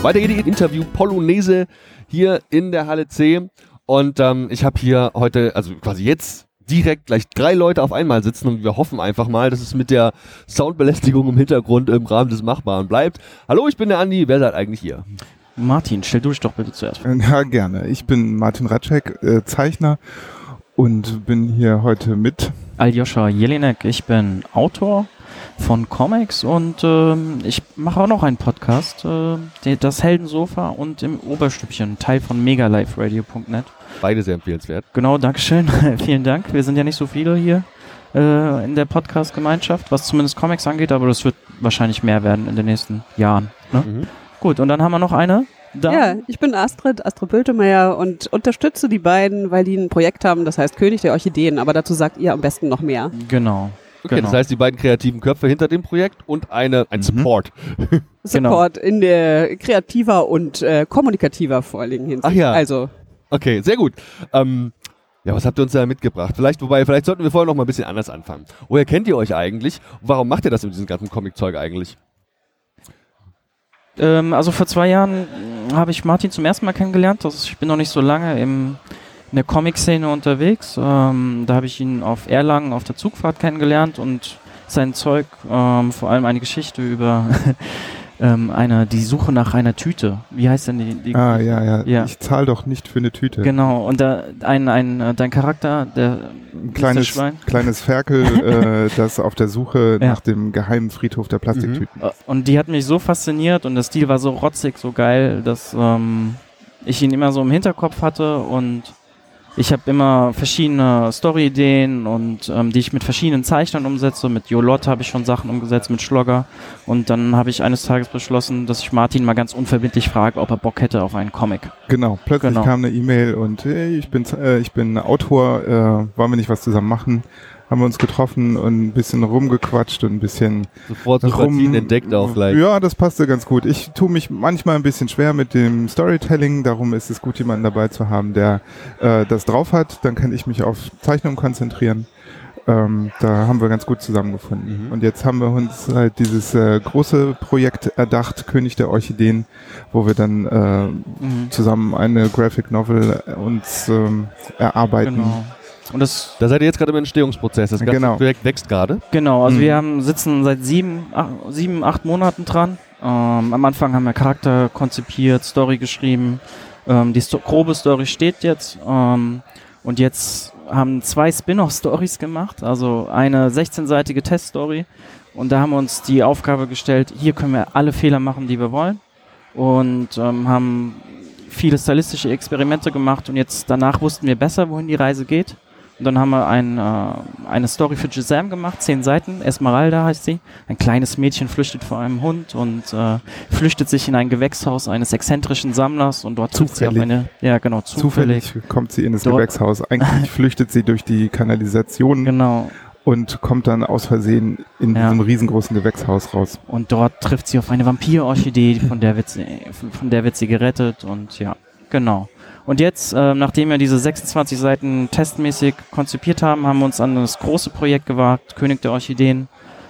Weiter geht die Interview-Polonaise hier in der Halle C. Und ich habe hier heute, also quasi jetzt direkt gleich 3 Leute auf einmal sitzen und wir hoffen einfach mal, dass es mit der Soundbelästigung im Hintergrund im Rahmen des Machbaren bleibt. Hallo, ich bin der Andi, wer seid eigentlich hier? Martin, stell du dich doch bitte zuerst vor. Ja, gerne. Ich bin Martin Ratschek, Zeichner und bin hier heute mit Aljoscha Jelinek, ich bin Autor von Comics und ich mache auch noch einen Podcast, das Heldensofa und im Oberstübchen, Teil von megaliferadio.net. Beide sehr empfehlenswert. Genau, Dankeschön. Vielen Dank. Wir sind ja nicht so viele hier in der Podcast-Gemeinschaft, was zumindest Comics angeht, aber das wird wahrscheinlich mehr werden in den nächsten Jahren. Ne? Mhm. Gut, und dann haben wir noch eine. Ja, ich bin Astrid Bültemeyer und unterstütze die beiden, weil die ein Projekt haben, das heißt König der Orchideen, aber dazu sagt ihr am besten noch mehr. Genau. Okay, genau. Das heißt, die beiden kreativen Köpfe hinter dem Projekt und ein Support. Support in der kreativer und kommunikativer Vorliegen Hinsicht. Ach ja. Also. Okay, sehr gut. Ja, was habt ihr uns da mitgebracht? Vielleicht sollten wir vorher noch mal ein bisschen anders anfangen. Woher kennt ihr euch eigentlich? Warum macht ihr das mit diesem ganzen Comic-Zeug eigentlich? Also vor 2 Jahren habe ich Martin zum ersten Mal kennengelernt. Ich bin noch nicht so lange in der Comic-Szene unterwegs. Da habe ich ihn auf Erlangen auf der Zugfahrt kennengelernt und sein Zeug, vor allem eine Geschichte über die Suche nach einer Tüte. Wie heißt denn die ja. Ich zahle doch nicht für eine Tüte. Genau, und dein Charakter, ein kleines Ferkel, das auf der Suche nach dem geheimen Friedhof der Plastiktüten ist. Und die hat mich so fasziniert und der Stil war so rotzig, so geil, dass ich ihn immer so im Hinterkopf hatte und ich habe immer verschiedene Story-Ideen und die ich mit verschiedenen Zeichnern umsetze. Mit Jolot habe ich schon Sachen umgesetzt, mit Schlogger. Und dann habe ich eines Tages beschlossen, dass ich Martin mal ganz unverbindlich frage, ob er Bock hätte auf einen Comic. Genau, plötzlich kam eine E-Mail und hey, ich bin Autor, wollen wir nicht was zusammen machen? Haben wir uns getroffen und ein bisschen rumgequatscht und ein bisschen sofort Sympathien entdeckt auch gleich. Ja, das passte ganz gut. Ich tue mich manchmal ein bisschen schwer mit dem Storytelling, darum ist es gut, jemanden dabei zu haben, der das drauf hat. Dann kann ich mich auf Zeichnung konzentrieren. Da haben wir ganz gut zusammengefunden. Und jetzt haben wir uns halt dieses große Projekt erdacht, König der Orchideen, wo wir dann zusammen eine Graphic Novel uns erarbeiten. Genau. Und da seid ihr jetzt gerade im Entstehungsprozess, das ganze Projekt wächst gerade? Genau, also wir sitzen seit 7, 8 Monaten dran. Am Anfang haben wir Charakter konzipiert, Story geschrieben, die grobe Story steht jetzt und jetzt haben 2 Spin-off-Stories gemacht, also eine 16-seitige Teststory und da haben wir uns die Aufgabe gestellt, hier können wir alle Fehler machen, die wir wollen und haben viele stylistische Experimente gemacht und jetzt danach wussten wir besser, wohin die Reise geht. Und dann haben wir eine Story für Giselle gemacht, 10 Seiten, Esmeralda heißt sie. Ein kleines Mädchen flüchtet vor einem Hund und flüchtet sich in ein Gewächshaus eines exzentrischen Sammlers und dort trifft sie auf zufällig kommt sie in das Gewächshaus. Eigentlich flüchtet sie durch die Kanalisation. Genau. Und kommt dann aus Versehen in diesem riesengroßen Gewächshaus raus. Und dort trifft sie auf eine Vampirorchidee, von der wird sie gerettet und ja, genau. Und jetzt, nachdem wir diese 26 Seiten testmäßig konzipiert haben, haben wir uns an das große Projekt gewagt, König der Orchideen.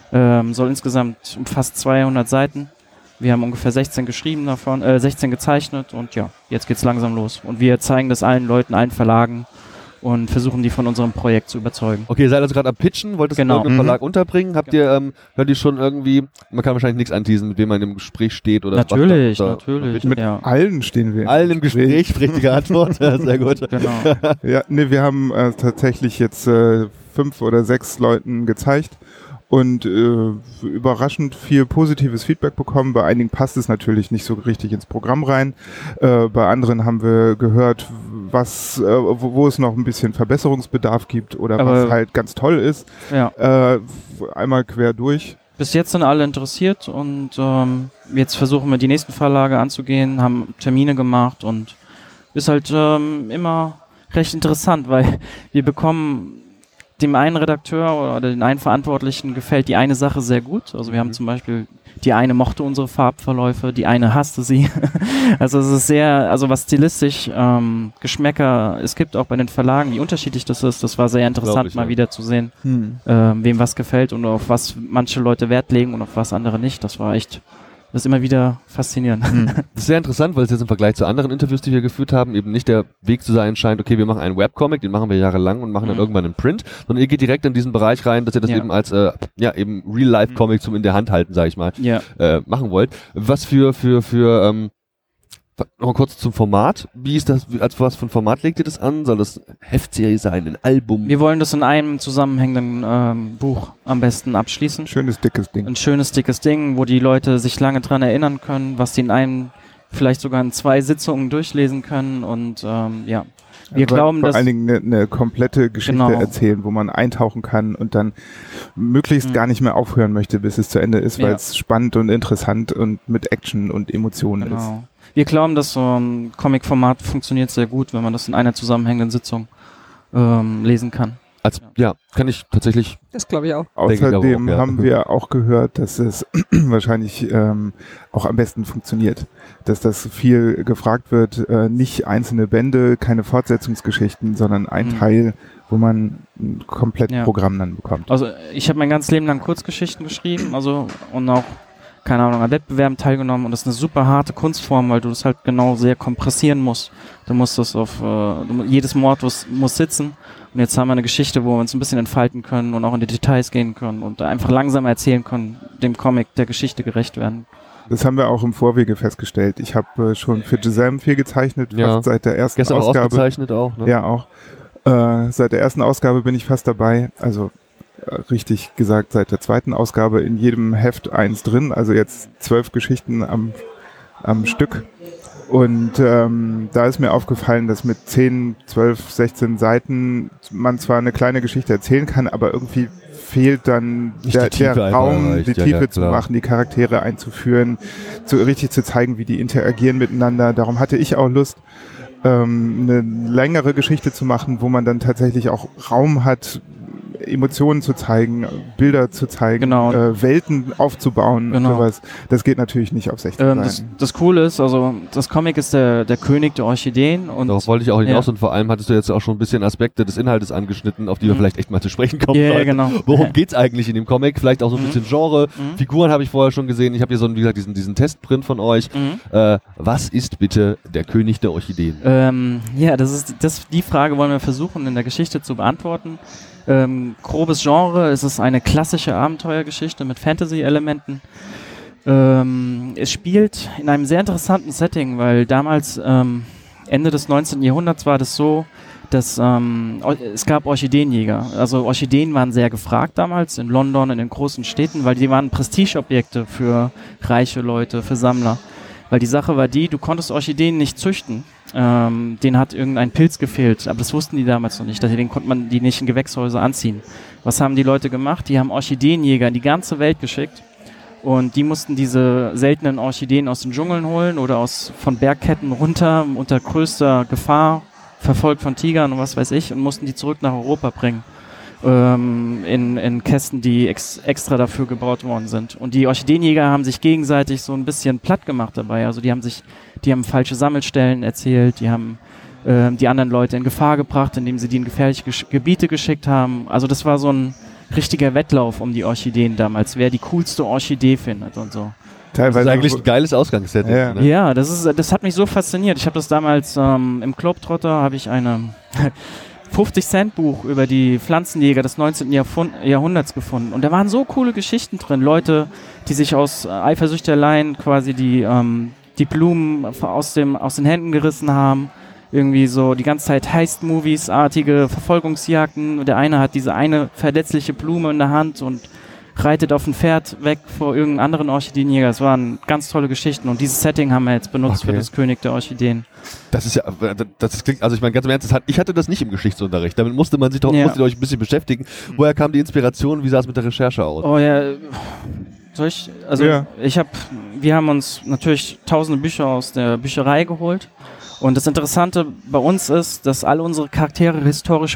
Soll insgesamt umfasst 200 Seiten. Wir haben ungefähr 16 geschrieben davon, 16 gezeichnet und ja, jetzt geht's langsam los. Und wir zeigen das allen Leuten, allen Verlagen und versuchen die von unserem Projekt zu überzeugen. Okay, ihr seid also gerade am Pitchen, wollt das in irgendeinem Verlag unterbringen. Hört ihr schon irgendwie, man kann wahrscheinlich nichts anteasen, mit wem man im Gespräch steht oder natürlich. Mit allen stehen wir. Allen im Gespräch, richtige Antwort, sehr gut. Genau. Ja, wir haben tatsächlich jetzt 5 oder 6 Leuten gezeigt und überraschend viel positives Feedback bekommen. Bei einigen passt es natürlich nicht so richtig ins Programm rein. Bei anderen haben wir gehört, wo es noch ein bisschen Verbesserungsbedarf gibt oder was halt ganz toll ist. Ja. Einmal quer durch. Bis jetzt sind alle interessiert und jetzt versuchen wir die nächsten Verlage anzugehen, haben Termine gemacht und ist halt immer recht interessant, weil wir bekommen dem einen Redakteur oder den einen Verantwortlichen gefällt die eine Sache sehr gut. Also wir haben zum Beispiel, die eine mochte unsere Farbverläufe, die eine hasste sie. Also es ist sehr, also was stilistisch Geschmäcker es gibt auch bei den Verlagen, wie unterschiedlich das ist, das war sehr interessant mal wieder zu sehen, wem was gefällt und auf was manche Leute Wert legen und auf was andere nicht. Das war echt Das ist immer wieder faszinierend. Das ist sehr interessant, weil es jetzt im Vergleich zu anderen Interviews, die wir geführt haben, eben nicht der Weg zu sein scheint, okay, wir machen einen Webcomic, den machen wir jahrelang und machen dann irgendwann einen Print, sondern ihr geht direkt in diesen Bereich rein, dass ihr das eben als eben Real-Life-Comic zum in der Hand halten, sag ich mal, machen wollt. Was noch kurz zum Format. Wie ist das, als was für ein Format legt ihr das an? Soll das Heftserie sein, ein Album? Wir wollen das in einem zusammenhängenden Buch am besten abschließen. Schönes, dickes Ding. Ein schönes, dickes Ding, wo die Leute sich lange dran erinnern können, was sie in einem, vielleicht sogar in 2 Sitzungen durchlesen können und wir glauben, dass... Vor allen Dingen eine komplette Geschichte erzählen, wo man eintauchen kann und dann möglichst gar nicht mehr aufhören möchte, bis es zu Ende ist, weil es spannend und interessant und mit Action und Emotionen ist. Wir glauben, dass so ein Comic-Format funktioniert sehr gut, wenn man das in einer zusammenhängenden Sitzung lesen kann. Kann ich tatsächlich... Das glaube ich auch. Außerdem haben wir auch gehört, dass es wahrscheinlich auch am besten funktioniert. Dass das viel gefragt wird, nicht einzelne Bände, keine Fortsetzungsgeschichten, sondern ein Teil, wo man ein komplettes Programm dann bekommt. Also ich habe mein ganzes Leben lang Kurzgeschichten geschrieben, und auch keine Ahnung, an Wettbewerben teilgenommen und das ist eine super harte Kunstform, weil du das halt genau sehr kompressieren musst. Du musst das jedes Wort muss sitzen und jetzt haben wir eine Geschichte, wo wir uns ein bisschen entfalten können und auch in die Details gehen können und einfach langsam erzählen können, dem Comic der Geschichte gerecht werden. Das haben wir auch im Vorwege festgestellt. Ich habe schon für Giselle viel gezeichnet, fast seit der ersten Gestern Ausgabe. Ausgezeichnet auch, ne? Ja, auch. Seit der ersten Ausgabe bin ich fast dabei, also richtig gesagt, seit der zweiten Ausgabe in jedem Heft 1 drin, also jetzt 12 Geschichten am Stück. Und da ist mir aufgefallen, dass mit 10, 12, 16 Seiten man zwar eine kleine Geschichte erzählen kann, aber irgendwie fehlt dann der Raum, die Tiefe zu machen, die Charaktere einzuführen, richtig zu zeigen, wie die interagieren miteinander. Darum hatte ich auch Lust, eine längere Geschichte zu machen, wo man dann tatsächlich auch Raum hat, Emotionen zu zeigen, Bilder zu zeigen, Welten aufzubauen und sowas. Das geht natürlich nicht auf 16 Seiten. Das Coole ist, also das Comic ist der König der Orchideen. Und darauf wollte ich auch hinaus und vor allem hattest du jetzt auch schon ein bisschen Aspekte des Inhaltes angeschnitten, auf die wir vielleicht echt mal zu sprechen kommen sollten. Genau. Worum geht's eigentlich in dem Comic? Vielleicht auch so ein bisschen Genre. Figuren habe ich vorher schon gesehen. Ich habe hier wie gesagt, diesen Testprint von euch. Was ist bitte der König der Orchideen? Die Frage wollen wir versuchen in der Geschichte zu beantworten. Grobes Genre, es ist eine klassische Abenteuergeschichte mit Fantasy-Elementen. Es spielt in einem sehr interessanten Setting, weil damals, Ende des 19. Jahrhunderts war das so, dass es gab Orchideenjäger. Also Orchideen waren sehr gefragt damals in London, in den großen Städten, weil die waren Prestigeobjekte für reiche Leute, für Sammler. Weil die Sache war du konntest Orchideen nicht züchten. Denen hat irgendein Pilz gefehlt, aber das wussten die damals noch nicht. Deswegen konnte man die nicht in Gewächshäuser anziehen. Was haben die Leute gemacht? Die haben Orchideenjäger in die ganze Welt geschickt und die mussten diese seltenen Orchideen aus den Dschungeln holen oder von Bergketten runter unter größter Gefahr, verfolgt von Tigern und was weiß ich, und mussten die zurück nach Europa bringen. In Kästen, die extra dafür gebaut worden sind. Und die Orchideenjäger haben sich gegenseitig so ein bisschen platt gemacht dabei. Also die haben falsche Sammelstellen erzählt, die haben die anderen Leute in Gefahr gebracht, indem sie die in gefährliche Gebiete geschickt haben. Also das war so ein richtiger Wettlauf um die Orchideen damals, wer die coolste Orchidee findet und so. Teilweise das ist eigentlich ein geiles Ausgangssetting. Ja, ne? Ja, das hat mich so fasziniert. Ich habe das damals im Globetrotter, habe ich eine 50-Cent-Buch über die Pflanzenjäger des 19. Jahrhunderts gefunden. Und da waren so coole Geschichten drin. Leute, die sich aus Eifersüchteleien quasi die Blumen aus den Händen gerissen haben. Irgendwie so die ganze Zeit Heist-Movies-artige Verfolgungsjagden. Und der eine hat diese eine verletzliche Blume in der Hand und reitet auf ein Pferd weg vor irgendeinem anderen Orchideenjäger. Es waren ganz tolle Geschichten und dieses Setting haben wir jetzt benutzt für das König der Orchideen. Das ist ja, das klingt, also ich meine ganz im Ernst, ich hatte das nicht im Geschichtsunterricht. Damit musste man sich musstet ihr euch ein bisschen beschäftigen. Woher kam die Inspiration? Wie sah es mit der Recherche aus? Oh ja, wir haben uns natürlich tausende Bücher aus der Bücherei geholt. Und das Interessante bei uns ist, dass alle unsere Charaktere historisch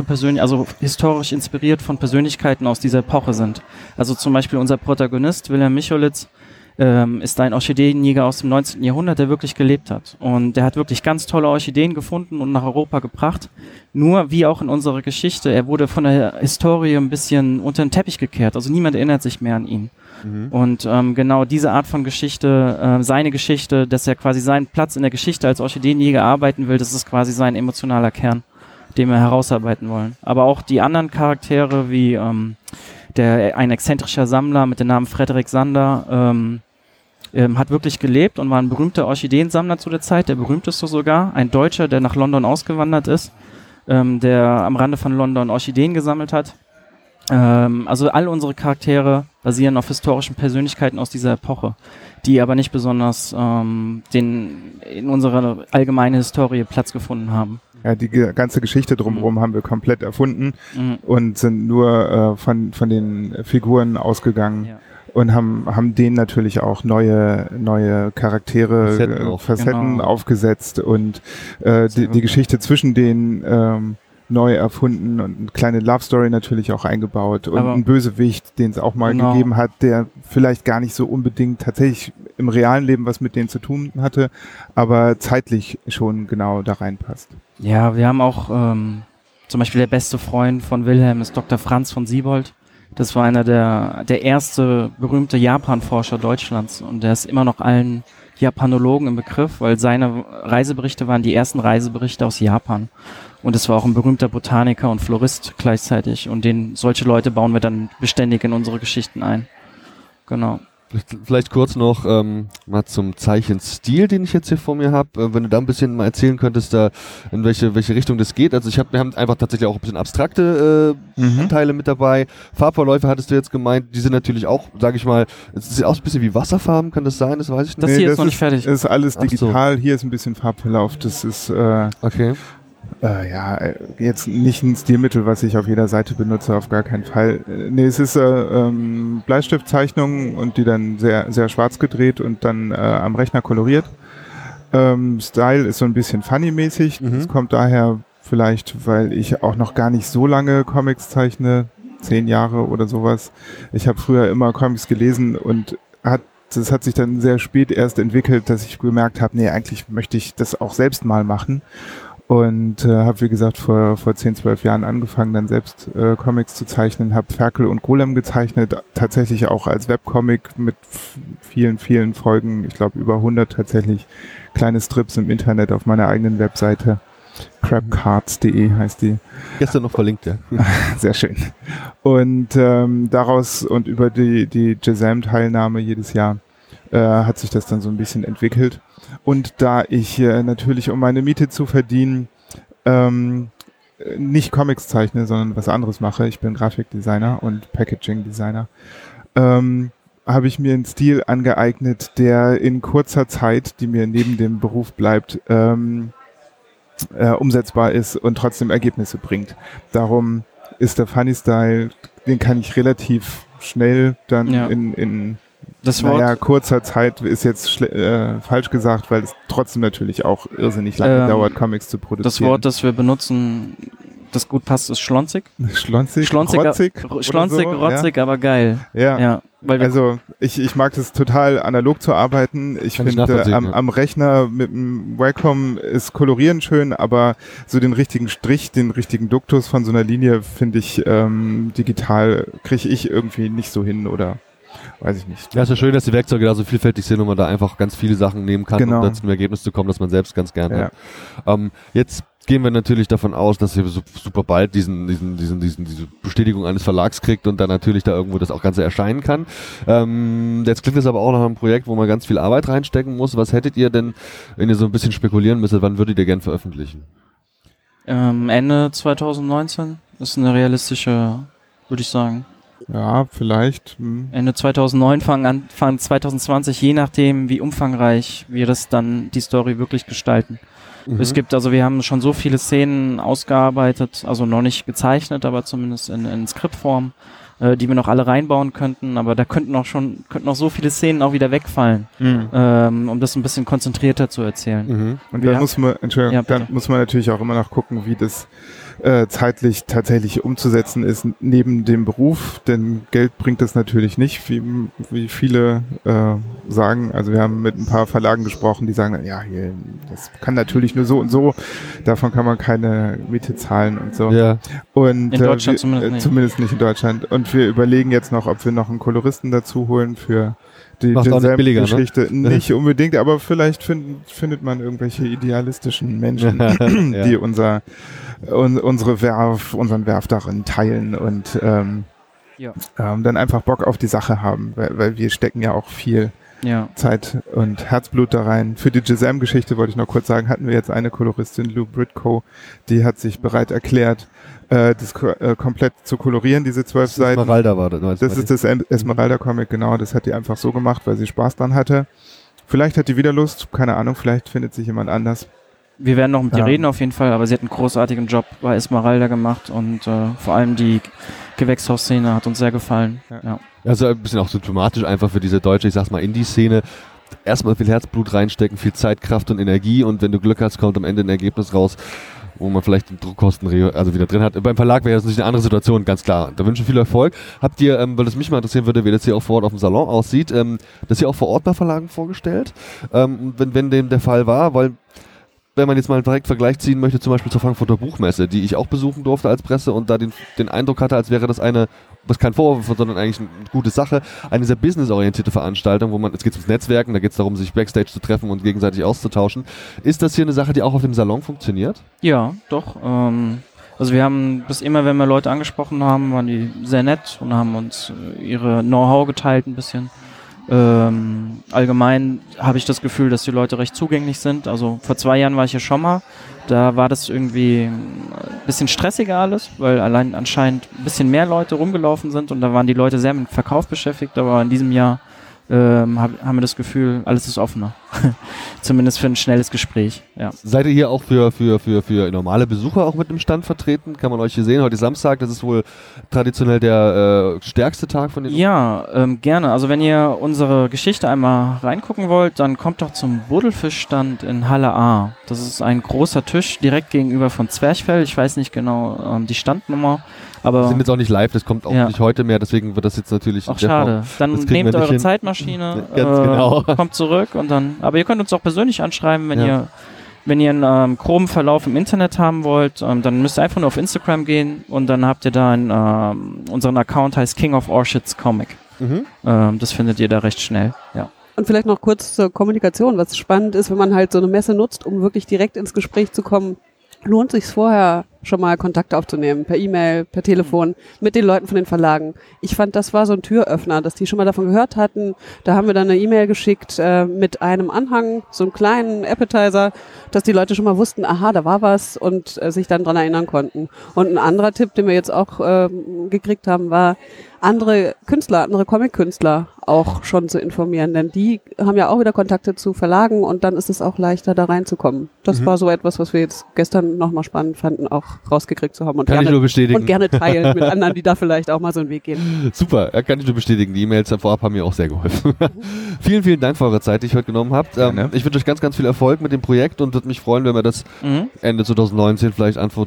inspiriert von Persönlichkeiten aus dieser Epoche sind. Also zum Beispiel unser Protagonist, Wilhelm Micholitz, ist ein Orchideenjäger aus dem 19. Jahrhundert, der wirklich gelebt hat. Und der hat wirklich ganz tolle Orchideen gefunden und nach Europa gebracht. Nur, wie auch in unserer Geschichte, er wurde von der Historie ein bisschen unter den Teppich gekehrt. Also niemand erinnert sich mehr an ihn. Und genau diese Art von Geschichte, seine Geschichte, dass er quasi seinen Platz in der Geschichte als Orchideenjäger arbeiten will, das ist quasi sein emotionaler Kern, den wir herausarbeiten wollen. Aber auch die anderen Charaktere, wie ein exzentrischer Sammler mit dem Namen Frederik Sander, hat wirklich gelebt und war ein berühmter Orchideensammler zu der Zeit, der berühmteste sogar, ein Deutscher, der nach London ausgewandert ist, der am Rande von London Orchideen gesammelt hat. Also all unsere Charaktere basieren auf historischen Persönlichkeiten aus dieser Epoche, die aber nicht besonders in unserer allgemeinen Historie Platz gefunden haben. Ja, die ganze Geschichte drumherum haben wir komplett erfunden und sind nur von den Figuren ausgegangen und haben denen natürlich auch neue Charaktere, Facetten aufgesetzt und die Geschichte zwischen denen neu erfunden und eine kleine Love Story natürlich auch eingebaut und einen Bösewicht, den es auch mal gegeben hat, der vielleicht gar nicht so unbedingt tatsächlich im realen Leben was mit denen zu tun hatte, aber zeitlich schon genau da reinpasst. Ja, wir haben auch zum Beispiel der beste Freund von Wilhelm ist Dr. Franz von Siebold. Das war einer der erste berühmte Japan-Forscher Deutschlands und der ist immer noch allen Japanologen im Begriff, weil seine Reiseberichte waren die ersten Reiseberichte aus Japan. Und es war auch ein berühmter Botaniker und Florist gleichzeitig. Und solche Leute bauen wir dann beständig in unsere Geschichten ein. Genau. Vielleicht kurz noch mal zum Zeichenstil, den ich jetzt hier vor mir habe. Wenn du da ein bisschen mal erzählen könntest, da in welche Richtung das geht. Also wir haben einfach tatsächlich auch ein bisschen abstrakte Anteile mit dabei. Farbverläufe hattest du jetzt gemeint, die sind natürlich auch, sage ich mal, es sieht auch ein bisschen wie Wasserfarben, kann das sein? Das weiß ich nicht. Das hier ist noch nicht fertig. Das ist alles digital. Hier ist ein bisschen Farbverlauf. Das ist okay. Jetzt nicht ein Stilmittel, was ich auf jeder Seite benutze, auf gar keinen Fall. Nee, es ist Bleistiftzeichnung und die dann sehr, sehr schwarz gedreht und dann am Rechner koloriert. Style ist so ein bisschen funny-mäßig. Das kommt daher vielleicht, weil ich auch noch gar nicht so lange Comics zeichne, 10 Jahre oder sowas. Ich habe früher immer Comics gelesen und das hat sich dann sehr spät erst entwickelt, dass ich gemerkt habe, nee, eigentlich möchte ich das auch selbst mal machen. Und habe, wie gesagt, vor 10, 12 Jahren angefangen, dann selbst Comics zu zeichnen, habe Ferkel und Golem gezeichnet, tatsächlich auch als Webcomic mit vielen, vielen Folgen, ich glaube über 100 tatsächlich, kleine Strips im Internet auf meiner eigenen Webseite, crapcards.de heißt die. Gestern noch verlinkt, ja. Sehr schön. Und daraus und über die Jazam-Teilnahme jedes Jahr hat sich das dann so ein bisschen entwickelt. Und da ich natürlich, um meine Miete zu verdienen, nicht Comics zeichne, sondern was anderes mache, ich bin Grafikdesigner und Packaging-Designer, habe ich mir einen Stil angeeignet, der in kurzer Zeit, die mir neben dem Beruf bleibt, umsetzbar ist und trotzdem Ergebnisse bringt. Darum ist der Funny Style, den kann ich relativ schnell dann in kurzer Zeit ist jetzt falsch gesagt, weil es trotzdem natürlich auch irrsinnig lange dauert, Comics zu produzieren. Das Wort, das wir benutzen, das gut passt, ist schlonzig. Schlonzig, rotzig, aber geil. Ja. Also ich mag das total analog zu arbeiten. Ich finde am Rechner mit dem Wacom ist Kolorieren schön, aber so den richtigen Strich, den richtigen Duktus von so einer Linie finde ich digital kriege ich irgendwie nicht so hin oder weiß ich nicht. Ja, ist ja schön, dass die Werkzeuge da so vielfältig sind und man da einfach ganz viele Sachen nehmen kann, um dann zum Ergebnis zu kommen, das man selbst ganz gerne hat. Jetzt gehen wir natürlich davon aus, dass ihr super bald diese Bestätigung eines Verlags kriegt und dann natürlich da irgendwo das auch Ganze erscheinen kann. Jetzt klingt es aber auch nach einem Projekt, wo man ganz viel Arbeit reinstecken muss. Was hättet ihr denn, wenn ihr so ein bisschen spekulieren müsstet, wann würdet ihr gern veröffentlichen? Ende 2019 ist eine realistische, würde ich sagen. Ja, vielleicht. Ende 2009, Anfang 2020, je nachdem, wie umfangreich wir das dann, die Story wirklich gestalten. Wir haben schon so viele Szenen ausgearbeitet, also noch nicht gezeichnet, aber zumindest in Skriptform. die wir noch alle reinbauen könnten, aber da könnten noch so viele Szenen auch wieder wegfallen, um das ein bisschen konzentrierter zu erzählen. Und dann muss man natürlich auch immer noch gucken, wie das zeitlich tatsächlich umzusetzen ist neben dem Beruf, denn Geld bringt das natürlich nicht, wie viele sagen. Also wir haben mit ein paar Verlagen gesprochen, die sagen, ja, hier, das kann natürlich nur so und so, davon kann man keine Miete zahlen und so. Ja. Und in Deutschland zumindest nicht in Deutschland. Und wir überlegen jetzt noch, ob wir noch einen Koloristen dazu holen für die Geschichte. Ne? Nicht unbedingt, aber vielleicht findet man irgendwelche idealistischen Menschen, Ja. die unseren Werf darin teilen und dann einfach Bock auf die Sache haben, weil wir stecken ja auch viel Zeit und Herzblut da rein. Für die Shazam-Geschichte wollte ich noch kurz sagen, hatten wir jetzt eine Koloristin, Lou Britko, die hat sich bereit erklärt, das komplett zu kolorieren, diese 12 Seiten. Esmeralda war das. Das ist das Esmeralda-Comic, genau. Das hat die einfach so gemacht, weil sie Spaß dran hatte. Vielleicht hat die wieder Lust, keine Ahnung, vielleicht findet sich jemand anders. Wir werden noch mit ihr reden auf jeden Fall, aber sie hat einen großartigen Job bei Esmeralda gemacht und vor allem die Gewächshausszene hat uns sehr gefallen. Ja. Also ein bisschen auch symptomatisch einfach für diese deutsche, ich sag's mal, Indie-Szene. Erstmal viel Herzblut reinstecken, viel Zeit, Kraft und Energie und wenn du Glück hast, kommt am Ende ein Ergebnis raus, wo man vielleicht den Druckkosten wieder drin hat. Beim Verlag wäre das natürlich eine andere Situation, ganz klar. Da wünschen viel Erfolg. Habt ihr, weil das mich mal interessieren würde, wie das hier auch vor Ort auf dem Salon aussieht, das hier auch vor Ort bei Verlagen vorgestellt? Wenn dem der Fall war, weil wenn man jetzt mal einen direkten Vergleich ziehen möchte, zum Beispiel zur Frankfurter Buchmesse, die ich auch besuchen durfte als Presse und da den Eindruck hatte, als wäre das was kein Vorwurf, sondern eigentlich eine gute Sache, eine sehr businessorientierte Veranstaltung, wo jetzt geht es ums Netzwerken, da geht es darum, sich Backstage zu treffen und gegenseitig auszutauschen. Ist das hier eine Sache, die auch auf dem Salon funktioniert? Ja, doch. Also wir haben bis immer, wenn wir Leute angesprochen haben, waren die sehr nett und haben uns ihre Know-how geteilt ein bisschen. Allgemein habe ich das Gefühl, dass die Leute recht zugänglich sind. Also vor 2 Jahren war ich hier schon mal. Da war das irgendwie ein bisschen stressiger alles, weil allein anscheinend ein bisschen mehr Leute rumgelaufen sind und da waren die Leute sehr mit Verkauf beschäftigt. Aber in diesem Jahr haben wir das Gefühl, alles ist offener. Zumindest für ein schnelles Gespräch. Ja. Seid ihr hier auch für normale Besucher auch mit dem Stand vertreten? Kann man euch hier sehen? Heute ist Samstag, das ist wohl traditionell der stärkste Tag von den... Ja, gerne. Also wenn ihr unsere Geschichte einmal reingucken wollt, dann kommt doch zum Buddelfischstand in Halle A. Das ist ein großer Tisch direkt gegenüber von Zwerchfell. Ich weiß nicht genau die Standnummer. Aber wir sind jetzt auch nicht live, das kommt auch nicht heute mehr, deswgen wird das jetzt natürlich... Ach, schade. Dann nehmt eure Zeitmaschine, kommt zurück und dann... Aber ihr könnt uns auch persönlich anschreiben, wenn ihr einen groben Verlauf im Internet haben wollt, dann müsst ihr einfach nur auf Instagram gehen und dann habt ihr da unseren Account heißt King of Orchids Comic. Das findet ihr da recht schnell, ja. Und vielleicht noch kurz zur Kommunikation, was spannend ist, wenn man halt so eine Messe nutzt, um wirklich direkt ins Gespräch zu kommen, lohnt sich vorher schon mal Kontakt aufzunehmen, per E-Mail, per Telefon, mit den Leuten von den Verlagen. Ich fand, das war so ein Türöffner, dass die schon mal davon gehört hatten. Da haben wir dann eine E-Mail geschickt mit einem Anhang, so einem kleinen Appetizer, dass die Leute schon mal wussten, aha, da war was und sich dann dran erinnern konnten. Und ein anderer Tipp, den wir jetzt auch gekriegt haben, war, andere Comic-Künstler auch schon zu informieren, denn die haben ja auch wieder Kontakte zu Verlagen und dann ist es auch leichter, da reinzukommen. Das war so etwas, was wir jetzt gestern nochmal spannend fanden, auch rausgekriegt zu haben und kann ich nur bestätigen. Und gerne teilen mit anderen, die da vielleicht auch mal so einen Weg gehen. Super, kann ich nur bestätigen. Die E-Mails vorab haben mir auch sehr geholfen. Vielen, vielen Dank für eure Zeit, die ihr heute genommen habt. Ich wünsche euch ganz, ganz viel Erfolg mit dem Projekt und würde mich freuen, wenn wir das Ende 2019, vielleicht Anfang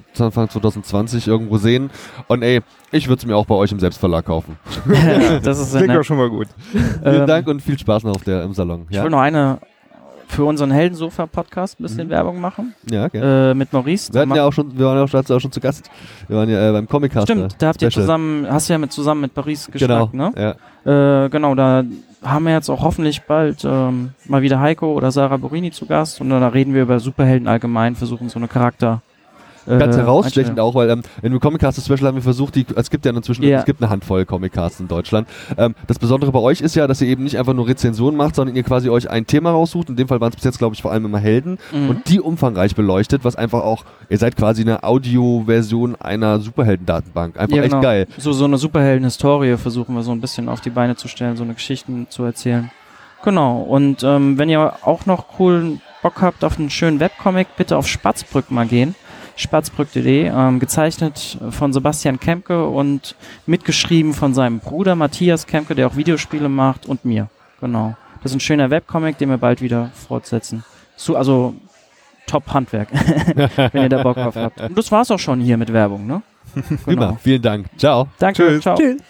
2020 irgendwo sehen. Und ich würde es mir auch bei euch im Selbstverlag kaufen. Das ist klingt auch schon mal gut. Vielen Dank und viel Spaß noch im Salon. Ich will noch für unseren Heldensofa-Podcast ein bisschen Werbung machen. Ja, gerne. Mit Maurice. Wir waren ja auch schon zu Gast. Wir waren ja beim Comic-Cast. Stimmt, da hast du ja zusammen mit Paris geschnackt, genau, ne? Ja. Genau, da haben wir jetzt auch hoffentlich bald mal wieder Heiko oder Sarah Borini zu Gast und da reden wir über Superhelden allgemein, versuchen so eine Charakter ganz herausstechend auch, weil in dem Comic-Cast Special haben wir versucht, es gibt ja inzwischen es gibt eine Handvoll Comic-Casts in Deutschland. Das Besondere bei euch ist ja, dass ihr eben nicht einfach nur Rezensionen macht, sondern ihr quasi euch ein Thema raussucht. In dem Fall waren es bis jetzt, glaube ich, vor allem immer Helden und die umfangreich beleuchtet, was einfach auch, ihr seid quasi eine Audioversion einer Superhelden-Datenbank. Einfach echt geil. So eine Superhelden-Historie versuchen wir so ein bisschen auf die Beine zu stellen, so eine Geschichten zu erzählen. Genau, und wenn ihr auch noch coolen Bock habt auf einen schönen Webcomic, bitte auf Spatzbrück mal gehen. spatzbrück.de, gezeichnet von Sebastian Kemke und mitgeschrieben von seinem Bruder Matthias Kemke, der auch Videospiele macht, und mir. Genau. Das ist ein schöner Webcomic, den wir bald wieder fortsetzen. Also Top-Handwerk, wenn ihr da Bock drauf habt. Und das war's auch schon hier mit Werbung, ne? Genau. Vielen Dank. Ciao. Danke, Tschüss. ciao. Tschüss.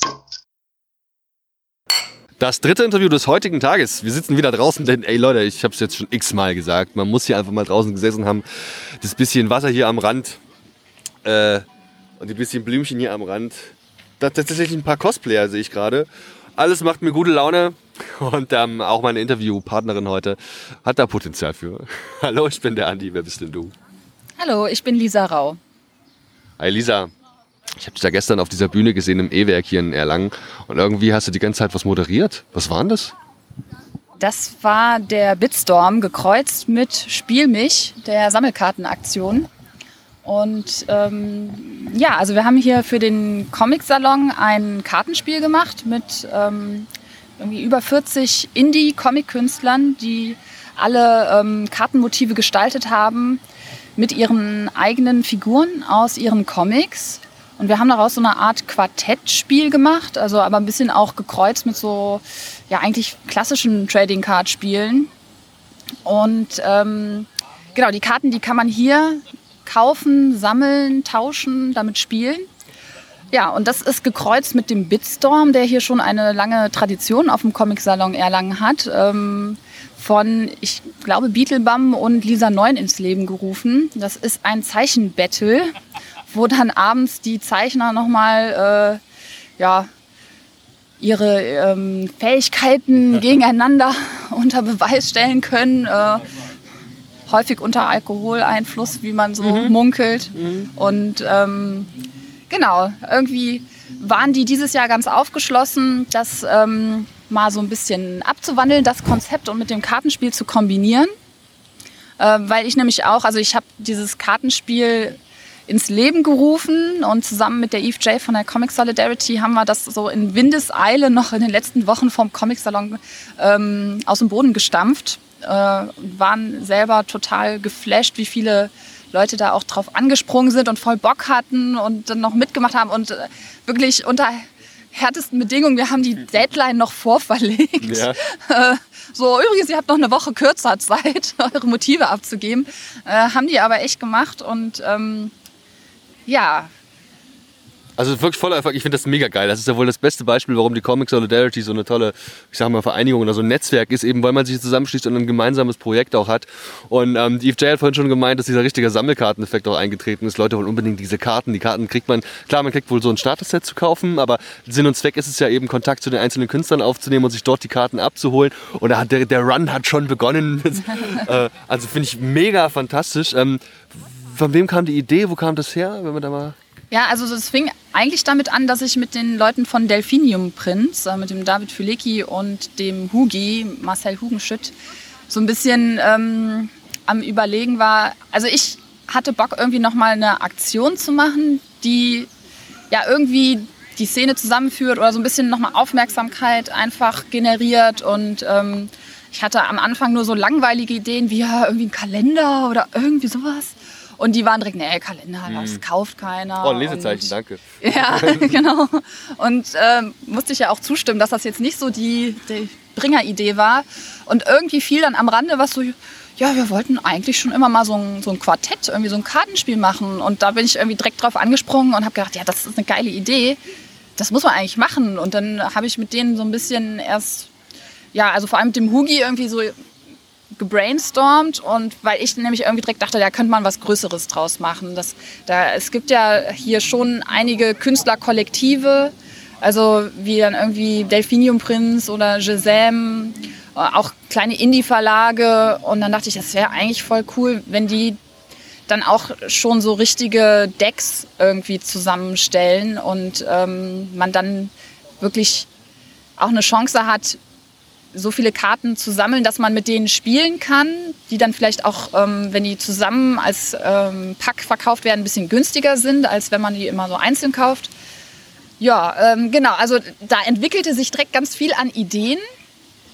Das dritte Interview des heutigen Tages. Wir sitzen wieder draußen, denn ey Leute, ich habe es jetzt schon x-mal gesagt, man muss hier einfach mal draußen gesessen haben. Das bisschen Wasser hier am Rand und die bisschen Blümchen hier am Rand. Da tatsächlich ein paar Cosplayer sehe ich gerade. Alles macht mir gute Laune und auch meine Interviewpartnerin heute hat da Potenzial für. Hallo, ich bin der Andi, wer bist denn du? Hallo, ich bin Lisa Rau. Hi Lisa. Ich habe dich da gestern auf dieser Bühne gesehen im E-Werk hier in Erlangen und irgendwie hast du die ganze Zeit was moderiert. Was war denn das? Das war der Bitstorm, gekreuzt mit Spiel mich, der Sammelkartenaktion. Und also wir haben hier für den Comic-Salon ein Kartenspiel gemacht mit irgendwie über 40 Indie-Comic-Künstlern, die alle Kartenmotive gestaltet haben mit ihren eigenen Figuren aus ihren Comics. Und wir haben daraus so eine Art Quartettspiel gemacht, also aber ein bisschen auch gekreuzt mit so, ja, eigentlich klassischen Trading-Card-Spielen. Und genau, die Karten, die kann man hier kaufen, sammeln, tauschen, damit spielen. Ja, und das ist gekreuzt mit dem Bitstorm, der hier schon eine lange Tradition auf dem Comic-Salon Erlangen hat. Von, ich glaube, Beetlebum und Lisa Neun ins Leben gerufen. Das ist ein Zeichenbattle, wo dann abends die Zeichner nochmal ihre Fähigkeiten gegeneinander unter Beweis stellen können. Häufig unter Alkoholeinfluss, wie man so munkelt. Und genau, irgendwie waren die dieses Jahr ganz aufgeschlossen, das mal so ein bisschen abzuwandeln, das Konzept, und mit dem Kartenspiel zu kombinieren. Weil ich nämlich auch, also ich habe dieses Kartenspiel ins Leben gerufen und zusammen mit der Eve J von der Comic Solidarity haben wir das so in Windeseile noch in den letzten Wochen vom Comic-Salon aus dem Boden gestampft. Waren selber total geflasht, wie viele Leute da auch drauf angesprungen sind und voll Bock hatten und dann noch mitgemacht haben und wirklich unter härtesten Bedingungen. Wir haben die Deadline noch vorverlegt. Ja. So, übrigens, ihr habt noch eine Woche kürzer Zeit, eure Motive abzugeben. Haben die aber echt gemacht und ja. Also wirklich voller Erfolg. Ich finde das mega geil. Das ist ja wohl das beste Beispiel, warum die Comic Solidarity so eine tolle, ich sag mal, Vereinigung oder so ein Netzwerk ist, eben weil man sich zusammenschließt und ein gemeinsames Projekt auch hat. Und die EFJ hat vorhin schon gemeint, dass dieser richtige Sammelkarteneffekt auch eingetreten ist. Leute wollen unbedingt diese Karten. Die Karten kriegt man, klar, man kriegt wohl so ein Starter-Set zu kaufen, aber Sinn und Zweck ist es ja eben, Kontakt zu den einzelnen Künstlern aufzunehmen und sich dort die Karten abzuholen. Und da hat der Run hat schon begonnen. Also finde ich mega fantastisch. Von wem kam die Idee? Wo kam das her? Wenn wir da mal... Ja, also das fing eigentlich damit an, dass ich mit den Leuten von Delphinium Prints, mit dem David Fülecki und dem Hugi, Marcel Hugenschütt, so ein bisschen am Überlegen war. Also ich hatte Bock, irgendwie nochmal eine Aktion zu machen, die ja irgendwie die Szene zusammenführt oder so ein bisschen nochmal Aufmerksamkeit einfach generiert. Und ich hatte am Anfang nur so langweilige Ideen wie ja, irgendwie ein Kalender oder irgendwie sowas. Und die waren direkt, nee, Kalender, das kauft keiner. Oh, ein Lesezeichen, danke. Ja, genau. Und musste ich ja auch zustimmen, dass das jetzt nicht so die Bringeridee war. Und irgendwie fiel dann am Rande was so, ja, wir wollten eigentlich schon immer mal so ein Quartett, irgendwie so ein Kartenspiel machen. Und da bin ich irgendwie direkt drauf angesprungen und habe gedacht, ja, das ist eine geile Idee. Das muss man eigentlich machen. Und dann habe ich mit denen so ein bisschen erst, ja, also vor allem mit dem Hugi irgendwie so gebrainstormt, und weil ich nämlich irgendwie direkt dachte, da könnte man was Größeres draus machen. Es gibt ja hier schon einige Künstlerkollektive, also wie dann irgendwie Delphinium Prints oder Gisem, auch kleine Indie-Verlage, und dann dachte ich, das wäre eigentlich voll cool, wenn die dann auch schon so richtige Decks irgendwie zusammenstellen und man dann wirklich auch eine Chance hat, so viele Karten zu sammeln, dass man mit denen spielen kann, die dann vielleicht auch, wenn die zusammen als Pack verkauft werden, ein bisschen günstiger sind, als wenn man die immer so einzeln kauft. Ja, genau, also da entwickelte sich direkt ganz viel an Ideen.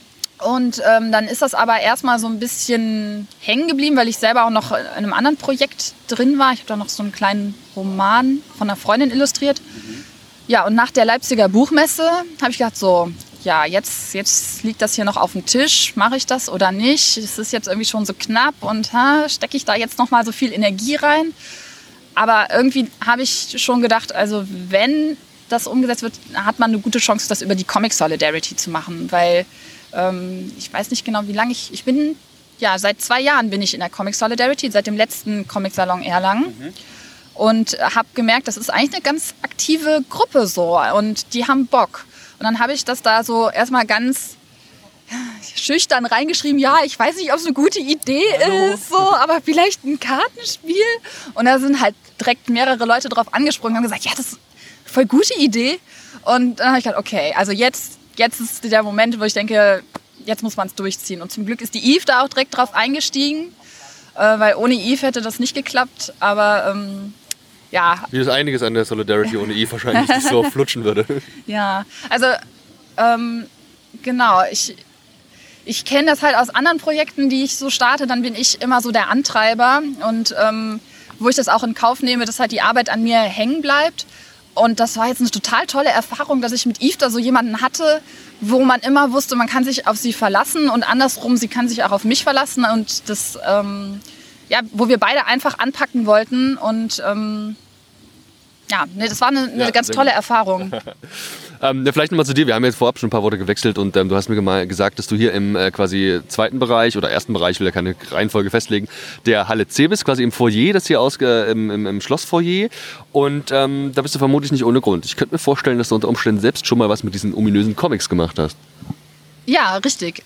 Und dann ist das aber erstmal so ein bisschen hängen geblieben, weil ich selber auch noch in einem anderen Projekt drin war. Ich habe da noch so einen kleinen Roman von einer Freundin illustriert. Ja, und nach der Leipziger Buchmesse habe ich gedacht, so, ja, jetzt liegt das hier noch auf dem Tisch. Mache ich das oder nicht? Es ist jetzt irgendwie schon so knapp und stecke ich da jetzt noch mal so viel Energie rein? Aber irgendwie habe ich schon gedacht, also wenn das umgesetzt wird, hat man eine gute Chance, das über die Comic Solidarity zu machen, weil ich weiß nicht genau, wie lange ich bin. Ja, seit 2 Jahren bin ich in der Comic Solidarity, seit dem letzten Comic-Salon Erlangen. Und habe gemerkt, das ist eigentlich eine ganz aktive Gruppe so und die haben Bock. Und dann habe ich das da so erstmal ganz schüchtern reingeschrieben, ja, ich weiß nicht, ob es eine gute Idee ist, so, aber vielleicht ein Kartenspiel. Und da sind halt direkt mehrere Leute drauf angesprungen und haben gesagt, ja, das ist eine voll gute Idee. Und dann habe ich gedacht, okay, also jetzt ist der Moment, wo ich denke, jetzt muss man es durchziehen. Und zum Glück ist die Eve da auch direkt drauf eingestiegen, weil ohne Eve hätte das nicht geklappt. Aber ja. Hier ist einiges an der Solidarity ohne Eve wahrscheinlich nicht so flutschen würde. Ja, also genau, ich kenne das halt aus anderen Projekten, die ich so starte, dann bin ich immer so der Antreiber und wo ich das auch in Kauf nehme, dass halt die Arbeit an mir hängen bleibt. Und das war jetzt eine total tolle Erfahrung, dass ich mit Eve da so jemanden hatte, wo man immer wusste, man kann sich auf sie verlassen und andersrum, sie kann sich auch auf mich verlassen und das, ja, wo wir beide einfach anpacken wollten und ja, nee, das war eine ganz tolle Erfahrung. Vielleicht nochmal zu dir. Wir haben jetzt vorab schon ein paar Worte gewechselt und du hast mir mal gesagt, dass du hier im quasi zweiten Bereich oder ersten Bereich, ich will ja keine Reihenfolge festlegen, der Halle C bist, quasi im Foyer, das hier im Schlossfoyer. Und da bist du vermutlich nicht ohne Grund. Ich könnte mir vorstellen, dass du unter Umständen selbst schon mal was mit diesen ominösen Comics gemacht hast. Ja, richtig.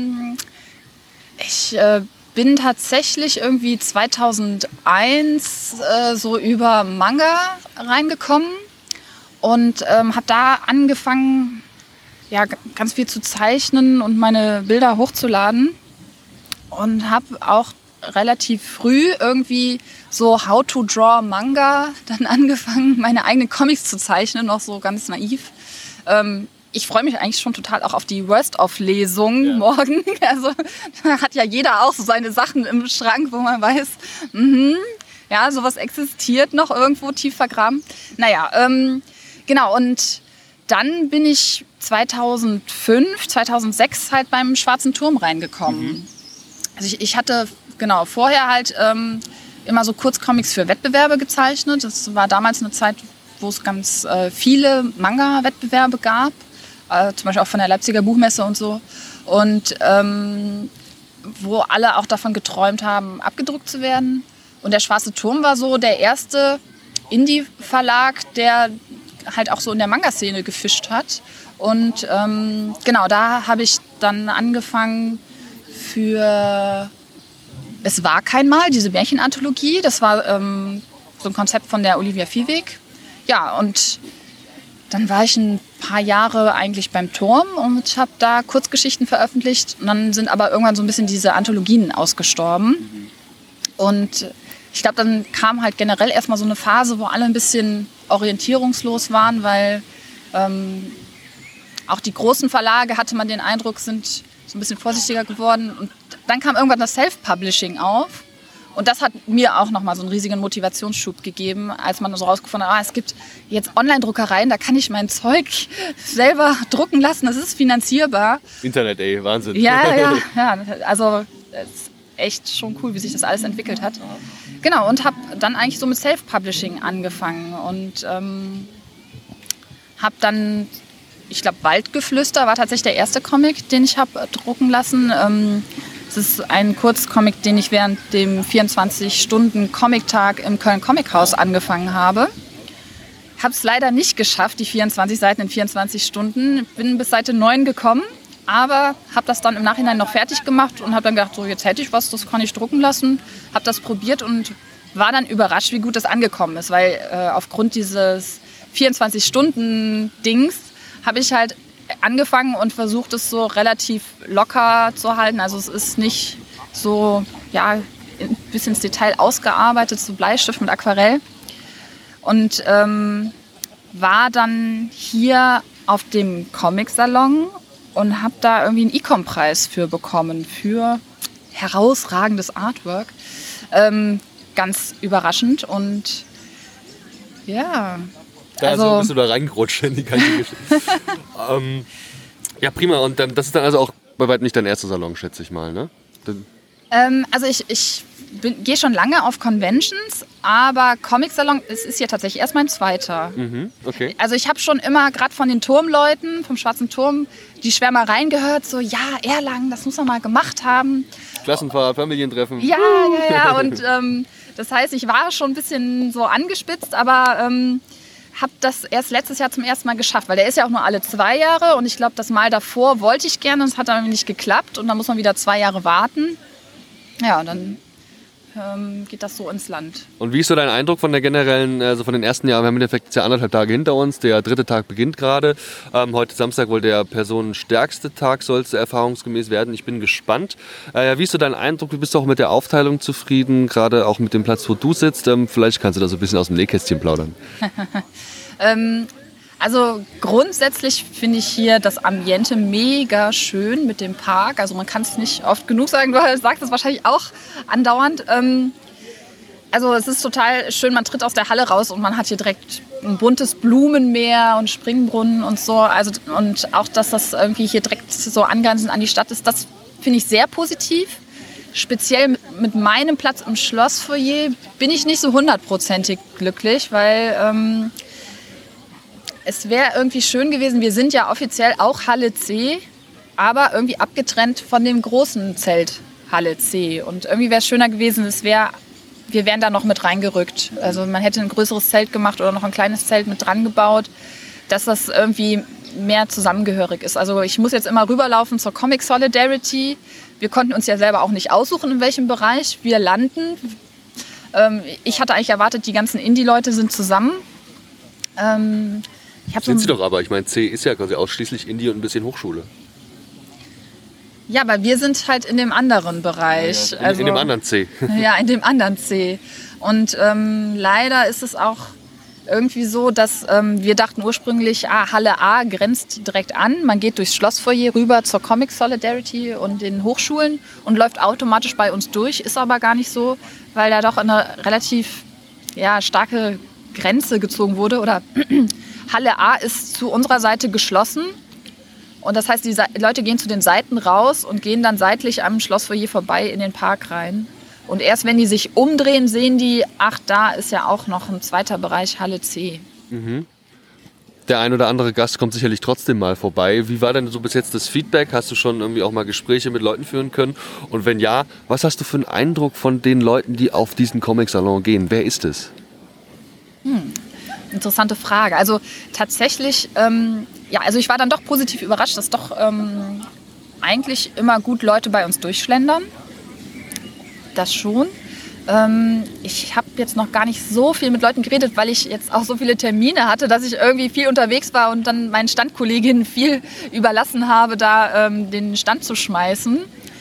Ich bin tatsächlich irgendwie 2001 so über Manga reingekommen und habe da angefangen, ja, ganz viel zu zeichnen und meine Bilder hochzuladen und habe auch relativ früh irgendwie so How to Draw Manga dann angefangen, meine eigenen Comics zu zeichnen, noch so ganz naiv. Ich freue mich eigentlich schon total auch auf die Worst-of-Lesung morgen. Also da hat ja jeder auch so seine Sachen im Schrank, wo man weiß, ja, sowas existiert noch irgendwo tief vergraben. Naja, genau. Und dann bin ich 2006 halt beim Schwarzen Turm reingekommen. Also ich hatte genau vorher halt immer so Kurzcomics für Wettbewerbe gezeichnet. Das war damals eine Zeit, wo es ganz viele Manga-Wettbewerbe gab. Zum Beispiel auch von der Leipziger Buchmesse und so. Und wo alle auch davon geträumt haben, abgedruckt zu werden. Und der Schwarze Turm war so der erste Indie-Verlag, der halt auch so in der Manga-Szene gefischt hat. Und genau, da habe ich dann angefangen für Es war kein Mal, diese Märchenanthologie. Das war so ein Konzept von der Olivia Viehweg. Ja, und dann war ich ein paar Jahre eigentlich beim Turm und habe da Kurzgeschichten veröffentlicht. Und dann sind aber irgendwann so ein bisschen diese Anthologien ausgestorben. Und ich glaube, dann kam halt generell erstmal so eine Phase, wo alle ein bisschen orientierungslos waren, weil auch die großen Verlage, hatte man den Eindruck, sind so ein bisschen vorsichtiger geworden. Und dann kam irgendwann das Self-Publishing auf. Und das hat mir auch nochmal so einen riesigen Motivationsschub gegeben, als man so rausgefunden hat, es gibt jetzt Online-Druckereien, da kann ich mein Zeug selber drucken lassen, das ist finanzierbar. Internet, ey, Wahnsinn. Ja, also es ist echt schon cool, wie sich das alles entwickelt hat. Genau, und habe dann eigentlich so mit Self-Publishing angefangen und habe dann, ich glaube, Waldgeflüster war tatsächlich der erste Comic, den ich habe drucken lassen. Es ist ein Kurzcomic, den ich während dem 24-Stunden-Comic-Tag im Köln Comic Haus angefangen habe. Habe es leider nicht geschafft, die 24 Seiten in 24 Stunden. Bin bis Seite 9 gekommen, aber habe das dann im Nachhinein noch fertig gemacht und habe dann gedacht, so jetzt hätte ich was, das kann ich drucken lassen. Habe das probiert und war dann überrascht, wie gut das angekommen ist, weil aufgrund dieses 24-Stunden-Dings habe ich halt angefangen und versucht, es so relativ locker zu halten. Also es ist nicht so, ja, ein bisschen ins Detail ausgearbeitet, so Bleistift mit Aquarell. Und war dann hier auf dem Comic-Salon und habe da irgendwie einen Ecom-Preis für bekommen, für herausragendes Artwork. Ganz überraschend und ja. Also bist du da reingerutscht in die ganze Geschichte. Ja, prima. Und dann, das ist dann also auch bei weitem nicht dein erster Salon, schätze ich mal, ne? Also ich gehe schon lange auf Conventions, aber Comic-Salon, es ist ja tatsächlich erst mein zweiter. Mhm, okay. Also ich habe schon immer, gerade von den Turmleuten, vom Schwarzen Turm, die Schwärmereien gehört, so ja, Erlangen, das muss man mal gemacht haben. Klassenfahrt, Familientreffen. Ja, und das heißt, ich war schon ein bisschen so angespitzt, aber habe das erst letztes Jahr zum ersten Mal geschafft, weil der ist ja auch nur alle 2 Jahre und ich glaube, das Mal davor wollte ich gerne und es hat dann nicht geklappt und dann muss man wieder 2 Jahre warten. Ja, und dann geht das so ins Land. Und wie ist so dein Eindruck von der generellen, also von den ersten Jahren? Wir haben im Endeffekt ja 1,5 Tage hinter uns, der 3. Tag beginnt gerade. Heute Samstag wohl der personenstärkste Tag soll es erfahrungsgemäß werden. Ich bin gespannt. Wie ist so dein Eindruck? Wie bist du auch mit der Aufteilung zufrieden? Gerade auch mit dem Platz, wo du sitzt. Vielleicht kannst du da so ein bisschen aus dem Nähkästchen plaudern. Also grundsätzlich finde ich hier das Ambiente mega schön mit dem Park. Also man kann es nicht oft genug sagen, du sagst es wahrscheinlich auch andauernd. Also es ist total schön, man tritt aus der Halle raus und man hat hier direkt ein buntes Blumenmeer und Springbrunnen und so. Also, und auch, dass das irgendwie hier direkt so angrenzend an die Stadt ist, das finde ich sehr positiv. Speziell mit meinem Platz im Schlossfoyer bin ich nicht so 100%ig glücklich, weil es wäre irgendwie schön gewesen, wir sind ja offiziell auch Halle C, aber irgendwie abgetrennt von dem großen Zelt Halle C. Und irgendwie wäre es schöner gewesen, wir wären da noch mit reingerückt. Also man hätte ein größeres Zelt gemacht oder noch ein kleines Zelt mit dran gebaut, dass das irgendwie mehr zusammengehörig ist. Also ich muss jetzt immer rüberlaufen zur Comic Solidarity. Wir konnten uns ja selber auch nicht aussuchen, in welchem Bereich wir landen. Ich hatte eigentlich erwartet, die ganzen Indie-Leute sind zusammen. Sind sie doch aber. Ich meine, C ist ja quasi ausschließlich Indie und ein bisschen Hochschule. Ja, aber wir sind halt in dem anderen Bereich. Ja, in dem anderen C. Ja, in dem anderen C. Und leider ist es auch irgendwie so, dass wir dachten ursprünglich, Halle A grenzt direkt an. Man geht durchs Schlossfoyer rüber zur Comic Solidarity und den Hochschulen und läuft automatisch bei uns durch. Ist aber gar nicht so, weil da doch eine relativ starke Grenze gezogen wurde. Oder Halle A ist zu unserer Seite geschlossen. Und das heißt, die Leute gehen zu den Seiten raus und gehen dann seitlich am Schlossfoyer vorbei in den Park rein. Und erst wenn die sich umdrehen, sehen die, da ist ja auch noch ein zweiter Bereich, Halle C. Mhm. Der ein oder andere Gast kommt sicherlich trotzdem mal vorbei. Wie war denn so bis jetzt das Feedback? Hast du schon irgendwie auch mal Gespräche mit Leuten führen können? Und wenn ja, was hast du für einen Eindruck von den Leuten, die auf diesen Comic-Salon gehen? Wer ist es? Interessante Frage. Also tatsächlich, also ich war dann doch positiv überrascht, dass doch eigentlich immer gut Leute bei uns durchschlendern. Das schon. Ich habe jetzt noch gar nicht so viel mit Leuten geredet, weil ich jetzt auch so viele Termine hatte, dass ich irgendwie viel unterwegs war und dann meinen Standkolleginnen viel überlassen habe, da den Stand zu schmeißen.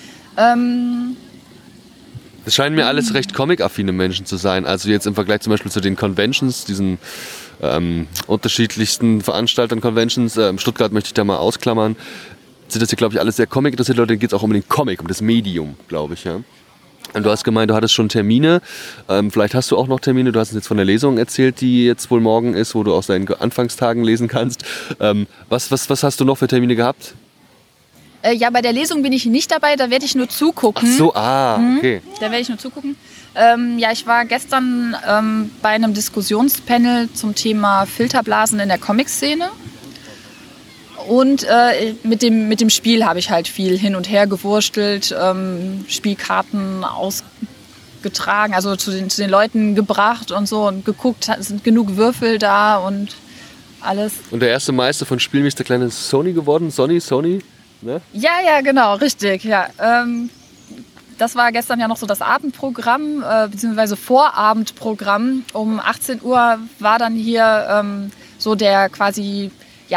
Das scheinen mir alles recht comic-affine Menschen zu sein. Also jetzt im Vergleich zum Beispiel zu den Conventions, diesen unterschiedlichsten Veranstaltern Conventions. Stuttgart möchte ich da mal ausklammern. Sind das hier, glaube ich, alles sehr Comic-interessierte Leute. Denen geht es auch um den Comic, um das Medium, glaube ich. Ja. Und du hast gemeint, du hattest schon Termine. Vielleicht hast du auch noch Termine. Du hast uns jetzt von der Lesung erzählt, die jetzt wohl morgen ist, wo du aus deinen Anfangstagen lesen kannst. Was hast du noch für Termine gehabt? Ja, bei der Lesung bin ich nicht dabei, da werde ich nur zugucken. Ach so, okay. Da werde ich nur zugucken. Ich war gestern bei einem Diskussionspanel zum Thema Filterblasen in der Comic-Szene. Und mit dem Spiel habe ich halt viel hin und her gewurstelt, Spielkarten ausgetragen, also zu den Leuten gebracht und so und geguckt, sind genug Würfel da und alles. Und der erste Meister von Spielen ist der kleine Sony geworden, Sony? Ne? Ja, genau, richtig, ja. Das war gestern ja noch so das Abendprogramm, beziehungsweise Vorabendprogramm. Um 18 Uhr war dann hier so der quasi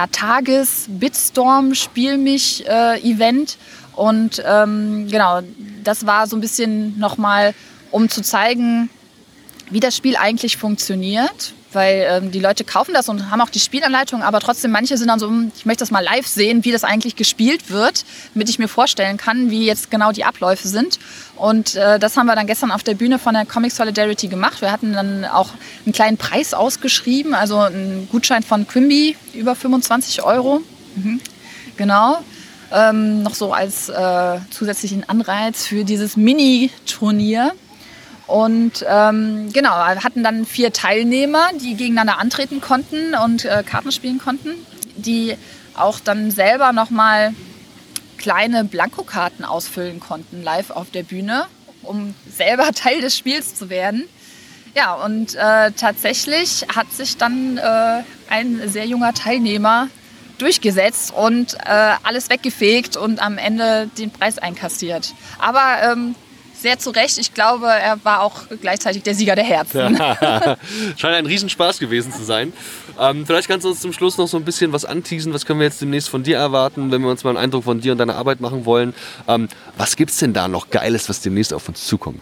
Tages-Bitstorm-Spielmich-Event. Und genau, das war so ein bisschen nochmal, um zu zeigen, wie das Spiel eigentlich funktioniert. weil die Leute kaufen das und haben auch die Spielanleitung, aber trotzdem manche sind dann so, ich möchte das mal live sehen, wie das eigentlich gespielt wird, damit ich mir vorstellen kann, wie jetzt genau die Abläufe sind. Und das haben wir dann gestern auf der Bühne von der Comic Solidarity gemacht. Wir hatten dann auch einen kleinen Preis ausgeschrieben, also einen Gutschein von Quimby, über 25 €. Genau. Noch so als zusätzlichen Anreiz für dieses Mini-Turnier. Und genau, wir hatten dann 4 Teilnehmer, die gegeneinander antreten konnten und Karten spielen konnten, die auch dann selber nochmal kleine Blankokarten ausfüllen konnten, live auf der Bühne, um selber Teil des Spiels zu werden. Ja, und tatsächlich hat sich dann ein sehr junger Teilnehmer durchgesetzt und alles weggefegt und am Ende den Preis einkassiert. Aber sehr zu Recht. Ich glaube, er war auch gleichzeitig der Sieger der Herzen. Scheint ein Riesenspaß gewesen zu sein. Vielleicht kannst du uns zum Schluss noch so ein bisschen was anteasen. Was können wir jetzt demnächst von dir erwarten, wenn wir uns mal einen Eindruck von dir und deiner Arbeit machen wollen? Was gibt es denn da noch Geiles, was demnächst auf uns zukommt?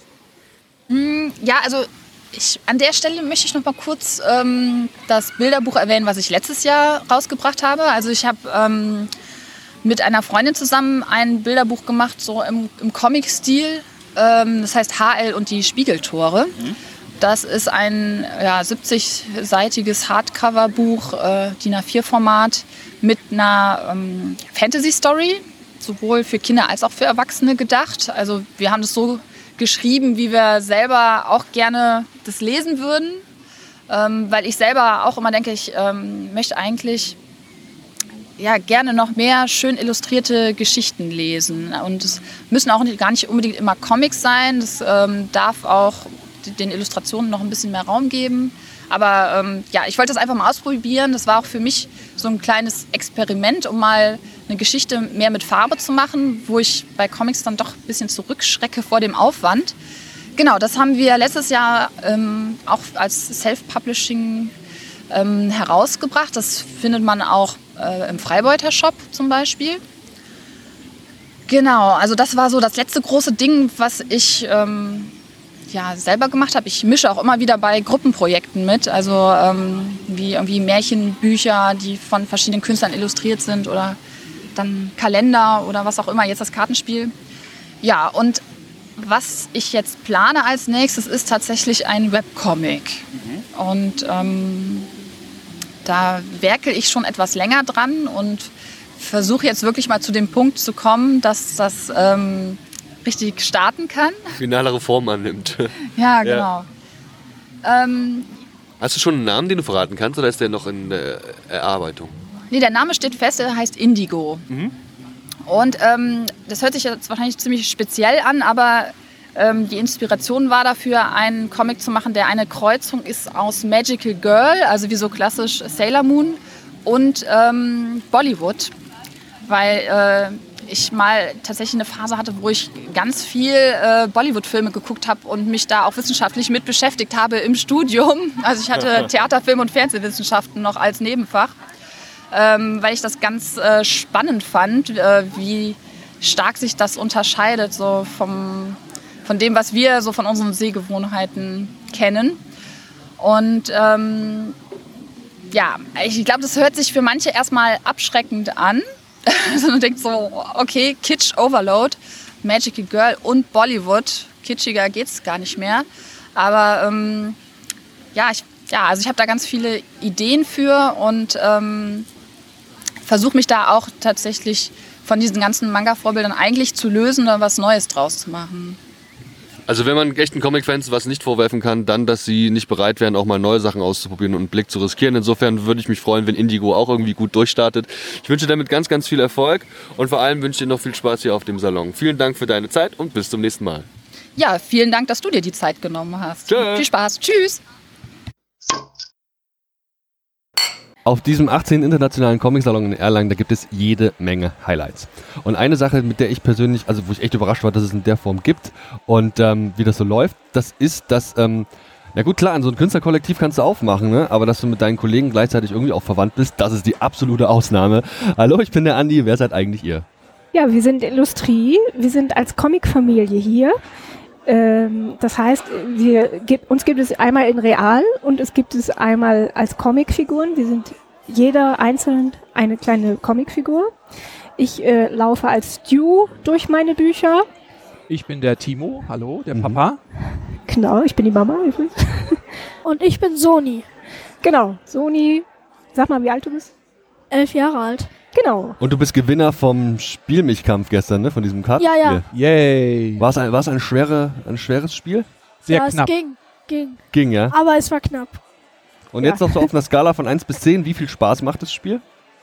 Ja, also an der Stelle möchte ich noch mal kurz das Bilderbuch erwähnen, was ich letztes Jahr rausgebracht habe. Also ich habe mit einer Freundin zusammen ein Bilderbuch gemacht, so im Comic-Stil. Das heißt HL und die Spiegeltore. Das ist ein 70-seitiges Hardcover-Buch, DIN A4-Format, mit einer Fantasy-Story, sowohl für Kinder als auch für Erwachsene gedacht. Also wir haben das so geschrieben, wie wir selber auch gerne das lesen würden. Weil ich selber auch immer denke, ich möchte eigentlich gerne noch mehr schön illustrierte Geschichten lesen. Und es müssen auch gar nicht unbedingt immer Comics sein. Das darf auch den Illustrationen noch ein bisschen mehr Raum geben. Aber ich wollte das einfach mal ausprobieren. Das war auch für mich so ein kleines Experiment, um mal eine Geschichte mehr mit Farbe zu machen, wo ich bei Comics dann doch ein bisschen zurückschrecke vor dem Aufwand. Genau, das haben wir letztes Jahr auch als Self-Publishing herausgebracht. Das findet man auch im Freibeuter Shop zum Beispiel. Genau, also das war so das letzte große Ding, was ich selber gemacht habe. Ich mische auch immer wieder bei Gruppenprojekten mit, also wie irgendwie Märchenbücher, die von verschiedenen Künstlern illustriert sind oder dann Kalender oder was auch immer, jetzt das Kartenspiel. Ja, und was ich jetzt plane als nächstes, ist tatsächlich ein Webcomic. Und da werkel ich schon etwas länger dran und versuche jetzt wirklich mal zu dem Punkt zu kommen, dass das richtig starten kann. Finalere Form annimmt. Ja, genau. Ja. Hast du schon einen Namen, den du verraten kannst, oder ist der noch in der Erarbeitung? Nee, der Name steht fest, er heißt Indigo. Und das hört sich jetzt wahrscheinlich ziemlich speziell an, aber die Inspiration war dafür, einen Comic zu machen, der eine Kreuzung ist aus Magical Girl, also wie so klassisch Sailor Moon, und Bollywood. Weil ich mal tatsächlich eine Phase hatte, wo ich ganz viel Bollywood-Filme geguckt habe und mich da auch wissenschaftlich mit beschäftigt habe im Studium. Also ich hatte Theater-, Film- und Fernsehwissenschaften noch als Nebenfach, weil ich das ganz spannend fand, wie stark sich das unterscheidet so von dem, was wir so von unseren Sehgewohnheiten kennen. Und ich glaube, das hört sich für manche erstmal abschreckend an. Also man denkt so, okay, Kitsch Overload, Magical Girl und Bollywood. Kitschiger geht's gar nicht mehr. Aber ich habe da ganz viele Ideen für und versuche mich da auch tatsächlich von diesen ganzen Manga-Vorbildern eigentlich zu lösen oder was Neues draus zu machen. Also wenn man echten Comic-Fans was nicht vorwerfen kann, dann, dass sie nicht bereit wären, auch mal neue Sachen auszuprobieren und einen Blick zu riskieren. Insofern würde ich mich freuen, wenn Indigo auch irgendwie gut durchstartet. Ich wünsche damit ganz, ganz viel Erfolg und vor allem wünsche dir noch viel Spaß hier auf dem Salon. Vielen Dank für deine Zeit und bis zum nächsten Mal. Ja, vielen Dank, dass du dir die Zeit genommen hast. Tschö. Viel Spaß. Tschüss. Auf diesem 18. internationalen Comic-Salon in Erlangen, da gibt es jede Menge Highlights. Und eine Sache, mit der ich persönlich, also wo ich echt überrascht war, dass es in der Form gibt und wie das so läuft, das ist, dass, na gut, klar, an so ein Künstlerkollektiv kannst du aufmachen, ne? Aber dass du mit deinen Kollegen gleichzeitig irgendwie auch verwandt bist, das ist die absolute Ausnahme. Hallo, ich bin der Andi, wer seid eigentlich ihr? Ja, wir sind Illustrie, wir sind als Comicfamilie hier. Das heißt, uns gibt es einmal in Real und es gibt es einmal als Comicfiguren. Wir sind jeder einzeln eine kleine Comicfigur. Ich laufe als Stu durch meine Bücher. Ich bin der Timo, hallo, der Papa. Genau, ich bin die Mama übrigens. Und ich bin Soni, Genau, Soni, sag mal, wie alt du bist? 11 Jahre alt. Genau. Und du bist Gewinner vom Spielmich-Kampf gestern, ne? Von diesem Kartenspiel. Ja, ja. Yay. War es ein schweres Spiel? Sehr Ja, knapp. es ging. Ging, ja. Aber es war knapp. Und Ja. jetzt noch so auf einer Skala von 1 bis 10, wie viel Spaß macht das Spiel?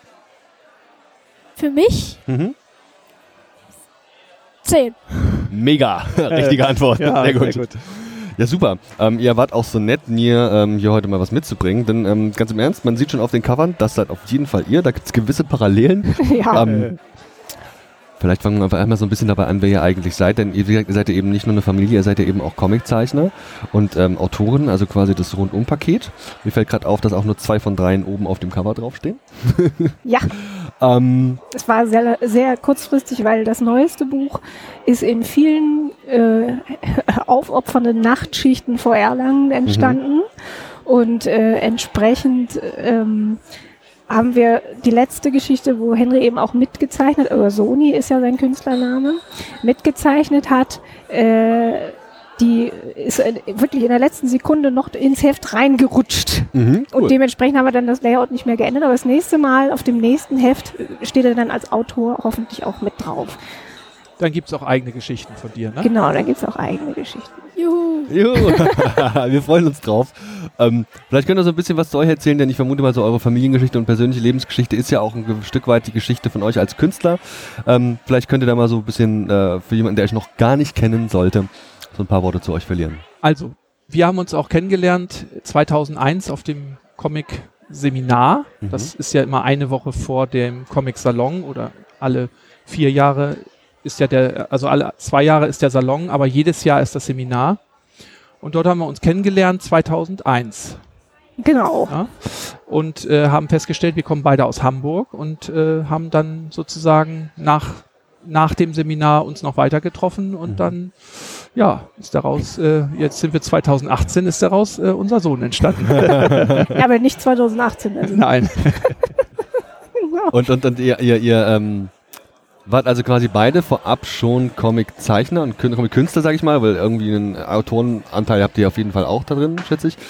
Für mich Mhm. 10. Mega. Richtige Antwort. Ja, sehr gut. sehr gut. Ja, super. Ihr wart auch so nett, mir hier heute mal was mitzubringen. Denn ganz im Ernst, man sieht schon auf den Covern, das seid auf jeden Fall ihr. Da gibt es gewisse Parallelen. Ja. Vielleicht fangen wir einfach einmal so ein bisschen dabei an, wer ihr eigentlich seid. Denn ihr seid ja eben nicht nur eine Familie, ihr seid ja eben auch Comiczeichner und Autoren, also quasi das Rundum-Paket. Mir fällt gerade auf, dass auch nur 2 von 3 oben auf dem Cover draufstehen. Ja. Es war sehr, sehr kurzfristig, weil das neueste Buch ist in vielen aufopfernden Nachtschichten vor Erlangen entstanden. Und entsprechend haben wir die letzte Geschichte, wo Henry eben auch mitgezeichnet, oder Soni ist ja sein Künstlername, mitgezeichnet hat, die ist wirklich in der letzten Sekunde noch ins Heft reingerutscht. Cool. Und dementsprechend haben wir dann das Layout nicht mehr geändert, aber das nächste Mal auf dem nächsten Heft steht er dann als Autor hoffentlich auch mit drauf. Dann gibt es auch eigene Geschichten von dir, ne? Genau, da gibt es auch eigene Geschichten. Juhu. Juhu. Wir freuen uns drauf. Vielleicht könnt ihr so ein bisschen was zu euch erzählen, denn ich vermute mal so eure Familiengeschichte und persönliche Lebensgeschichte ist ja auch ein Stück weit die Geschichte von euch als Künstler. Vielleicht könnt ihr da mal so ein bisschen für jemanden, der euch noch gar nicht kennen sollte, so ein paar Worte zu euch verlieren. Also, wir haben uns auch kennengelernt 2001 auf dem Comic-Seminar. Das ist ja immer eine Woche vor dem Comic-Salon oder alle 4 Jahre ist ja also alle 2 Jahre ist der Salon, aber jedes Jahr ist das Seminar. Und dort haben wir uns kennengelernt 2001. Genau. Ja? Und haben festgestellt, wir kommen beide aus Hamburg und haben dann sozusagen nach dem Seminar uns noch weiter getroffen und dann, ja, ist daraus, jetzt sind wir 2018, ist daraus unser Sohn entstanden. Ja, aber nicht 2018. Also. Nein. Und ihr wart also quasi beide vorab schon Comiczeichner und Comic-Künstler, sag ich mal, weil irgendwie einen Autorenanteil habt ihr auf jeden Fall auch da drin, schätze ich.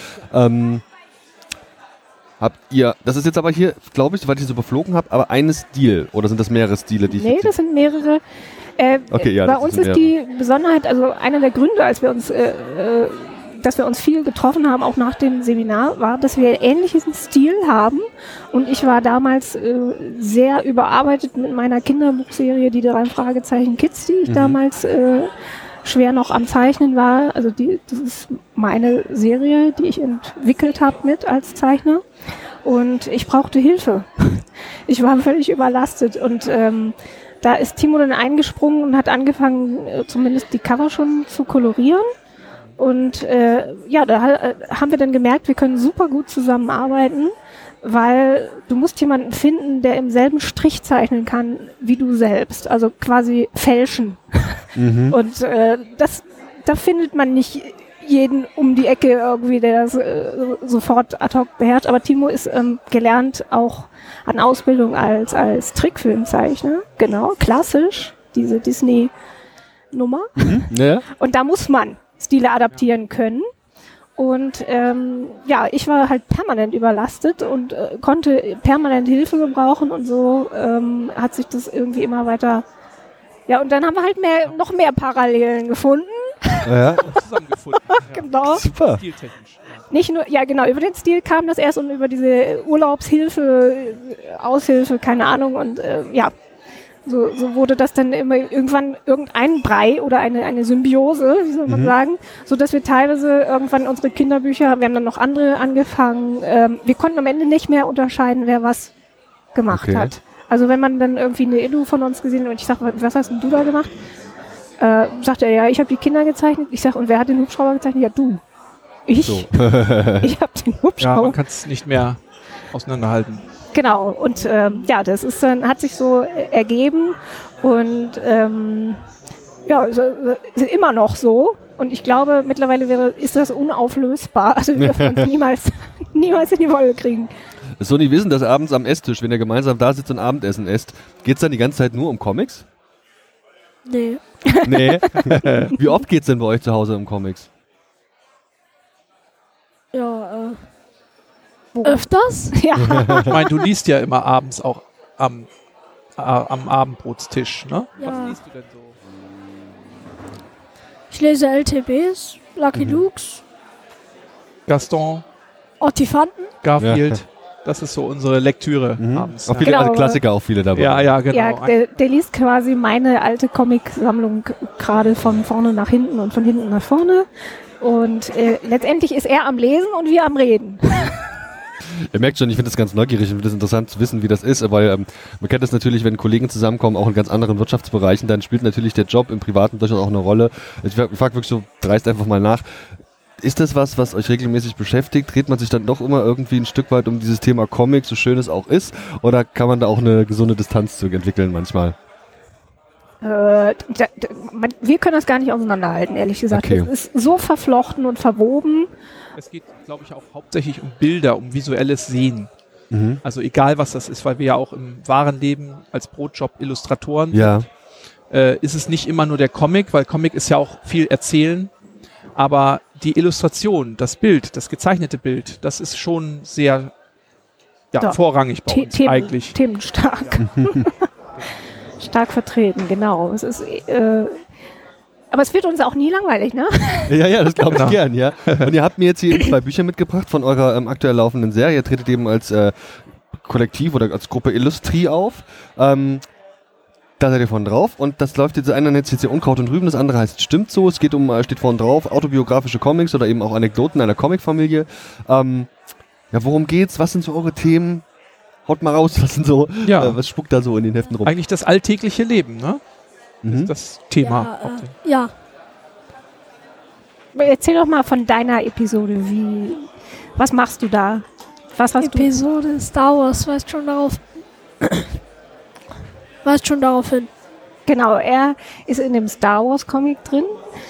Habt ihr, das ist jetzt aber hier, glaube ich, soweit ich es überflogen habe, aber eine Stil oder sind das mehrere Stile? Die Nee, das sind mehrere. Okay, ja, bei das uns sind ist die Besonderheit, also einer der Gründe, als wir uns, dass wir uns viel getroffen haben, auch nach dem Seminar, war, dass wir ähnlichen Stil haben. Und ich war damals sehr überarbeitet mit meiner Kinderbuchserie, die 3 Fragezeichen Kids, die ich damals schwer noch am Zeichnen war. Also das ist meine Serie, die ich entwickelt habe mit als Zeichner. Und ich brauchte Hilfe. Ich war völlig überlastet und da ist Timo dann eingesprungen und hat angefangen, zumindest die Cover schon zu kolorieren. Und ja, da haben wir dann gemerkt, wir können super gut zusammenarbeiten, weil du musst jemanden finden, der im selben Strich zeichnen kann wie du selbst. Also quasi fälschen. Und da findet man nicht jeden um die Ecke irgendwie, der das sofort ad hoc beherrscht. Aber Timo ist gelernt auch an Ausbildung als Trickfilmzeichner. Genau, klassisch, diese Disney-Nummer. Ja. Und da muss man Stile adaptieren können. Und ja, ich war halt permanent überlastet und konnte permanent Hilfe gebrauchen und so hat sich das irgendwie immer weiter... Ja, und dann haben wir halt noch mehr Parallelen gefunden. Ja. Zusammengefunden. Ja. Genau. Super. Stiltechnisch. Nicht nur, ja genau, über den Stil kam das erst und über diese Urlaubshilfe, Aushilfe, keine Ahnung. Und ja, so wurde das dann immer irgendwann irgendein Brei oder eine Symbiose, wie soll man sagen, so dass wir teilweise irgendwann unsere Kinderbücher, wir haben dann noch andere angefangen, wir konnten am Ende nicht mehr unterscheiden, wer was gemacht hat. Also wenn man dann irgendwie eine Illu von uns gesehen hat und ich sage, was hast denn du da gemacht? Sagt er, ja, ich habe die Kinder gezeichnet. Ich sage, und wer hat den Hubschrauber gezeichnet? Ja, du. Ich. So. Ich habe den Ja, Hubschrauber. man kann es nicht mehr auseinanderhalten. Genau, und ja, das ist dann, hat sich so ergeben und ja, ist immer noch so. Und ich glaube, mittlerweile ist das unauflösbar. Also wir dürfen uns niemals in die Wolle kriegen. Sony, wissen das abends am Esstisch, wenn ihr gemeinsam da sitzt und Abendessen esst, geht's dann die ganze Zeit nur um Comics? Nee. Nee. Wie oft geht's denn bei euch zu Hause um Comics? Ja, öfters? Ja. Ich meine, du liest ja immer abends auch am Abendbrotstisch, ne? Ja. Was liest du denn so? Ich lese LTBs, Lucky Lukes, Gaston, Ottifanten. Garfield, das ist so unsere Lektüre abends. Auch Ja. viele, Genau. also Klassiker auch viele dabei. Ja, genau. Ja, der liest quasi meine alte Comic-Sammlung gerade von vorne nach hinten und von hinten nach vorne. Und letztendlich ist er am Lesen und wir am Reden. Ihr merkt schon, ich finde das ganz neugierig und finde das interessant zu wissen, wie das ist, weil man kennt das natürlich, wenn Kollegen zusammenkommen, auch in ganz anderen Wirtschaftsbereichen, dann spielt natürlich der Job im Privaten durchaus auch eine Rolle. Ich frage wirklich so dreist einfach mal nach, ist das was euch regelmäßig beschäftigt? Dreht man sich dann doch immer irgendwie ein Stück weit um dieses Thema Comics, so schön es auch ist, oder kann man da auch eine gesunde Distanz zu entwickeln manchmal? Wir können das gar nicht auseinanderhalten, ehrlich gesagt. Okay. Es ist so verflochten und verwoben. Es geht, glaube ich, auch hauptsächlich um Bilder, um visuelles Sehen. Mhm. Also egal, was das ist, weil wir ja auch im wahren Leben als Brotjob Illustratoren Ja. ist es nicht immer nur der Comic, weil Comic ist ja auch viel erzählen, aber die Illustration, das Bild, das gezeichnete Bild, das ist schon sehr Ja. vorrangig bei uns eigentlich. Themenstark. Stark vertreten, genau. Es ist, aber es wird uns auch nie langweilig, ne? Ja, das glaube ich Genau. gern, ja. Und ihr habt mir jetzt hier eben 2 Bücher mitgebracht von eurer aktuell laufenden Serie. Ihr tretet eben als Kollektiv oder als Gruppe Illustri auf. Da seid ihr vorne drauf und das läuft jetzt, einer nennt sich jetzt hier Unkraut und Rüben, das andere heißt Stimmt so, es geht steht vorne drauf, autobiografische Comics oder eben auch Anekdoten einer Comicfamilie. Ja, worum geht's? Was sind so eure Themen? Haut mal raus, was sind so, Ja. was spuckt da so in den Heften rum? Eigentlich das alltägliche Leben, ne? Mhm. Ist das Thema. Ja, Erzähl doch mal von deiner Episode. Was machst du da? Was hast du? Episode Star Wars weist schon darauf hin. Genau, er ist in dem Star Wars Comic drin.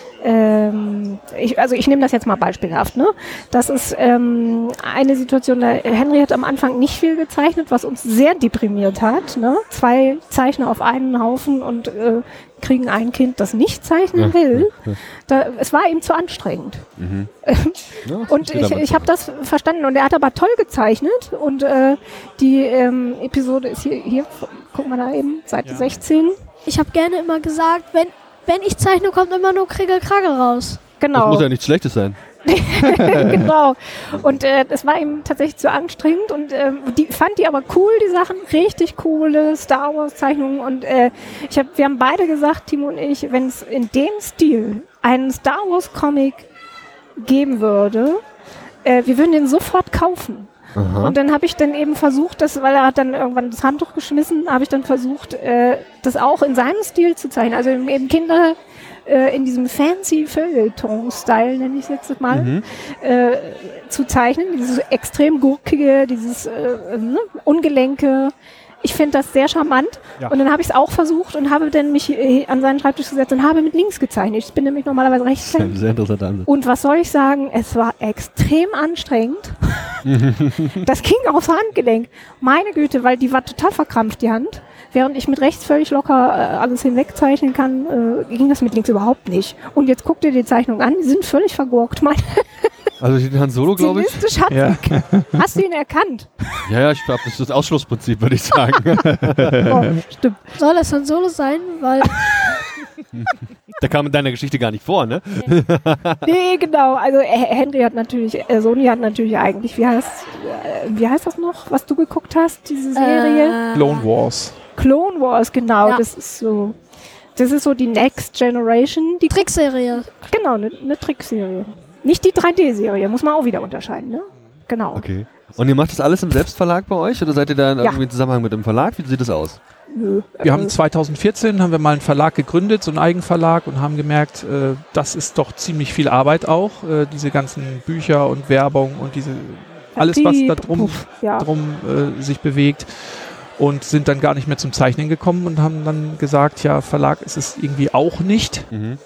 Ich nehme das jetzt mal beispielhaft. Ne? Das ist eine Situation, Henry hat am Anfang nicht viel gezeichnet, was uns sehr deprimiert hat. Ne? 2 Zeichner auf einen Haufen und kriegen ein Kind, das nicht zeichnen will. Es war ihm zu anstrengend. Ja, Und ich habe das verstanden und er hat aber toll gezeichnet und die Episode ist hier, guck mal da eben, Seite 16. Ich habe gerne immer gesagt, wenn ich zeichne, kommt immer nur Krickel-Krackel raus. Genau. Das muss ja nichts Schlechtes sein. Genau. Und es war ihm tatsächlich zu anstrengend und fand die aber cool, die Sachen, richtig coole Star Wars Zeichnungen und wir haben beide gesagt, Timo und ich, wenn es in dem Stil einen Star Wars Comic geben würde, wir würden den sofort kaufen. Aha. Und dann habe ich dann eben versucht, weil er hat dann irgendwann das Handtuch geschmissen, habe ich dann versucht, das auch in seinem Stil zu zeichnen. Also eben Kinder in diesem fancy Feuilleton-Style, nenne ich es jetzt mal, zu zeichnen. Dieses extrem gurkige, dieses Ungelenke. Ich finde das sehr charmant. Ja. Und dann habe ich es auch versucht und habe dann mich an seinen Schreibtisch gesetzt und habe mit links gezeichnet. Ich bin nämlich normalerweise Rechtshänder. Sehr interessanter Ansatz. Und was soll ich sagen? Es war extrem anstrengend. Das ging aufs Handgelenk. Meine Güte, weil die war total verkrampft, die Hand. Während ich mit rechts völlig locker alles hinwegzeichnen kann, ging das mit links überhaupt nicht. Und jetzt guck dir die Zeichnung an, die sind völlig vergurkt. Also den Han Solo, glaube ich. Stilistisch hat Ja. Hast du ihn erkannt? Ja, ich glaube, das ist das Ausschlussprinzip, würde ich sagen. Oh, stimmt. Soll das dann Solo sein? Weil Da kam in deiner Geschichte gar nicht vor, ne? Nee, genau. Also Henry hat natürlich, Sony hat natürlich eigentlich, wie heißt das noch, was du geguckt hast, diese Serie? Clone Wars. Clone Wars, genau. Ja. Das ist so die Next Generation. Die Trickserie. Genau, eine Trickserie. Nicht die 3D-Serie, muss man auch wieder unterscheiden, ne? Genau. Okay. Und ihr macht das alles im Selbstverlag bei euch oder seid ihr da irgendwie im Zusammenhang mit dem Verlag? Wie sieht das aus? Nö. Wir haben 2014 mal einen Verlag gegründet, so einen Eigenverlag und haben gemerkt, das ist doch ziemlich viel Arbeit auch, diese ganzen Bücher und Werbung und alles, was da drum sich bewegt. Und sind dann gar nicht mehr zum Zeichnen gekommen und haben dann gesagt, ja, Verlag ist es irgendwie auch nicht.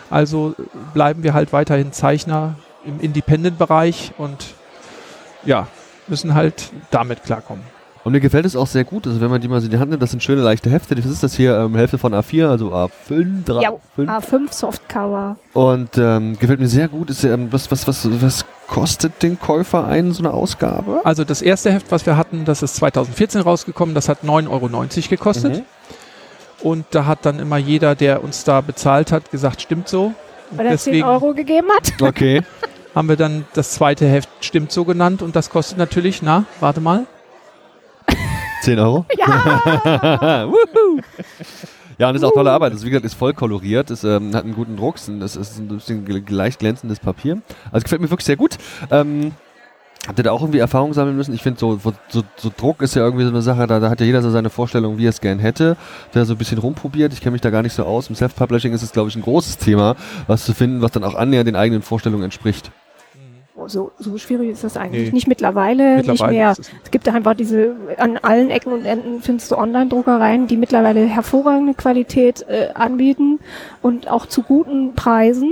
Also bleiben wir halt weiterhin Zeichner im Independent-Bereich und ja, müssen halt damit klarkommen. Und mir gefällt es auch sehr gut, also wenn man die mal so in die Hand nimmt, das sind schöne leichte Hefte. Was ist das hier? Hälfte von A4, also A5, Ja, 5. A5 Softcover. Und gefällt mir sehr gut. Ist, was kostet den Käufer so eine Ausgabe? Also das erste Heft, was wir hatten, das ist 2014 rausgekommen, das hat 9,90 € gekostet. Und da hat dann immer jeder, der uns da bezahlt hat, gesagt, stimmt so. Und Weil er 10 € gegeben hat. Okay. haben wir dann das zweite Heft stimmt so genannt und das kostet natürlich, warte mal. 10 €? Ja! Wuhu! Ja, und ist auch tolle Arbeit. Das, wie gesagt, ist voll koloriert, hat einen guten Druck, es ist ein bisschen leicht glänzendes Papier. Also gefällt mir wirklich sehr gut. Habt ihr da auch irgendwie Erfahrung sammeln müssen? Ich finde, so Druck ist ja irgendwie so eine Sache, da hat ja jeder so seine Vorstellung, wie er es gern hätte. Der so ein bisschen rumprobiert. Ich kenne mich da gar nicht so aus. Im Self-Publishing ist es, glaube ich, ein großes Thema, was zu finden, was dann auch annähernd den eigenen Vorstellungen entspricht. So schwierig ist das eigentlich nicht mittlerweile nicht mehr. Es gibt einfach an allen Ecken und Enden findest du Online-Druckereien, die mittlerweile hervorragende Qualität anbieten und auch zu guten Preisen.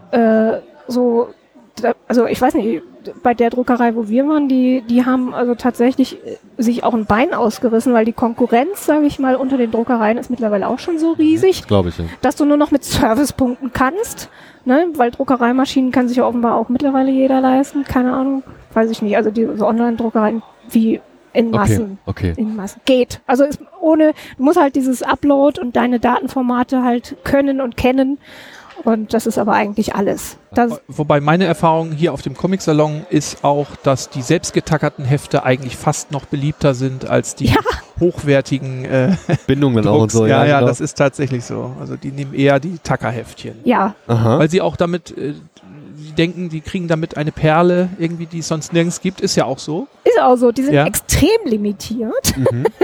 Also ich weiß nicht, bei der Druckerei, wo wir waren, die haben also tatsächlich sich auch ein Bein ausgerissen, weil die Konkurrenz, sage ich mal, unter den Druckereien ist mittlerweile auch schon so riesig, glaube ich, ja. Dass du nur noch mit Servicepunkten kannst, ne? Weil Druckereimaschinen kann sich ja offenbar auch mittlerweile jeder leisten, keine Ahnung, weiß ich nicht, also diese Online-Druckereien wie in Massen. Okay. In Massen. Geht. Also du musst halt dieses Upload und deine Datenformate halt können und kennen. Und das ist aber eigentlich alles. Wobei meine Erfahrung hier auf dem Comic-Salon ist auch, dass die selbstgetackerten Hefte eigentlich fast noch beliebter sind als die hochwertigen Bindungen auch und so. Ja, genau. das ist tatsächlich so. Also die nehmen eher die Tackerheftchen. Ja. Aha. Weil sie auch damit, die denken, die kriegen damit eine Perle irgendwie, die es sonst nirgends gibt. Ist ja auch so. Ist auch so. Die sind extrem limitiert.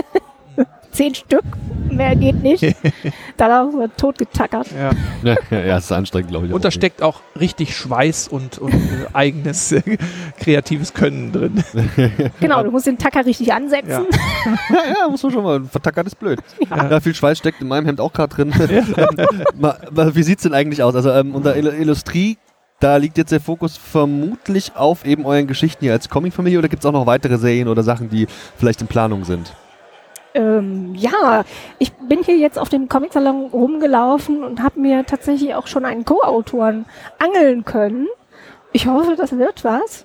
10 Stück, mehr geht nicht. Danach wird tot getackert. Ja, ist anstrengend, glaube ich. Und da steckt auch richtig Schweiß und eigenes kreatives Können drin. Genau, du musst den Tacker richtig ansetzen. Ja, muss man schon mal. Vertackert ist blöd. Ja, viel Schweiß steckt in meinem Hemd auch gerade drin. Wie sieht es denn eigentlich aus? Also unter Illustrie, da liegt jetzt der Fokus vermutlich auf eben euren Geschichten hier als Comicfamilie oder gibt es auch noch weitere Serien oder Sachen, die vielleicht in Planung sind? Ja, ich bin hier jetzt auf dem Comic-Salon rumgelaufen und habe mir tatsächlich auch schon einen Co-Autoren angeln können. Ich hoffe, das wird was.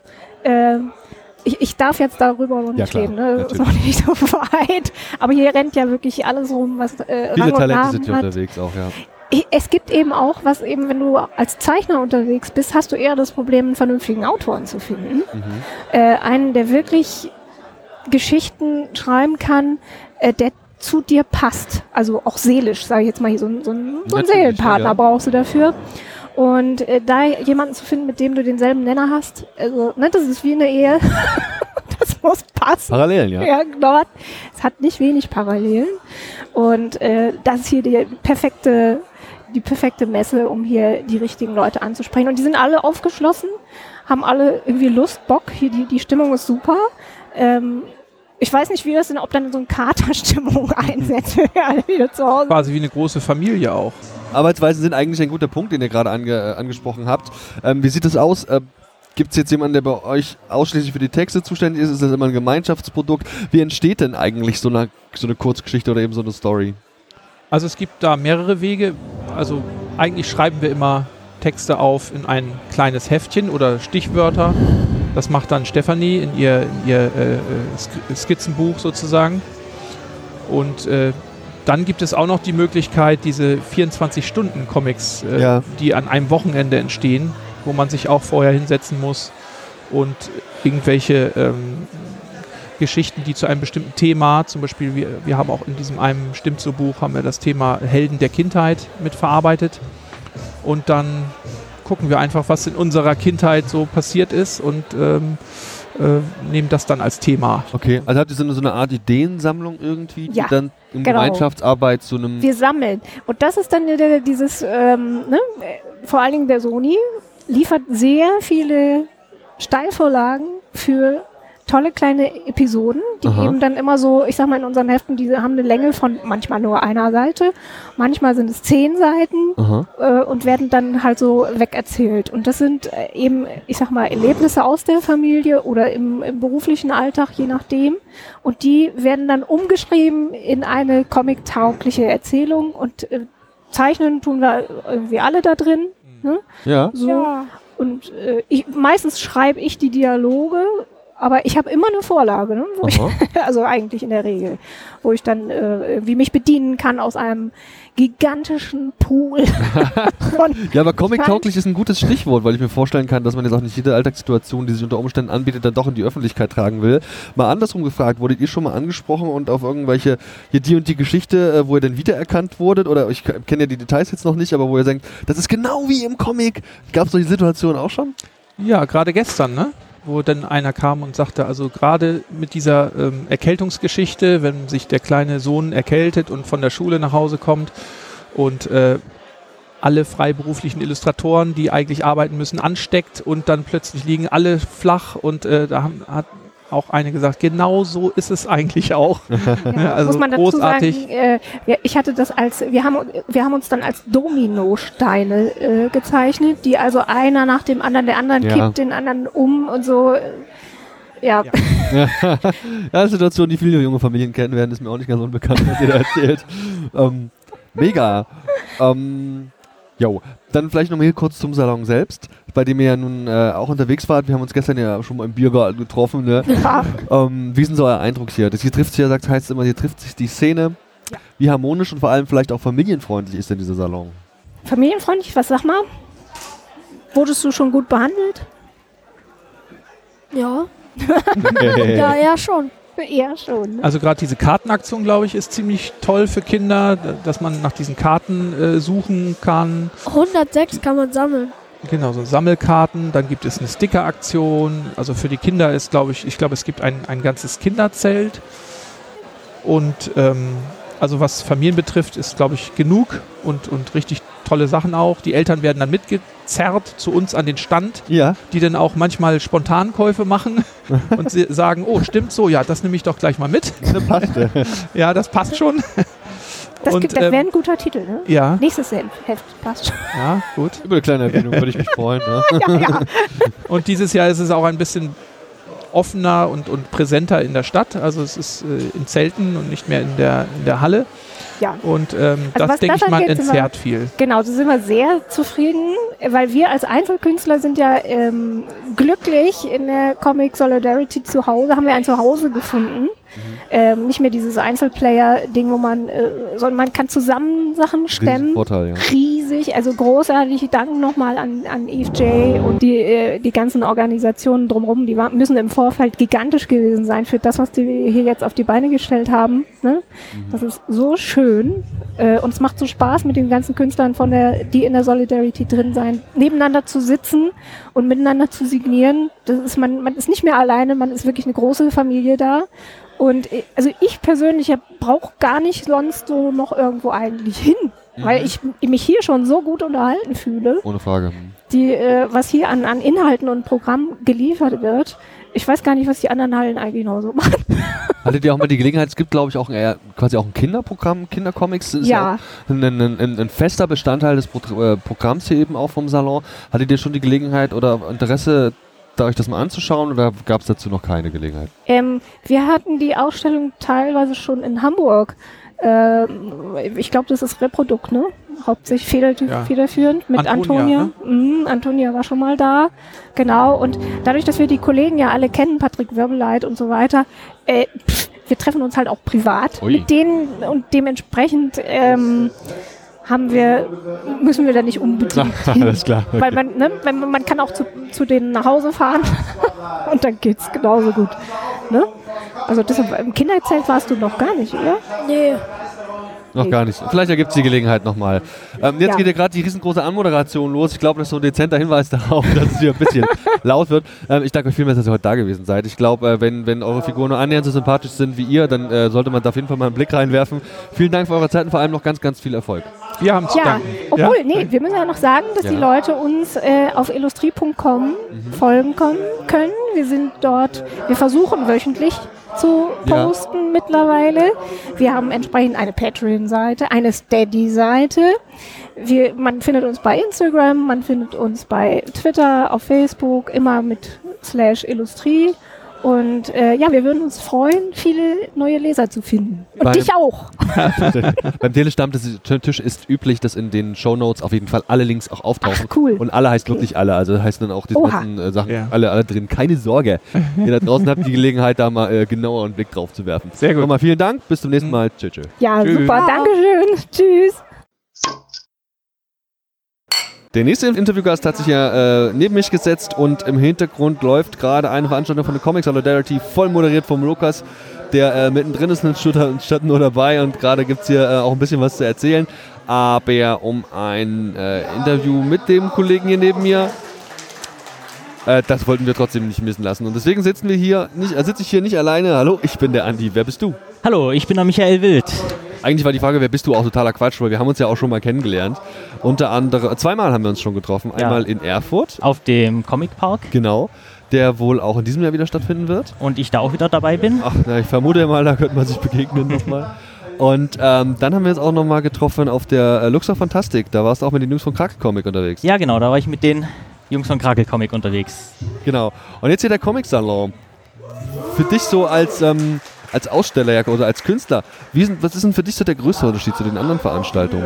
Ich darf jetzt darüber noch nicht reden, ne? Das ist noch nicht so weit. Aber hier rennt ja wirklich alles rum, was viele Talente sind hier unterwegs auch, ja. Es gibt eben auch, wenn du als Zeichner unterwegs bist, hast du eher das Problem, einen vernünftigen Autoren zu finden. Einen, der wirklich Geschichten schreiben kann, der zu dir passt. Also auch seelisch, sage ich jetzt mal hier, so ein Seelenpartner brauchst du dafür. Und da jemanden zu finden, mit dem du denselben Nenner hast, also das ist wie eine Ehe. Das muss passen. Parallelen, ja. Ja, genau. Es hat nicht wenig Parallelen. Und das ist hier die perfekte Messe, um hier die richtigen Leute anzusprechen. Und die sind alle aufgeschlossen, haben alle irgendwie Lust, Bock. Hier die Stimmung ist super. Ich weiß nicht, wie das denn, ob dann so eine Katerstimmung einsetzt, wenn wir alle wieder zu Hause. Quasi wie eine große Familie auch. Arbeitsweisen sind eigentlich ein guter Punkt, den ihr gerade angesprochen habt. Wie sieht das aus? Gibt es jetzt jemanden, der bei euch ausschließlich für die Texte zuständig ist? Ist das immer ein Gemeinschaftsprodukt? Wie entsteht denn eigentlich so eine Kurzgeschichte oder eben so eine Story? Also es gibt da mehrere Wege. Also eigentlich schreiben wir immer Texte auf in ein kleines Heftchen oder Stichwörter. Das macht dann Stefanie in ihr Skizzenbuch sozusagen. Und dann gibt es auch noch die Möglichkeit, diese 24-Stunden-Comics, die an einem Wochenende entstehen, wo man sich auch vorher hinsetzen muss und irgendwelche Geschichten, die zu einem bestimmten Thema, zum Beispiel wir haben auch in diesem einem Stimmt so Buch, haben wir das Thema Helden der Kindheit mit verarbeitet. Und dann gucken wir einfach, was in unserer Kindheit so passiert ist und nehmen das dann als Thema. Okay, also habt ihr so eine Art Ideensammlung irgendwie, die dann in genau. Gemeinschaftsarbeit zu einem... Wir sammeln. Und das ist dann dieses, vor allen Dingen der Sony liefert sehr viele Steilvorlagen für tolle kleine Episoden, die eben dann immer so, ich sag mal in unseren Heften, die haben eine Länge von manchmal nur einer Seite, manchmal sind es 10 Seiten und werden dann halt so wegerzählt. Und das sind eben, ich sag mal, Erlebnisse aus der Familie oder im beruflichen Alltag, je nachdem. Und die werden dann umgeschrieben in eine comic-taugliche Erzählung und zeichnen tun wir irgendwie alle da drin. Ne? Ja. So. Ja. Und meistens schreibe ich die Dialoge, aber ich habe immer eine Vorlage, ne? Also eigentlich in der Regel, wo ich dann wie mich bedienen kann aus einem gigantischen Pool. Ja, aber comic-tauglich ist ein gutes Stichwort, weil ich mir vorstellen kann, dass man jetzt auch nicht jede Alltagssituation, die sich unter Umständen anbietet, dann doch in die Öffentlichkeit tragen will. Mal andersrum gefragt, wurdet ihr schon mal angesprochen und auf irgendwelche, hier die und die Geschichte, wo ihr denn wiedererkannt wurdet, oder ich kenne ja die Details jetzt noch nicht, aber wo ihr denkt, das ist genau wie im Comic. Gab es solche Situationen auch schon? Ja, gerade gestern, ne? Wo dann einer kam und sagte, also gerade mit dieser Erkältungsgeschichte, wenn sich der kleine Sohn erkältet und von der Schule nach Hause kommt und alle freiberuflichen Illustratoren, die eigentlich arbeiten müssen, ansteckt und dann plötzlich liegen alle flach und da hat auch eine gesagt, genau so ist es eigentlich auch. Ja, also muss man dazu großartig. sagen, ich hatte das wir haben uns dann als Dominosteine gezeichnet, die also einer nach dem anderen, der anderen kippt den anderen um und so. Ja. Ja, Situation, die viele junge Familien kennen werden, ist mir auch nicht ganz unbekannt, was ihr da erzählt. Mega. Dann vielleicht noch mal hier kurz zum Salon selbst, bei dem ihr ja nun auch unterwegs wart. Wir haben uns gestern ja schon mal im Biergarten getroffen. Ne? Ja. Wie ist denn so euer Eindruck hier? Das hier trifft sich ja, heißt immer, hier trifft sich die Szene. Ja. Wie harmonisch und vor allem vielleicht auch familienfreundlich ist denn dieser Salon? Familienfreundlich, was sag mal? Wurdest du schon gut behandelt? Ja. Ja, eher schon. Eher schon. Ne? Also gerade diese Kartenaktion, glaube ich, ist ziemlich toll für Kinder, dass man nach diesen Karten suchen kann. 106 kann man sammeln. Genau, so Sammelkarten. Dann gibt es eine Sticker-Aktion. Also für die Kinder ist, glaube ich es gibt ein ganzes Kinderzelt. Und also was Familien betrifft, ist, glaube ich, genug und richtig tolle Sachen auch. Die Eltern werden dann mitgezerrt zu uns an den Stand, die dann auch manchmal Spontankäufe machen und sie sagen, oh, stimmt so, ja, das nehme ich doch gleich mal mit. Das passt. Ja, das passt schon. Das wäre ein guter Titel, ne? Ja. Nächstes Heft passt schon. Ja, gut. Über eine kleine Erwähnung würde ich mich freuen. Ne? Ja. Und dieses Jahr ist es auch ein bisschen offener und präsenter in der Stadt. Also es ist in Zelten und nicht mehr in der Halle. Ja. Und das, denke ich mal, entzerrt viel. Genau, da sind wir sehr zufrieden, weil wir als Einzelkünstler sind ja glücklich in der Comic Solidarity zu Hause, haben wir ein Zuhause gefunden. Nicht mehr dieses Einzelplayer-Ding, wo sondern man kann zusammen Sachen stemmen. Vorteil, ja. Riesig, also großartig. Dank nochmal an EFJ und die ganzen Organisationen drumherum, die müssen im Vorfeld gigantisch gewesen sein für das, was die hier jetzt auf die Beine gestellt haben. Ne? Das ist so schön und es macht so Spaß, mit den ganzen Künstlern die in der Solidarity drin sein, nebeneinander zu sitzen und miteinander zu signieren. Man ist nicht mehr alleine, man ist wirklich eine große Familie da. Und also ich persönlich brauche gar nicht sonst so noch irgendwo eigentlich hin, weil ich mich hier schon so gut unterhalten fühle. Ohne Frage. Was hier an Inhalten und Programm geliefert wird, ich weiß gar nicht, was die anderen Hallen eigentlich noch so machen. Hattet ihr auch mal die Gelegenheit, es gibt, glaube ich, auch quasi auch ein Kinderprogramm, Kindercomics, ist ja auch ein fester Bestandteil des Programms hier eben auch vom Salon. Hattet ihr schon die Gelegenheit oder Interesse, euch das mal anzuschauen, oder gab es dazu noch keine Gelegenheit? Wir hatten die Ausstellung teilweise schon in Hamburg. Ich glaube, das ist Reprodukt, ne? Hauptsächlich federführend mit Antonia. Ne? Antonia war schon mal da. Genau. Und dadurch, dass wir die Kollegen ja alle kennen, Patrick Wirbeleit und so weiter, wir treffen uns halt auch privat mit denen und dementsprechend müssen wir da nicht unbedingt hin. Alles klar. Okay. Weil man kann auch zu denen nach Hause fahren und dann geht's genauso gut. Ne? Also deshalb, im Kinderzelt warst du noch gar nicht, oder? Nee. Noch gar nicht. Vielleicht ergibt es die Gelegenheit nochmal. Jetzt geht ja gerade die riesengroße Anmoderation los. Ich glaube, das ist so ein dezenter Hinweis darauf, dass es hier ein bisschen laut wird. Ich danke euch vielmals, dass ihr heute da gewesen seid. Ich glaube, wenn eure Figuren nur annähernd so sympathisch sind wie ihr, dann sollte man da auf jeden Fall mal einen Blick reinwerfen. Vielen Dank für eure Zeit und vor allem noch ganz, ganz viel Erfolg. Wir haben zu danken. Obwohl, wir müssen ja noch sagen, dass die Leute uns auf illustri.com folgen können. Wir sind dort, wir versuchen wöchentlich zu posten mittlerweile. Wir haben entsprechend eine Patreon-Seite, eine Steady-Seite. Man findet uns bei Instagram, man findet uns bei Twitter, auf Facebook, immer mit /illustri. Und wir würden uns freuen, viele neue Leser zu finden. Und dich auch. Beim Telestammtisch ist üblich, dass in den Shownotes auf jeden Fall alle Links auch auftauchen. Ach, cool. Und alle heißt wirklich alle. Also heißen dann auch diese ganzen Sachen alle drin. Keine Sorge. Ihr da draußen habt die Gelegenheit, da mal genauer einen Blick drauf zu werfen. Sehr gut. Nochmal vielen Dank. Bis zum nächsten Mal. Tschüss. Ja, Tschüss. Super. Dankeschön. Tschüss. Der nächste Interviewgast hat sich ja neben mich gesetzt und im Hintergrund läuft gerade eine Veranstaltung von der Comic Solidarity, voll moderiert vom Lukas, der mittendrin ist statt nur dabei und gerade gibt es hier auch ein bisschen was zu erzählen. Aber um ein Interview mit dem Kollegen hier neben mir, das wollten wir trotzdem nicht missen lassen. Und deswegen sitze ich hier nicht alleine. Hallo, ich bin der Andi. Wer bist du? Hallo, ich bin der Michael Wild. Eigentlich war die Frage, wer bist du, auch totaler Quatsch, weil wir haben uns ja auch schon mal kennengelernt. Unter anderem, zweimal haben wir uns schon getroffen. Einmal in Erfurt. Auf dem Comic Park. Genau, der wohl auch in diesem Jahr wieder stattfinden wird. Und ich da auch wieder dabei bin. Ach, ich vermute mal, da könnte man sich begegnen nochmal. Und dann haben wir uns auch nochmal getroffen auf der Luxor Fantastik. Da warst du auch mit den Jungs von Krakel Comic unterwegs. Ja, genau, da war ich mit den Jungs von Krakel Comic unterwegs. Genau. Und jetzt hier der Comic Salon. Für dich so als Aussteller oder als Künstler, was ist denn für dich so der größte Unterschied zu den anderen Veranstaltungen?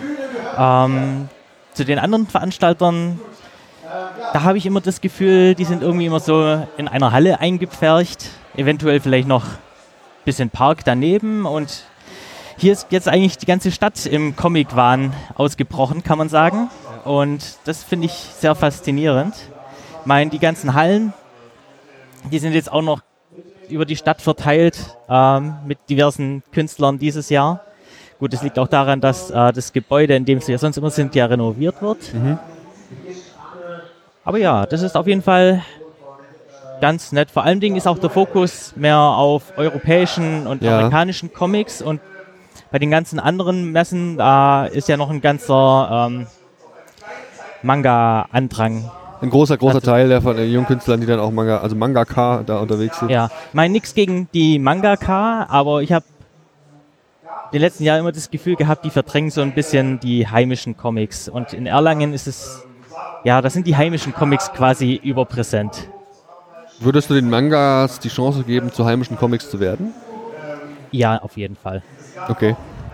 Zu den anderen Veranstaltern, da habe ich immer das Gefühl, die sind irgendwie immer so in einer Halle eingepfercht, eventuell vielleicht noch ein bisschen Park daneben und hier ist jetzt eigentlich die ganze Stadt im Comic-Wahn ausgebrochen, kann man sagen. Und das finde ich sehr faszinierend. Ich meine, die ganzen Hallen, die sind jetzt auch noch über die Stadt verteilt mit diversen Künstlern dieses Jahr. Gut, das liegt auch daran, dass das Gebäude, in dem wir sonst immer sind, ja renoviert wird. Mhm. Aber ja, das ist auf jeden Fall ganz nett. Vor allen Dingen ist auch der Fokus mehr auf europäischen und amerikanischen Comics und bei den ganzen anderen Messen ist ja noch ein ganzer Manga-Andrang. Ein großer Teil der von den jungen Künstlern, die dann auch Mangaka da unterwegs sind. Ja, ich meine nichts gegen die Mangaka, aber ich habe in den letzten Jahren immer das Gefühl gehabt, die verdrängen so ein bisschen die heimischen Comics. Und in Erlangen ist es, da sind die heimischen Comics quasi überpräsent. Würdest du den Mangas die Chance geben, zu heimischen Comics zu werden? Ja, auf jeden Fall. Okay.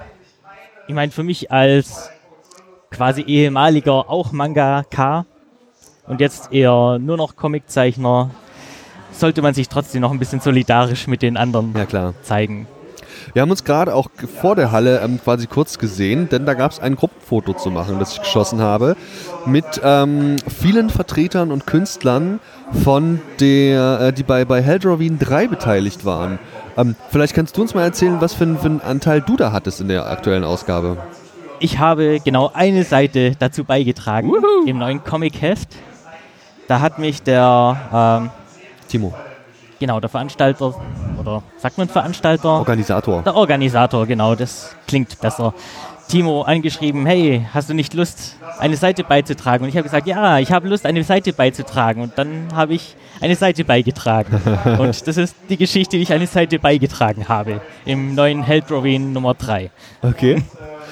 Ich meine, für mich als quasi ehemaliger auch Mangaka und jetzt eher nur noch Comiczeichner, sollte man sich trotzdem noch ein bisschen solidarisch mit den anderen zeigen. Wir haben uns gerade auch vor der Halle quasi kurz gesehen, denn da gab es ein Gruppenfoto zu machen, das ich geschossen habe, mit vielen Vertretern und Künstlern von die bei Helldrawin 3 beteiligt waren. Vielleicht kannst du uns mal erzählen, was für einen Anteil du da hattest in der aktuellen Ausgabe. Ich habe genau eine Seite dazu beigetragen, im neuen Comic-Heft. Da hat mich der Timo. Genau, der Veranstalter, oder sagt man Veranstalter? Organisator. Der Organisator, genau, das klingt besser. Timo angeschrieben, hey, hast du nicht Lust, eine Seite beizutragen? Und ich habe gesagt, ja, ich habe Lust, eine Seite beizutragen. Und dann habe ich eine Seite beigetragen. Und das ist die Geschichte, die ich eine Seite beigetragen habe, im neuen Helldrawin Nummer 3. Okay.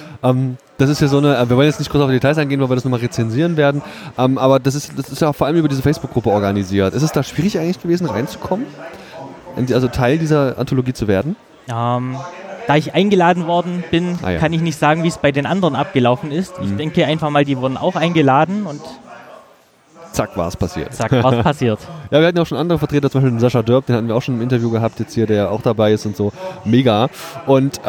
Das ist ja so eine, wir wollen jetzt nicht kurz auf die Details eingehen, weil wir das nochmal rezensieren werden, aber das ist ja vor allem über diese Facebook-Gruppe organisiert. Ist es da schwierig eigentlich gewesen, reinzukommen? Also Teil dieser Anthologie zu werden? Da ich eingeladen worden bin, kann ich nicht sagen, wie es bei den anderen abgelaufen ist. Ich denke einfach mal, die wurden auch eingeladen und zack, war es passiert. Zack, war es passiert. Ja, wir hatten ja auch schon andere Vertreter, zum Beispiel den Sascha Dörp, den hatten wir auch schon im Interview gehabt, jetzt hier, der auch dabei ist und so. Mega. Und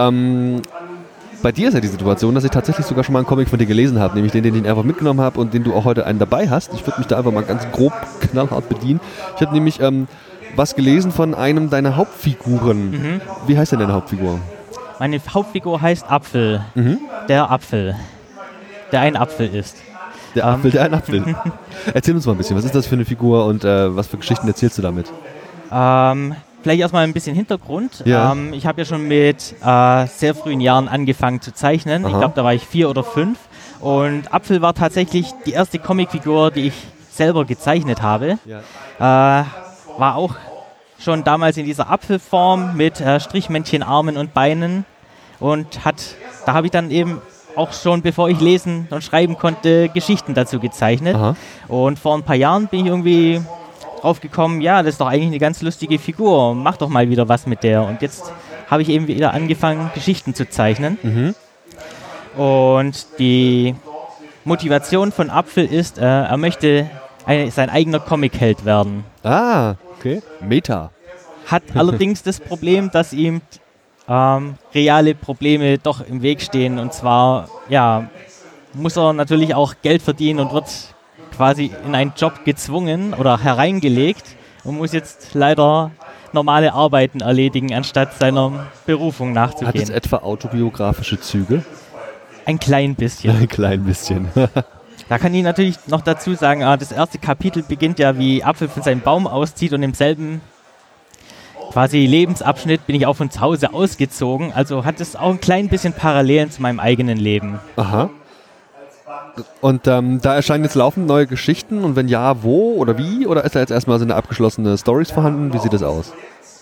bei dir ist ja die Situation, dass ich tatsächlich sogar schon mal einen Comic von dir gelesen habe, nämlich den ich einfach mitgenommen habe und den du auch heute einen dabei hast. Ich würde mich da einfach mal ganz grob, knallhart bedienen. Ich habe nämlich was gelesen von einem deiner Hauptfiguren. Wie heißt denn deine Hauptfigur? Meine Hauptfigur heißt Apfel. Der Apfel. Der ein Apfel ist. Der Apfel, der ein Apfel. Erzähl uns mal ein bisschen, was ist das für eine Figur und was für Geschichten erzählst du damit? vielleicht erstmal ein bisschen Hintergrund. Ja. Ich habe ja schon mit sehr frühen Jahren angefangen zu zeichnen. Ich glaube, da war ich 4 oder 5. Und Apfel war tatsächlich die erste Comicfigur, die ich selber gezeichnet habe. Ja. War auch schon damals in dieser Apfelform mit Strichmännchen, Armen und Beinen. Und da habe ich dann eben auch schon, bevor ich lesen und schreiben konnte, Geschichten dazu gezeichnet. Aha. Und vor ein paar Jahren bin ich irgendwie drauf gekommen, ja, das ist doch eigentlich eine ganz lustige Figur, mach doch mal wieder was mit der. Und jetzt habe ich eben wieder angefangen, Geschichten zu zeichnen. Mhm. Und die Motivation von Apfel ist, er möchte sein eigener Comic-Held werden. Ah, okay. Meta. Hat allerdings das Problem, dass ihm reale Probleme doch im Weg stehen. Und zwar, ja, muss er natürlich auch Geld verdienen und wird quasi in einen Job gezwungen oder hereingelegt und muss jetzt leider normale Arbeiten erledigen, anstatt seiner Berufung Hat es nachzugehen. etwa autobiografische Züge? Ein klein bisschen. Ein klein bisschen. Da kann ich natürlich noch dazu sagen, das erste Kapitel beginnt ja, wie Apfel von seinem Baum auszieht und im selben quasi Lebensabschnitt bin ich auch von zu Hause ausgezogen. Also hat es auch ein klein bisschen Parallelen zu meinem eigenen Leben. Aha. Und da erscheinen jetzt laufend neue Geschichten und wenn ja, wo oder wie? Oder ist da jetzt erstmal so eine abgeschlossene Stories vorhanden? Wie sieht das aus?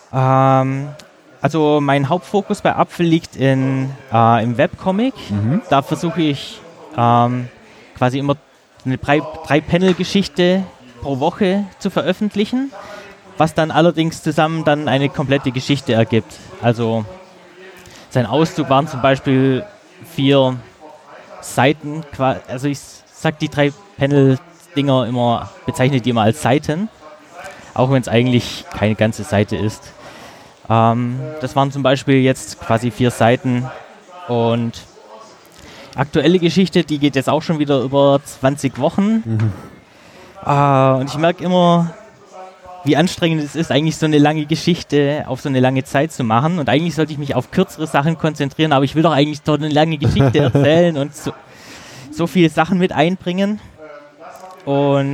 Also mein Hauptfokus bei Apfel liegt im Webcomic. Mhm. Da versuche ich quasi immer eine 3-Panel-Geschichte pro Woche zu veröffentlichen, was dann allerdings zusammen dann eine komplette Geschichte ergibt. Also sein Auszug waren zum Beispiel 4 Seiten, also ich sag die 3-Panel-Dinger immer, bezeichne die immer als Seiten, auch wenn es eigentlich keine ganze Seite ist. Das waren zum Beispiel jetzt quasi 4 Seiten und aktuelle Geschichte, die geht jetzt auch schon wieder über 20 Wochen. Mhm. Und ich merke immer, wie anstrengend es ist, eigentlich so eine lange Geschichte auf so eine lange Zeit zu machen. Und eigentlich sollte ich mich auf kürzere Sachen konzentrieren, aber ich will doch eigentlich dort eine lange Geschichte erzählen und so viele Sachen mit einbringen. Und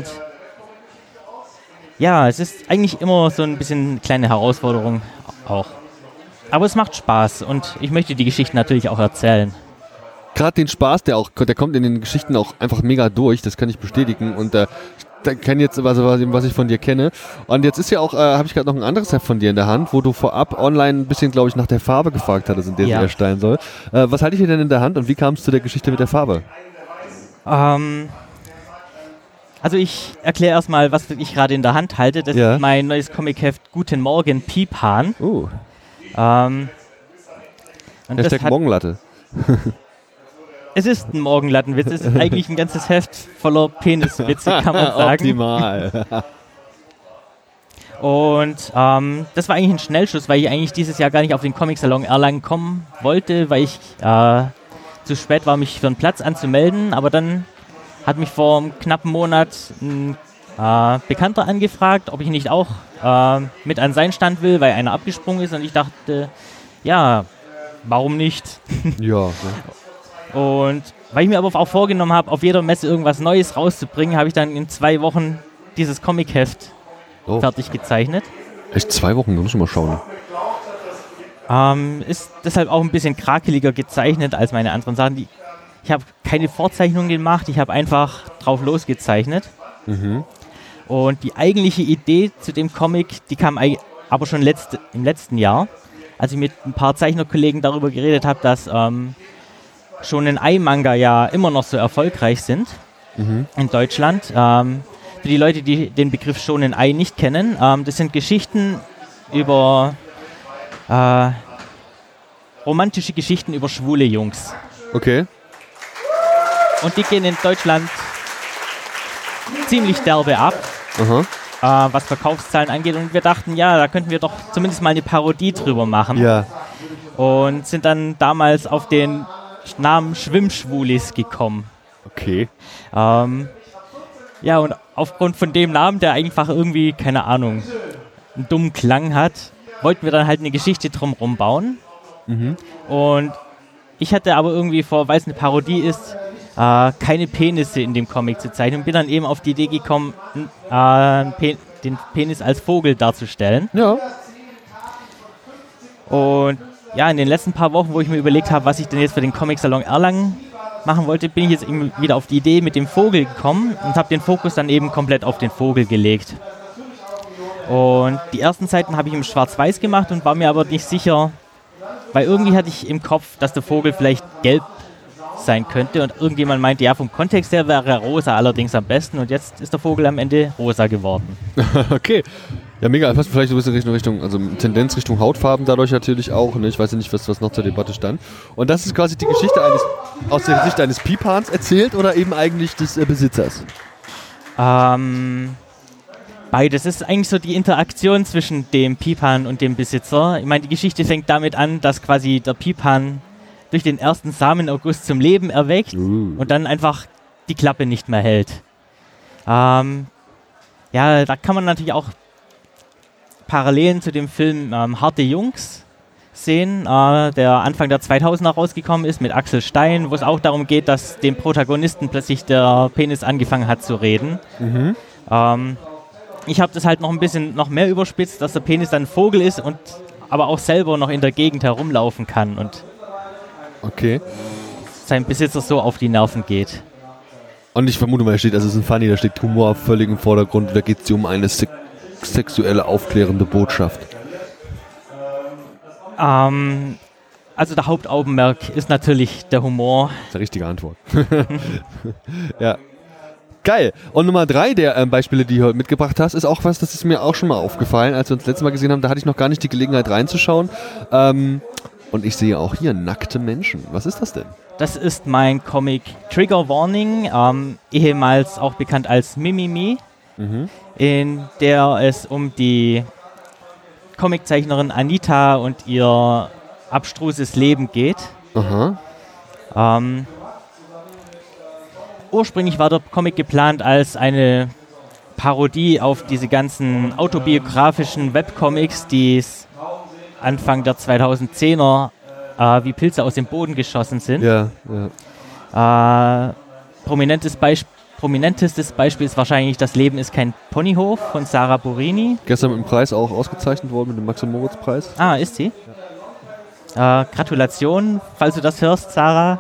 ja, es ist eigentlich immer so ein bisschen eine kleine Herausforderung auch. Aber es macht Spaß und ich möchte die Geschichten natürlich auch erzählen. Gerade den Spaß, der kommt in den Geschichten auch einfach mega durch, das kann ich bestätigen. Und kenne jetzt, was ich von dir kenne. Und jetzt ist ja auch, habe ich gerade noch ein anderes Heft von dir in der Hand, wo du vorab online ein bisschen, glaube ich, nach der Farbe gefragt hattest, in der sie erscheinen soll. Was halte ich dir denn in der Hand und wie kam es zu der Geschichte mit der Farbe? Also ich erkläre erstmal, was ich gerade in der Hand halte. Das ist mein neues Comic-Heft Guten Morgen, Piephahn. Und Hashtag Morgenlatte. Es ist ein Morgenlattenwitz, es ist eigentlich ein ganzes Heft voller Peniswitze, kann man sagen. Optimal. Und das war eigentlich ein Schnellschuss, weil ich eigentlich dieses Jahr gar nicht auf den Comic-Salon Erlangen kommen wollte, weil ich zu spät war, mich für einen Platz anzumelden. Aber dann hat mich vor einem knappen Monat ein Bekannter angefragt, ob ich nicht auch mit an seinen Stand will, weil einer abgesprungen ist. Und ich dachte, ja, warum nicht? Ja. Und weil ich mir aber auch vorgenommen habe, auf jeder Messe irgendwas Neues rauszubringen, habe ich dann in 2 Wochen dieses Comic-Heft fertig gezeichnet. Echt 2 Wochen? Da muss ich mal schauen. Ist deshalb auch ein bisschen krakeliger gezeichnet als meine anderen Sachen. Ich habe keine Vorzeichnung gemacht, ich habe einfach drauf losgezeichnet. Mhm. Und die eigentliche Idee zu dem Comic, die kam aber schon im letzten Jahr, als ich mit ein paar Zeichnerkollegen darüber geredet habe, dass Shonen Ai Manga ja immer noch so erfolgreich sind in Deutschland. Für die Leute, die den Begriff Shonen Ai nicht kennen, das sind Geschichten über romantische Geschichten über schwule Jungs. Okay. Und die gehen in Deutschland ziemlich derbe ab, was Verkaufszahlen angeht. Und wir dachten, ja, da könnten wir doch zumindest mal eine Parodie drüber machen. Ja. Und sind dann damals auf den Namen Schwimmschwulis gekommen. Okay. Ja, und aufgrund von dem Namen, der einfach irgendwie, keine Ahnung, einen dummen Klang hat, wollten wir dann halt eine Geschichte drumherum bauen. Mhm. Und ich hatte aber irgendwie vor, weil es eine Parodie ist, keine Penisse in dem Comic zu zeichnen und bin dann eben auf die Idee gekommen, den Penis als Vogel darzustellen. Ja. Und ja, in den letzten paar Wochen, wo ich mir überlegt habe, was ich denn jetzt für den Comic-Salon Erlangen machen wollte, bin ich jetzt irgendwie wieder auf die Idee mit dem Vogel gekommen und habe den Fokus dann eben komplett auf den Vogel gelegt. Und die ersten Seiten habe ich im Schwarz-Weiß gemacht und war mir aber nicht sicher, weil irgendwie hatte ich im Kopf, dass der Vogel vielleicht gelb sein könnte und irgendjemand meinte, ja, vom Kontext her wäre rosa allerdings am besten und jetzt ist der Vogel am Ende rosa geworden. Okay. Ja, mega. Passt vielleicht so ein bisschen Richtung, also Tendenz Richtung Hautfarben dadurch natürlich auch. Ne? Ich weiß ja nicht, was noch zur Debatte stand. Und das ist quasi die Geschichte aus der Sicht eines Pipans erzählt oder eben eigentlich des Besitzers? Beides. Es ist eigentlich so die Interaktion zwischen dem Pipan und dem Besitzer. Ich meine, die Geschichte fängt damit an, dass quasi der Pipan durch den ersten Samenerguss zum Leben erweckt und dann einfach die Klappe nicht mehr hält. Ja, da kann man natürlich auch Parallelen zu dem Film Harte Jungs sehen, der Anfang der 2000er rausgekommen ist mit Axel Stein, wo es auch darum geht, dass dem Protagonisten plötzlich der Penis angefangen hat zu reden. Ich habe das halt noch ein bisschen noch mehr überspitzt, dass der Penis dann ein Vogel ist und aber auch selber noch in der Gegend herumlaufen kann und sein Besitzer so auf die Nerven geht. Und ich vermute mal, da steht, also es ist ein Funny, da steht Humor völlig im Vordergrund, da geht es um eine sexuelle aufklärende Botschaft. Also der Hauptaugenmerk ist natürlich der Humor. Das ist eine richtige Antwort. Ja. Geil. Und Nummer 3 der Beispiele, die du heute mitgebracht hast, ist auch was, das ist mir auch schon mal aufgefallen, als wir uns das letzte Mal gesehen haben, da hatte ich noch gar nicht die Gelegenheit reinzuschauen. Und ich sehe auch hier nackte Menschen. Was ist das denn? Das ist mein Comic Trigger Warning, ehemals auch bekannt als Mimimi, in der es um die Comiczeichnerin Anita und ihr abstruses Leben geht. Ursprünglich war der Comic geplant als eine Parodie auf diese ganzen autobiografischen Webcomics, die es Anfang der 2010er wie Pilze aus dem Boden geschossen sind. Prominentestes Beispiel ist wahrscheinlich Das Leben ist kein Ponyhof von Sarah Borini. Gestern mit dem Preis auch ausgezeichnet worden, mit dem Max-Moritz-Preis. Ah, ist sie? Gratulation, falls du das hörst, Sarah.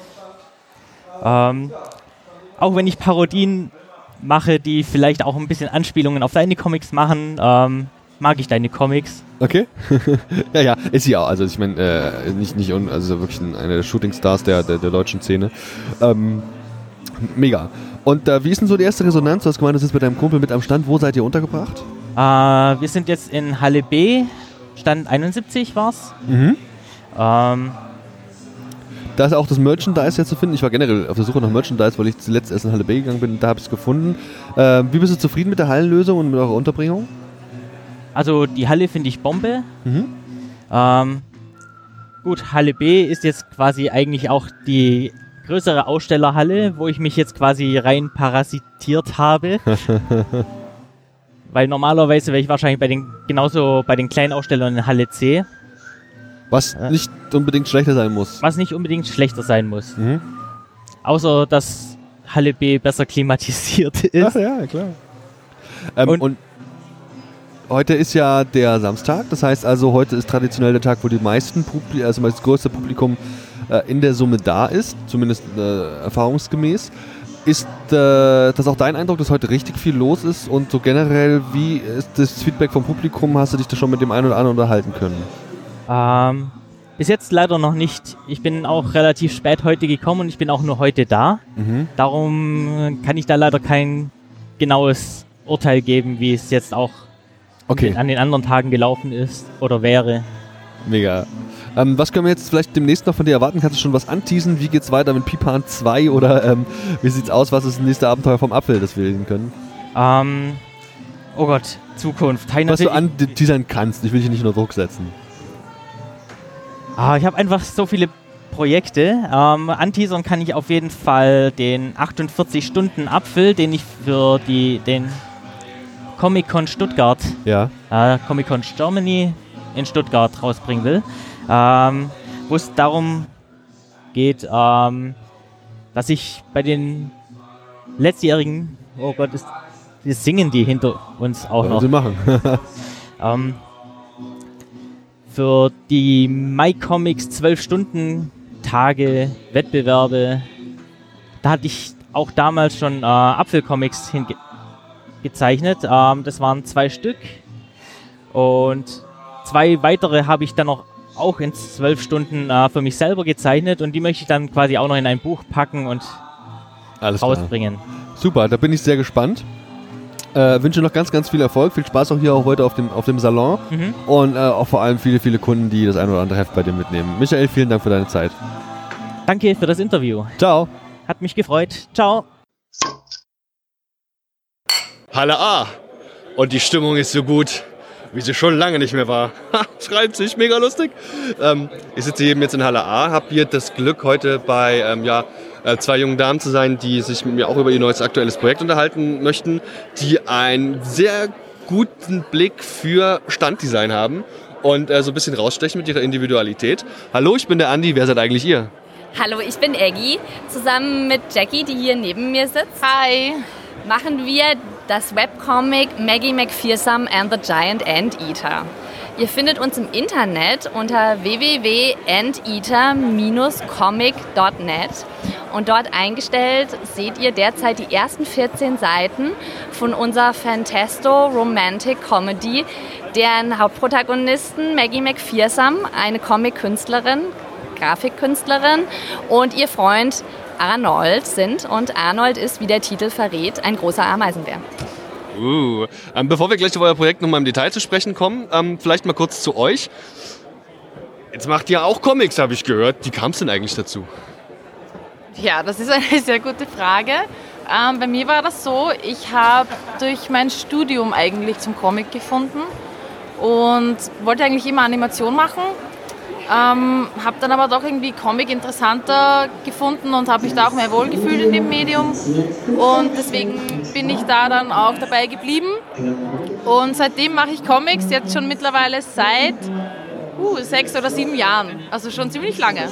Auch wenn ich Parodien mache, die vielleicht auch ein bisschen Anspielungen auf deine Comics machen, mag ich deine Comics. Okay. ja, ist sie auch. Also ich meine, also wirklich einer der Shootingstars der deutschen Szene. Mega. Und wie ist denn so die erste Resonanz? Du hast gemeint, du sitzt mit deinem Kumpel mit am Stand. Wo seid ihr untergebracht? Wir sind jetzt in Halle B, Stand 71 war's. Da ist auch das Merchandise jetzt zu finden. Ich war generell auf der Suche nach Merchandise, weil ich zuletzt erst in Halle B gegangen bin und da habe ich es gefunden. Wie bist du zufrieden mit der Hallenlösung und mit eurer Unterbringung? Also die Halle finde ich Bombe. Gut, Halle B ist jetzt quasi eigentlich auch die größere Ausstellerhalle, wo ich mich jetzt quasi rein parasitiert habe. Weil normalerweise wäre ich wahrscheinlich genauso bei den kleinen Ausstellern in Halle C. Was nicht unbedingt schlechter sein muss. Was nicht unbedingt schlechter sein muss. Außer, dass Halle B besser klimatisiert ist. Ach ja, klar. Und heute ist ja der Samstag, das heißt also, heute ist traditionell der Tag, wo die meisten das größte Publikum in der Summe da ist, zumindest erfahrungsgemäß. Ist das auch dein Eindruck, dass heute richtig viel los ist und so generell, wie ist das Feedback vom Publikum? Hast du dich da schon mit dem einen oder anderen unterhalten können? Bis jetzt leider noch nicht. Ich bin auch relativ spät heute gekommen und ich bin auch nur heute da. Darum kann ich da leider kein genaues Urteil geben, wie es jetzt auch an den anderen Tagen gelaufen ist oder wäre. Mega. Was können wir jetzt vielleicht demnächst noch von dir erwarten? Kannst du schon was anteasen? Wie geht's weiter mit Pipan 2 oder wie sieht's aus? Was ist das nächste Abenteuer vom Apfel, das wir lesen können? Oh Gott, Zukunft. Was du anteasern kannst. Ich will dich nicht unter Druck setzen. Ich habe einfach so viele Projekte. Anteasern kann ich auf jeden Fall den 48-Stunden-Apfel, den ich für den Comic-Con Stuttgart, Comic-Con Germany in Stuttgart rausbringen will. Wo es darum geht, dass ich bei den letztjährigen, oh Gott, das singen die hinter uns auch noch. Sie machen. für die MyComics 12-Stunden-Tage, Wettbewerbe. Da hatte ich auch damals schon Apfelcomics gezeichnet. Das waren 2 Stück. Und 2 weitere habe ich dann noch auch in 12 Stunden für mich selber gezeichnet. Und die möchte ich dann quasi auch noch in ein Buch packen und rausbringen. Super, da bin ich sehr gespannt. Wünsche noch ganz, ganz viel Erfolg. Viel Spaß auch hier auch heute auf dem Salon. Und auch vor allem viele, viele Kunden, die das ein oder andere Heft bei dir mitnehmen. Michael, vielen Dank für deine Zeit. Danke für das Interview. Ciao. Hat mich gefreut. Ciao. Halle A. Und die Stimmung ist so gut, wie sie schon lange nicht mehr war. Schreibt sich, mega lustig. Ich sitze eben jetzt in Halle A, habe hier das Glück, heute bei 2 jungen Damen zu sein, die sich mit mir auch über ihr neues aktuelles Projekt unterhalten möchten, die einen sehr guten Blick für Standdesign haben und so ein bisschen rausstechen mit ihrer Individualität. Hallo, ich bin der Andi, wer seid eigentlich ihr? Hallo, ich bin Eggy, zusammen mit Jackie, die hier neben mir sitzt. Hi! Machen wir das Webcomic Maggie McPherson and the Giant Anteater. Ihr findet uns im Internet unter www.anteater-comic.net und dort eingestellt seht ihr derzeit die ersten 14 Seiten von unserer Fantasto Romantic Comedy, deren Hauptprotagonisten Maggie McPherson, eine Comic-Künstlerin, Grafikkünstlerin und ihr Freund Arnold sind. Und Arnold ist, wie der Titel verrät, ein großer Ameisenbär. Bevor wir gleich auf euer Projekt nochmal im Detail zu sprechen kommen, vielleicht mal kurz zu euch. Jetzt macht ihr auch Comics, habe ich gehört. Wie kam es denn eigentlich dazu? Ja, das ist eine sehr gute Frage. Bei mir war das so, ich habe durch mein Studium eigentlich zum Comic gefunden und wollte eigentlich immer Animation machen. Habe dann aber doch irgendwie Comic interessanter gefunden und habe mich da auch mehr wohlgefühlt in dem Medium. Und deswegen bin ich da dann auch dabei geblieben. Und seitdem mache ich Comics, jetzt schon mittlerweile seit 6 oder 7 Jahren. Also schon ziemlich lange.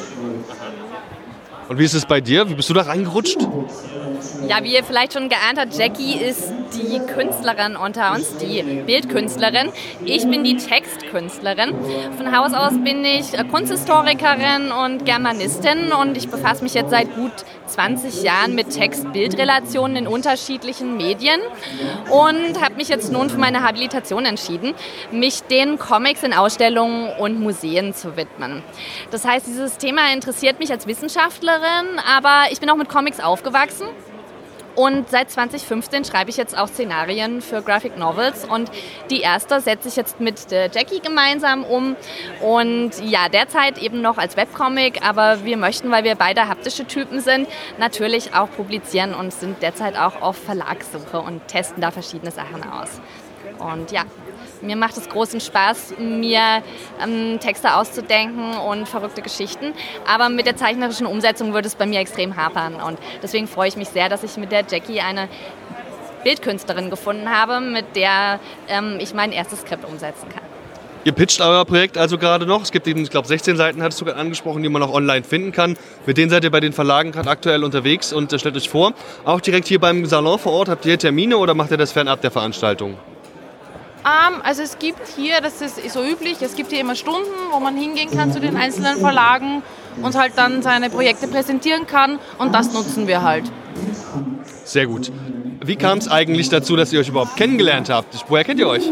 Und wie ist es bei dir? Wie bist du da reingerutscht? Ja, wie ihr vielleicht schon geahnt habt, Jackie ist die Künstlerin unter uns, die Bildkünstlerin. Ich bin die Textkünstlerin. Von Haus aus bin ich Kunsthistorikerin und Germanistin und ich befasse mich jetzt seit gut 20 Jahren mit Text-Bild-Relationen in unterschiedlichen Medien und habe mich jetzt nun für meine Habilitation entschieden, mich den Comics in Ausstellungen und Museen zu widmen. Das heißt, dieses Thema interessiert mich als Wissenschaftlerin, aber ich bin auch mit Comics aufgewachsen. Und seit 2015 schreibe ich jetzt auch Szenarien für Graphic Novels und die erste setze ich jetzt mit der Jackie gemeinsam um und ja, derzeit eben noch als Webcomic, aber wir möchten, weil wir beide haptische Typen sind, natürlich auch publizieren und sind derzeit auch auf Verlagssuche und testen da verschiedene Sachen aus. Und ja, mir macht es großen Spaß, mir Texte auszudenken und verrückte Geschichten. Aber mit der zeichnerischen Umsetzung würde es bei mir extrem hapern. Und deswegen freue ich mich sehr, dass ich mit der Jackie eine Bildkünstlerin gefunden habe, mit der ich mein erstes Skript umsetzen kann. Ihr pitcht euer Projekt also gerade noch. Es gibt eben, ich glaube, 16 Seiten, hattest du gerade angesprochen, die man auch online finden kann. Mit denen seid ihr bei den Verlagen gerade aktuell unterwegs und stellt euch vor. Auch direkt hier beim Salon vor Ort, habt ihr Termine oder macht ihr das fernab der Veranstaltung? Also es gibt hier, das ist so üblich, es gibt hier immer Stunden, wo man hingehen kann zu den einzelnen Verlagen und halt dann seine Projekte präsentieren kann und das nutzen wir halt. Sehr gut. Wie kam es eigentlich dazu, dass ihr euch überhaupt kennengelernt habt? Woher kennt ihr euch?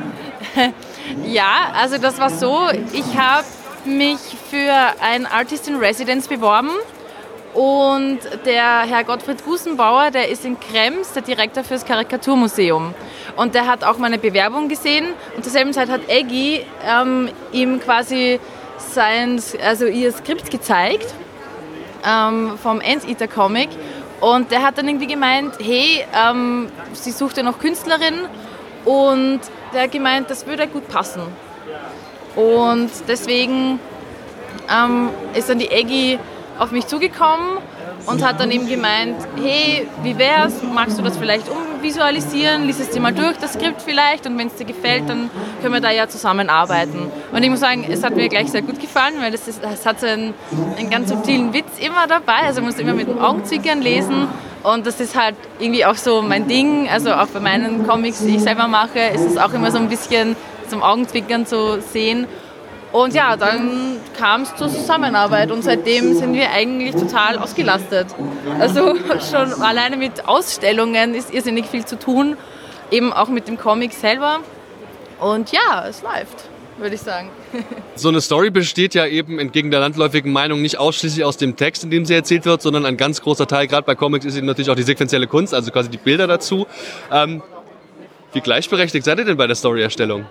Ja, also das war so, ich habe mich für ein Artist in Residence beworben. Und der Herr Gottfried Gusenbauer, der ist in Krems, der Direktor fürs Karikaturmuseum. Und der hat auch meine Bewerbung gesehen und zur selben Zeit hat Eggy ihm quasi ihr Skript gezeigt vom Anteater Comic. Und der hat dann irgendwie gemeint, hey, sie sucht ja noch Künstlerin und der hat gemeint, das würde gut passen. Und deswegen ist dann die Eggy auf mich zugekommen und hat dann eben gemeint, hey, wie wär's, magst du das vielleicht umvisualisieren, lies es dir mal durch, das Skript vielleicht und wenn es dir gefällt, dann können wir da ja zusammenarbeiten. Und ich muss sagen, es hat mir gleich sehr gut gefallen, weil es hat so einen ganz subtilen Witz immer dabei, also man muss immer mit dem Augenzwinkern lesen und das ist halt irgendwie auch so mein Ding, also auch bei meinen Comics, die ich selber mache, ist es auch immer so ein bisschen zum Augenzwinkern zu sehen. Und ja, dann kam es zur Zusammenarbeit und seitdem sind wir eigentlich total ausgelastet. Also schon alleine mit Ausstellungen ist irrsinnig viel zu tun, eben auch mit dem Comic selber. Und ja, es läuft, würde ich sagen. So eine Story besteht ja eben entgegen der landläufigen Meinung nicht ausschließlich aus dem Text, in dem sie erzählt wird, sondern ein ganz großer Teil, gerade bei Comics, ist eben natürlich auch die sequenzielle Kunst, also quasi die Bilder dazu. Wie gleichberechtigt seid ihr denn bei der Storyerstellung?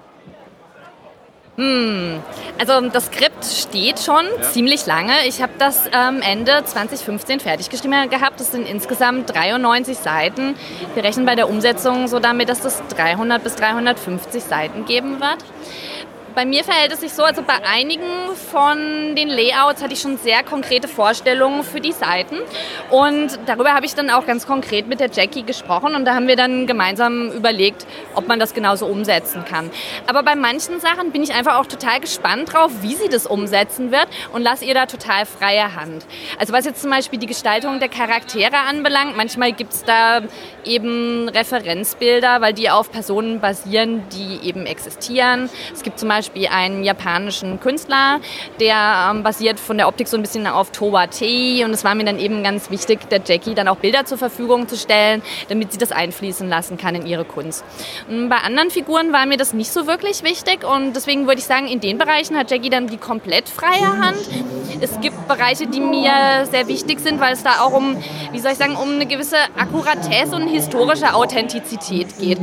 Also das Skript steht schon ziemlich lange. Ich habe das Ende 2015 fertig geschrieben gehabt. Das sind insgesamt 93 Seiten. Wir rechnen bei der Umsetzung so damit, dass das 300 bis 350 Seiten geben wird. Bei mir verhält es sich so, also bei einigen von den Layouts hatte ich schon sehr konkrete Vorstellungen für die Seiten und darüber habe ich dann auch ganz konkret mit der Jackie gesprochen und da haben wir dann gemeinsam überlegt, ob man das genauso umsetzen kann. Aber bei manchen Sachen bin ich einfach auch total gespannt drauf, wie sie das umsetzen wird und lasse ihr da total freie Hand. Also was jetzt zum Beispiel die Gestaltung der Charaktere anbelangt, manchmal gibt es da eben Referenzbilder, weil die auf Personen basieren, die eben existieren. Es gibt zum Beispiel einen japanischen Künstler, der basiert von der Optik so ein bisschen auf Towa Tei und es war mir dann eben ganz wichtig, der Jackie dann auch Bilder zur Verfügung zu stellen, damit sie das einfließen lassen kann in ihre Kunst. Und bei anderen Figuren war mir das nicht so wirklich wichtig und deswegen würde ich sagen, in den Bereichen hat Jackie dann die komplett freie Hand. Es gibt Bereiche, die mir sehr wichtig sind, weil es da auch um, wie soll ich sagen, um eine gewisse Akkuratesse und historische Authentizität geht.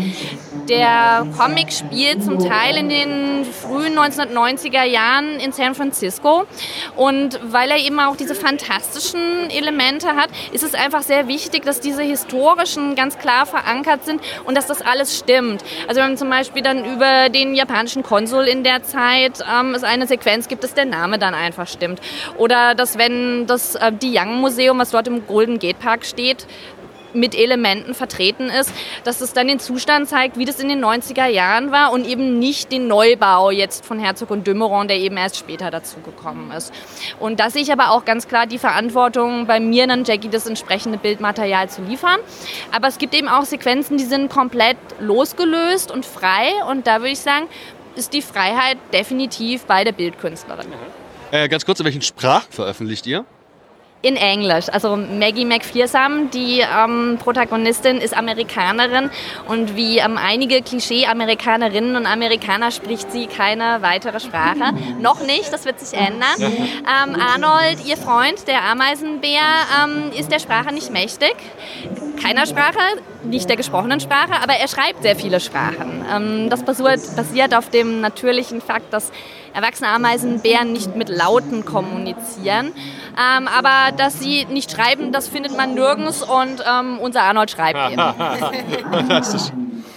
Der Comic spielt zum Teil in den frühen 1990er Jahren in San Francisco und weil er eben auch diese fantastischen Elemente hat, ist es einfach sehr wichtig, dass diese historischen ganz klar verankert sind und dass das alles stimmt. Also wenn man zum Beispiel dann über den japanischen Konsul in der Zeit es eine Sequenz gibt, dass der Name dann einfach stimmt. Oder dass wenn das Young-Museum, was dort im Golden Gate Park steht, mit Elementen vertreten ist, dass es dann den Zustand zeigt, wie das in den 90er Jahren war und eben nicht den Neubau jetzt von Herzog und de Meuron, der eben erst später dazugekommen ist. Und da sehe ich aber auch ganz klar die Verantwortung bei mir, dann Jackie das entsprechende Bildmaterial zu liefern. Aber es gibt eben auch Sequenzen, die sind komplett losgelöst und frei und da würde ich sagen, ist die Freiheit definitiv bei der Bildkünstlerin. Ganz kurz, in welchen Sprachen veröffentlicht ihr? In Englisch. Also Maggie McPherson, die Protagonistin, ist Amerikanerin und wie einige Klischee-Amerikanerinnen und Amerikaner spricht sie keine weitere Sprache. Noch nicht, das wird sich ändern. Arnold, ihr Freund, der Ameisenbär, ist der Sprache nicht mächtig. Keiner Sprache, nicht der gesprochenen Sprache, aber er schreibt sehr viele Sprachen. Das basiert auf dem natürlichen Fakt, dass erwachsene Ameisenbären nicht mit Lauten kommunizieren. Aber dass sie nicht schreiben, das findet man nirgends und unser Arnold schreibt eben. Fantastisch.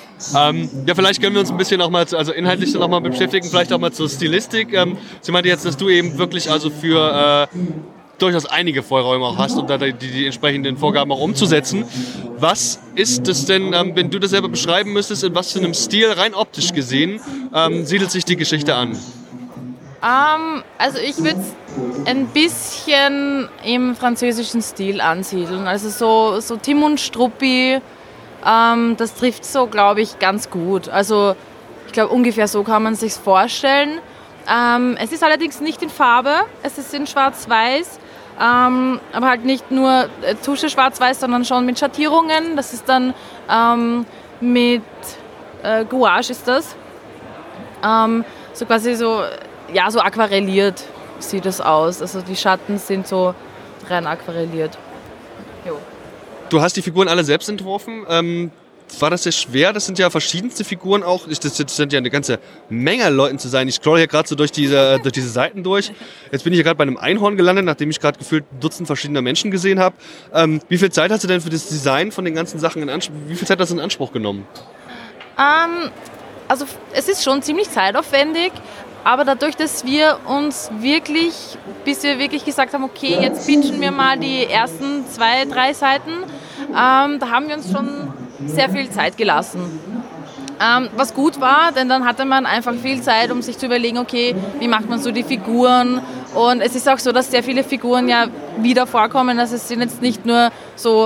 Ja, vielleicht können wir uns ein bisschen noch mal, also inhaltlich noch mal beschäftigen, vielleicht auch mal zur Stilistik. Sie meinte jetzt, dass du eben wirklich also für durchaus einige Freiräume auch hast, um da die entsprechenden Vorgaben auch umzusetzen. Was ist es denn, wenn du das selber beschreiben müsstest, in was für einem Stil, rein optisch gesehen, siedelt sich die Geschichte an? Also ich würde es ein bisschen im französischen Stil ansiedeln. Also so Tim und Struppi, das trifft so, glaube ich, ganz gut. Also ich glaube, ungefähr so kann man es sich vorstellen. Es ist allerdings nicht in Farbe, es ist in Schwarz-Weiß. Aber halt nicht nur Tusche schwarz-weiß, sondern schon mit Schattierungen. Das ist dann mit Gouache ist das. So quasi so, ja, so aquarelliert sieht es aus. Also die Schatten sind so rein aquarelliert. Jo. Du hast die Figuren alle selbst entworfen. War das sehr schwer? Das sind ja verschiedenste Figuren auch. Das sind ja eine ganze Menge Leuten zu sein. Ich scroll hier gerade so durch diese Seiten durch. Jetzt bin ich hier gerade bei einem Einhorn gelandet, nachdem ich gerade gefühlt Dutzend verschiedener Menschen gesehen habe. Wie viel Zeit hast du denn für das Design von den ganzen Sachen wie viel Zeit hast du in Anspruch genommen? Also es ist schon ziemlich zeitaufwendig, aber dadurch, dass wir uns wirklich, bis wir wirklich gesagt haben, okay, jetzt pitchen wir mal die ersten 2, 3 Seiten, da haben wir uns schon sehr viel Zeit gelassen. Was gut war, denn dann hatte man einfach viel Zeit, um sich zu überlegen, okay, wie macht man so die Figuren. Und es ist auch so, dass sehr viele Figuren ja wieder vorkommen. Also es sind jetzt nicht nur so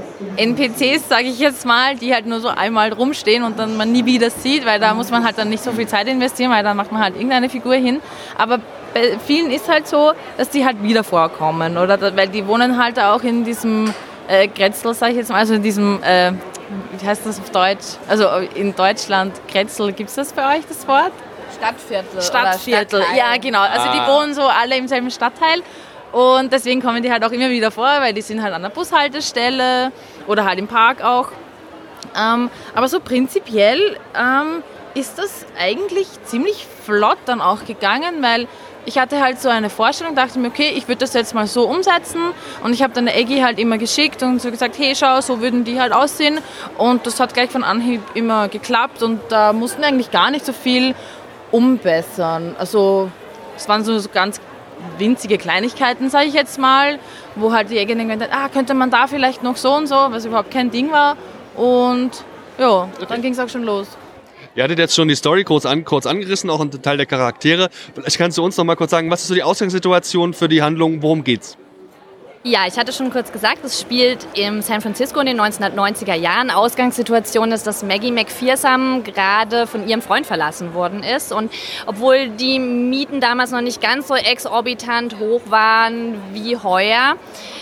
NPCs, sage ich jetzt mal, die halt nur so einmal rumstehen und dann man nie wieder sieht, weil da muss man halt dann nicht so viel Zeit investieren, weil dann macht man halt irgendeine Figur hin. Aber bei vielen ist halt so, dass die halt wieder vorkommen, oder? Weil die wohnen halt auch in diesem Grätzl, sage ich jetzt mal, also in diesem, wie heißt das auf Deutsch? Also in Deutschland, Grätzl, gibt es das bei euch, das Wort? Stadtviertel, ja genau. Also die wohnen so alle im selben Stadtteil und deswegen kommen die halt auch immer wieder vor, weil die sind halt an der Bushaltestelle oder halt im Park auch. Aber so prinzipiell ist das eigentlich ziemlich flott dann auch gegangen, weil ich hatte halt so eine Vorstellung, dachte mir, okay, ich würde das jetzt mal so umsetzen und ich habe dann der Eggy halt immer geschickt und so gesagt, hey, schau, so würden die halt aussehen und das hat gleich von Anhieb immer geklappt und da mussten wir eigentlich gar nicht so viel umbessern. Also es waren so ganz winzige Kleinigkeiten, sage ich jetzt mal, wo halt die Eggy dann gesagt hat, könnte man da vielleicht noch so und so, was überhaupt kein Ding war und ja, dann ging es auch schon los. Ihr hattet jetzt schon die Story kurz angerissen, auch einen Teil der Charaktere. Vielleicht kannst du uns noch mal kurz sagen, was ist so die Ausgangssituation für die Handlung, worum geht's? Ja, ich hatte schon kurz gesagt, es spielt in San Francisco in den 1990er Jahren. Ausgangssituation ist, dass Maggie McPherson gerade von ihrem Freund verlassen worden ist. Und obwohl die Mieten damals noch nicht ganz so exorbitant hoch waren wie heuer,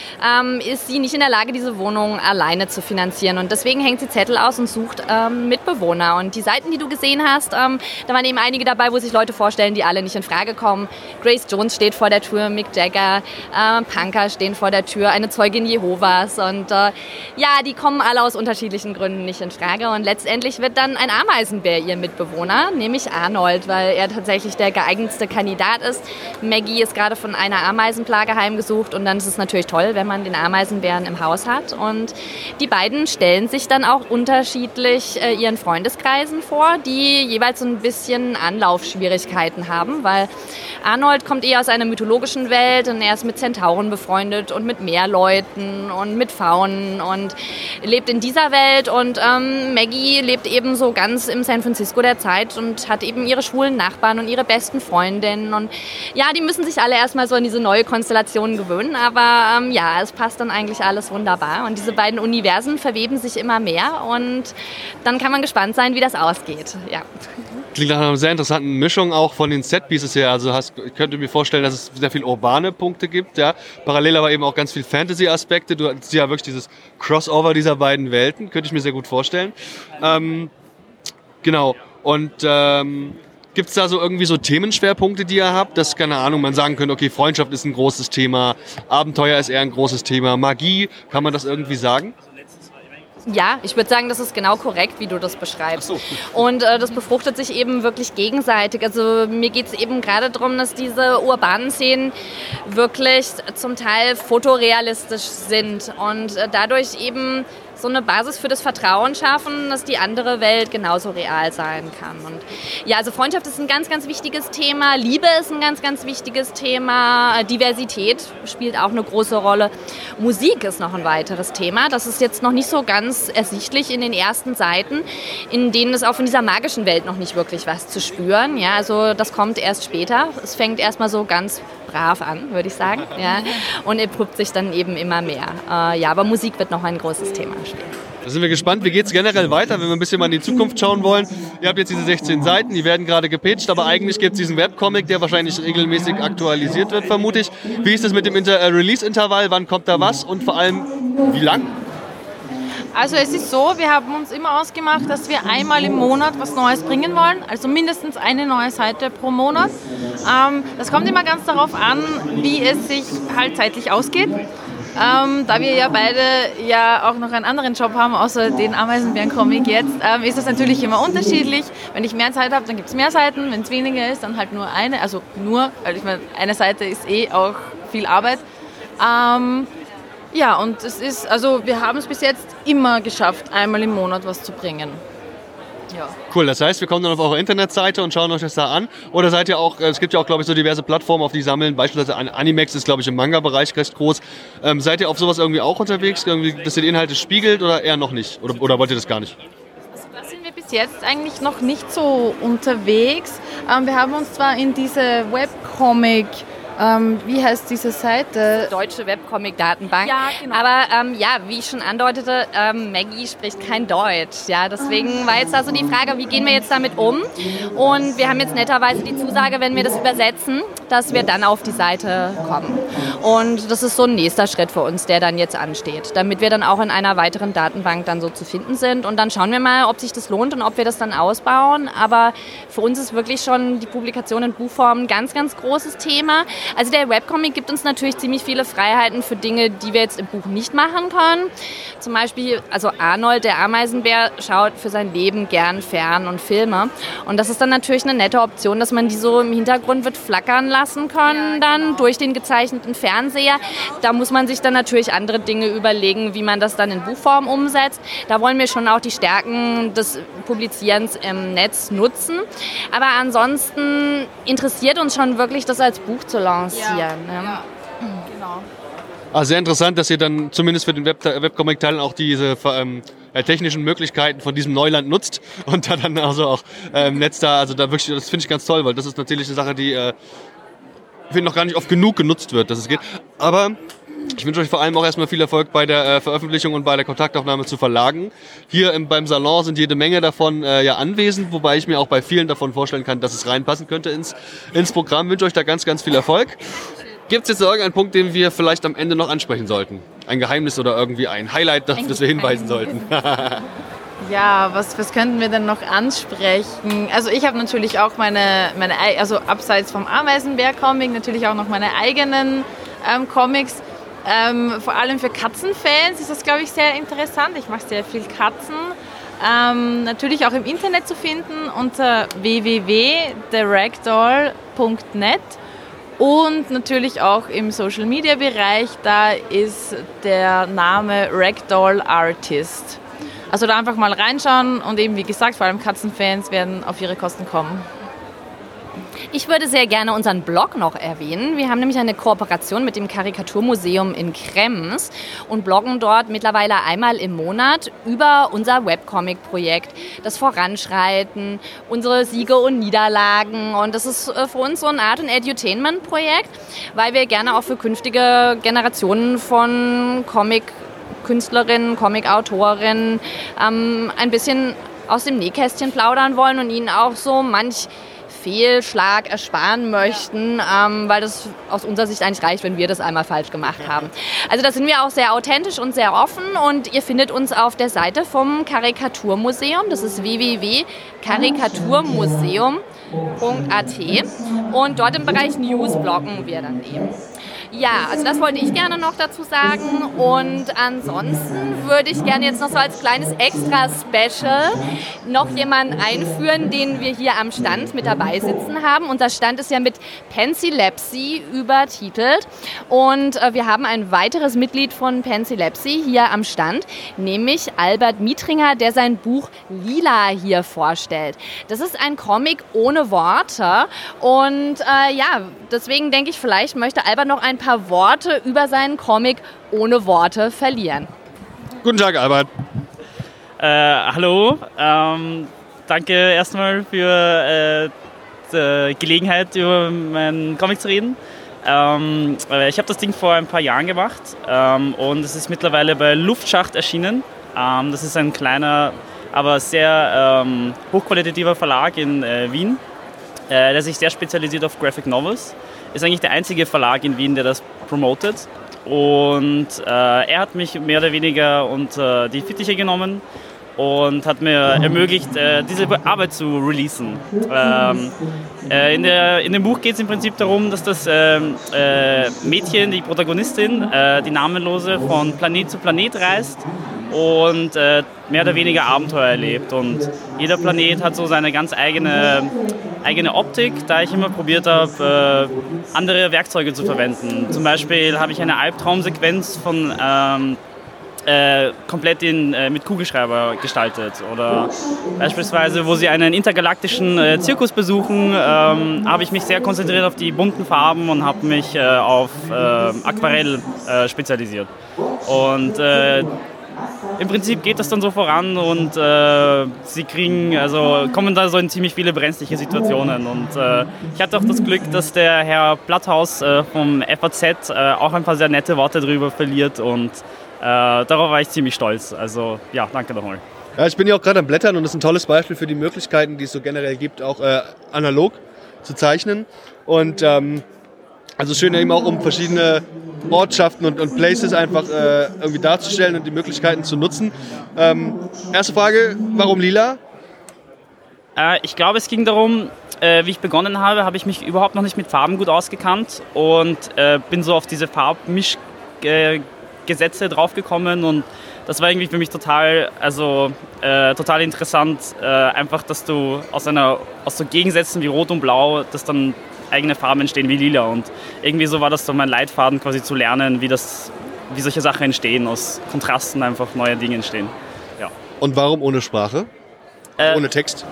ist sie nicht in der Lage, diese Wohnung alleine zu finanzieren. Und deswegen hängt sie Zettel aus und sucht Mitbewohner. Und die Seiten, die du gesehen hast, da waren eben einige dabei, wo sich Leute vorstellen, die alle nicht in Frage kommen. Grace Jones steht vor der Tür, Mick Jagger, Punker stehen vor der Tür, eine Zeugin Jehovas. Und die kommen alle aus unterschiedlichen Gründen nicht in Frage. Und letztendlich wird dann ein Ameisenbär ihr Mitbewohner, nämlich Arnold, weil er tatsächlich der geeignetste Kandidat ist. Maggie ist gerade von einer Ameisenplage heimgesucht und dann ist es natürlich toll, wenn man den Ameisenbären im Haus hat. Und die beiden stellen sich dann auch unterschiedlich ihren Freundeskreisen vor, die jeweils so ein bisschen Anlaufschwierigkeiten haben, weil Arnold kommt eher aus einer mythologischen Welt und er ist mit Zentauren befreundet und mit Meerleuten und mit Faunen und lebt in dieser Welt und Maggie lebt eben so ganz im San Francisco der Zeit und hat eben ihre schwulen Nachbarn und ihre besten Freundinnen und ja, die müssen sich alle erstmal so an diese neue Konstellation gewöhnen, aber es passt dann eigentlich alles wunderbar und diese beiden Universen verweben sich immer mehr und dann kann man gespannt sein, wie das ausgeht. Ja. Klingt nach einer sehr interessanten Mischung auch von den Setpieces her. Also ich könnte mir vorstellen, dass es sehr viel urbane Punkte gibt, ja. Parallel aber eben auch ganz viel Fantasy-Aspekte. Du hast ja wirklich dieses Crossover dieser beiden Welten, könnte ich mir sehr gut vorstellen. Genau. Und gibt es da so irgendwie so Themenschwerpunkte, die ihr habt, dass, keine Ahnung, man sagen könnte, okay, Freundschaft ist ein großes Thema, Abenteuer ist eher ein großes Thema, Magie, kann man das irgendwie sagen? Ja, ich würde sagen, das ist genau korrekt, wie du das beschreibst. Ach so. Und das befruchtet sich eben wirklich gegenseitig. Also mir geht es eben gerade darum, dass diese urbanen Szenen wirklich zum Teil fotorealistisch sind und dadurch eben so eine Basis für das Vertrauen schaffen, dass die andere Welt genauso real sein kann. Und ja, also Freundschaft ist ein ganz, ganz wichtiges Thema. Liebe ist ein ganz, ganz wichtiges Thema. Diversität spielt auch eine große Rolle. Musik ist noch ein weiteres Thema. Das ist jetzt noch nicht so ganz ersichtlich in den ersten Seiten, in denen es auch von dieser magischen Welt noch nicht wirklich was zu spüren. Ja, also das kommt erst später. Es fängt erstmal so ganz brav an, würde ich sagen. Ja, und entpuppt sich dann eben immer mehr. Aber Musik wird noch ein großes Thema spielen. Da sind wir gespannt, wie geht es generell weiter, wenn wir ein bisschen mal in die Zukunft schauen wollen. Ihr habt jetzt diese 16 Seiten, die werden gerade gepitcht, aber eigentlich gibt es diesen Webcomic, der wahrscheinlich regelmäßig aktualisiert wird, vermute ich. Wie ist es mit dem Release-Intervall, wann kommt da was und vor allem, wie lang? Also es ist so, wir haben uns immer ausgemacht, dass wir einmal im Monat was Neues bringen wollen, also mindestens eine neue Seite pro Monat. Das kommt immer ganz darauf an, wie es sich halt zeitlich ausgeht. Da wir ja beide ja auch noch einen anderen Job haben, außer den Ameisenbären-Comic jetzt, ist das natürlich immer unterschiedlich. Wenn ich mehr Zeit habe, dann gibt es mehr Seiten. Wenn es weniger ist, dann halt nur eine. Also weil ich meine, eine Seite ist auch viel Arbeit. Ja, und es ist, also wir haben es bis jetzt immer geschafft, einmal im Monat was zu bringen. Ja. Cool, das heißt, wir kommen dann auf eure Internetseite und schauen euch das da an. Oder seid ihr auch, es gibt ja auch, glaube ich, so diverse Plattformen, auf die sammeln. Beispielsweise Animex ist, glaube ich, im Manga-Bereich recht groß. Seid ihr auf sowas irgendwie auch unterwegs, irgendwie, dass ihr die Inhalte spiegelt oder eher noch nicht? Oder wollt ihr das gar nicht? Da sind wir bis jetzt eigentlich noch nicht so unterwegs. Wir haben uns zwar in diese Webcomic Wie heißt diese Seite? Deutsche Webcomic-Datenbank. Ja, genau. Aber wie ich schon andeutete, Maggie spricht kein Deutsch. Ja, deswegen war jetzt also die Frage, wie gehen wir jetzt damit um? Und wir haben jetzt netterweise die Zusage, wenn wir das übersetzen, dass wir dann auf die Seite kommen. Und das ist so ein nächster Schritt für uns, der dann jetzt ansteht, damit wir dann auch in einer weiteren Datenbank dann so zu finden sind. Und dann schauen wir mal, ob sich das lohnt und ob wir das dann ausbauen. Aber für uns ist wirklich schon die Publikation in Buchform ein ganz, ganz großes Thema. Also der Webcomic gibt uns natürlich ziemlich viele Freiheiten für Dinge, die wir jetzt im Buch nicht machen können. Zum Beispiel, also Arnold, der Ameisenbär, schaut für sein Leben gern Fern- und Filme. Und das ist dann natürlich eine nette Option, dass man die so im Hintergrund wird flackern lassen können, dann durch den gezeichneten Fernseher. Da muss man sich dann natürlich andere Dinge überlegen, wie man das dann in Buchform umsetzt. Da wollen wir schon auch die Stärken des Publizierens im Netz nutzen. Aber ansonsten interessiert uns schon wirklich, das als Buch zu lancieren. Ja, genau. Ah, sehr interessant, dass ihr dann zumindest für den Webcomic-Teil auch diese technischen Möglichkeiten von diesem Neuland nutzt und da dann also auch im Netz da, also da wirklich, das finde ich ganz toll, weil das ist natürlich eine Sache, die noch gar nicht oft genug genutzt wird, dass es geht. Aber ich wünsche euch vor allem auch erstmal viel Erfolg bei der Veröffentlichung und bei der Kontaktaufnahme zu Verlagen. Hier beim Salon sind jede Menge davon anwesend, wobei ich mir auch bei vielen davon vorstellen kann, dass es reinpassen könnte ins Programm. Ich wünsche euch da ganz, ganz viel Erfolg. Gibt es jetzt irgendeinen Punkt, den wir vielleicht am Ende noch ansprechen sollten? Ein Geheimnis oder irgendwie ein Highlight, auf das wir hinweisen sollten? Ja, was könnten wir denn noch ansprechen? Also ich habe natürlich auch also abseits vom Ameisenbär-Comic, natürlich auch noch meine eigenen Comics. Vor allem für Katzenfans ist das, glaube ich, sehr interessant. Ich mache sehr viel Katzen. Natürlich auch im Internet zu finden unter www.theragdoll.net und natürlich auch im Social-Media-Bereich. Da ist der Name Ragdoll Artist. Also da einfach mal reinschauen und eben, wie gesagt, vor allem Katzenfans werden auf ihre Kosten kommen. Ich würde sehr gerne unseren Blog noch erwähnen. Wir haben nämlich eine Kooperation mit dem Karikaturmuseum in Krems und bloggen dort mittlerweile einmal im Monat über unser Webcomic-Projekt, das Voranschreiten, unsere Siege und Niederlagen. Und das ist für uns so eine Art Edutainment-Projekt, weil wir gerne auch für künftige Generationen von Comic-Künstlerinnen, Comic-Autorinnen ein bisschen aus dem Nähkästchen plaudern wollen und ihnen auch so manch Fehlschlag ersparen möchten, weil das aus unserer Sicht eigentlich reicht, wenn wir das einmal falsch gemacht haben. Also da sind wir auch sehr authentisch und sehr offen und ihr findet uns auf der Seite vom Karikaturmuseum, das ist www.karikaturmuseum.at und dort im Bereich News bloggen wir dann eben. Ja, also das wollte ich gerne noch dazu sagen und ansonsten würde ich gerne jetzt noch so als kleines Extra-Special noch jemanden einführen, den wir hier am Stand mit dabei sitzen haben. Unser Stand ist ja mit Pensilepsy übertitelt und wir haben ein weiteres Mitglied von Pensilepsy hier am Stand, nämlich Albert Mietringer, der sein Buch Lila hier vorstellt. Das ist ein Comic ohne Worte und deswegen denke ich, vielleicht möchte Albert noch ein paar Worte über seinen Comic ohne Worte verlieren. Guten Tag, Albert. Hallo, danke erstmal für die Gelegenheit, über meinen Comic zu reden. Ich habe das Ding vor ein paar Jahren gemacht und es ist mittlerweile bei Luftschacht erschienen. Das ist ein kleiner, aber sehr hochqualitativer Verlag in Wien, der sich sehr spezialisiert auf Graphic Novels. Ist eigentlich der einzige Verlag in Wien, der das promotet. Und er hat mich mehr oder weniger unter die Fittiche genommen und hat mir ermöglicht, diese Arbeit zu releasen. In dem Buch geht es im Prinzip darum, dass das Mädchen, die Protagonistin, die Namenlose, von Planet zu Planet reist und mehr oder weniger Abenteuer erlebt. Und jeder Planet hat so seine ganz eigene Optik, da ich immer probiert habe, andere Werkzeuge zu verwenden. Zum Beispiel habe ich eine Albtraumsequenz von komplett mit Kugelschreiber gestaltet. Oder beispielsweise, wo sie einen intergalaktischen Zirkus besuchen, habe ich mich sehr konzentriert auf die bunten Farben und habe mich auf Aquarell spezialisiert. Und im Prinzip geht das dann so voran und sie kommen da so in ziemlich viele brenzliche Situationen. Und ich hatte auch das Glück, dass der Herr Blatthaus vom FAZ auch ein paar sehr nette Worte drüber verliert und darauf war ich ziemlich stolz. Also ja, danke nochmal. Ja, ich bin ja auch gerade am Blättern und das ist ein tolles Beispiel für die Möglichkeiten, die es so generell gibt, auch analog zu zeichnen. Und also schön eben auch, um verschiedene Ortschaften und Places einfach irgendwie darzustellen und die Möglichkeiten zu nutzen. Erste Frage, warum lila? Ich glaube, es ging darum, wie ich begonnen habe ich mich überhaupt noch nicht mit Farben gut ausgekannt und bin so auf diese Farbmischgesetze draufgekommen und das war irgendwie für mich total interessant, einfach, dass du aus so Gegensätzen wie Rot und Blau, dass dann eigene Farben entstehen wie Lila und irgendwie so war das so mein Leitfaden quasi zu lernen, wie solche Sachen entstehen, aus Kontrasten einfach neue Dinge entstehen. Ja. Und warum ohne Sprache? Ohne Text?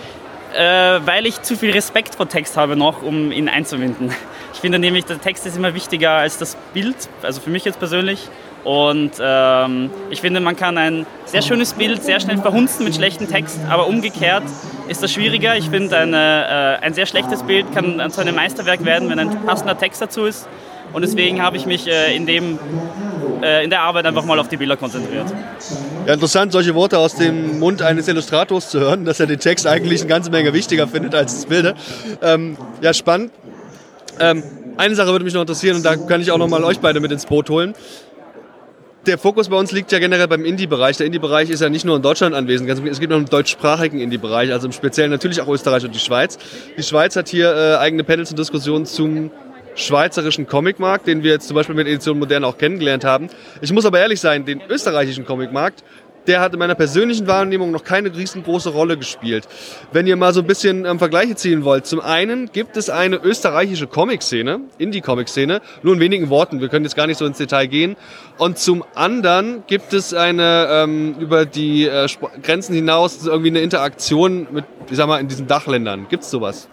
Weil ich zu viel Respekt vor Text habe noch, um ihn einzubinden. Ich finde nämlich, der Text ist immer wichtiger als das Bild, also für mich jetzt persönlich. Und ich finde, man kann ein sehr schönes Bild sehr schnell verhunzen mit schlechtem Text, aber umgekehrt ist das schwieriger. Ich finde, ein sehr schlechtes Bild kann zu einem Meisterwerk werden, wenn ein passender Text dazu ist. Und deswegen habe ich mich in der Arbeit einfach mal auf die Bilder konzentriert. Ja, interessant, solche Worte aus dem Mund eines Illustrators zu hören, dass er den Text eigentlich eine ganze Menge wichtiger findet als das Bilder. Ja, spannend. Eine Sache würde mich noch interessieren und da kann ich auch noch mal euch beide mit ins Boot holen. Der Fokus bei uns liegt ja generell beim Indie-Bereich. Der Indie-Bereich ist ja nicht nur in Deutschland anwesend, es gibt noch einen deutschsprachigen Indie-Bereich, also im Speziellen natürlich auch Österreich und die Schweiz. Die Schweiz hat hier eigene Panels und Diskussionen zum schweizerischen Comicmarkt, den wir jetzt zum Beispiel mit Edition Modern auch kennengelernt haben. Ich muss aber ehrlich sein, den österreichischen Comicmarkt, der hat in meiner persönlichen Wahrnehmung noch keine riesengroße Rolle gespielt. Wenn ihr mal so ein bisschen Vergleiche ziehen wollt, zum einen gibt es eine österreichische Comic-Szene, Indie-Comic-Szene, nur in wenigen Worten, wir können jetzt gar nicht so ins Detail gehen. Und zum anderen gibt es eine über die Grenzen hinaus irgendwie eine Interaktion mit, ich sag mal, in diesen Dachländern. Gibt's sowas?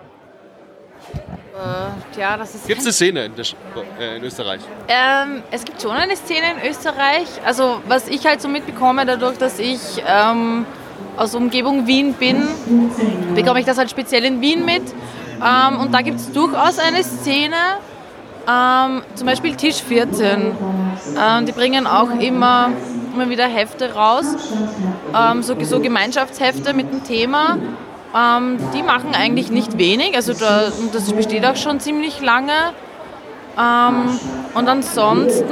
Ja, das ist. Gibt es eine Szene in Österreich? Es gibt schon eine Szene in Österreich. Also was ich halt so mitbekomme, dadurch, dass ich aus der Umgebung Wien bin, bekomme ich das halt speziell in Wien mit. Und da gibt es durchaus eine Szene, zum Beispiel Tisch 14. Die bringen auch immer wieder Hefte raus, so Gemeinschaftshefte mit dem Thema. Die machen eigentlich nicht wenig, also das besteht auch schon ziemlich lange. Und ansonsten,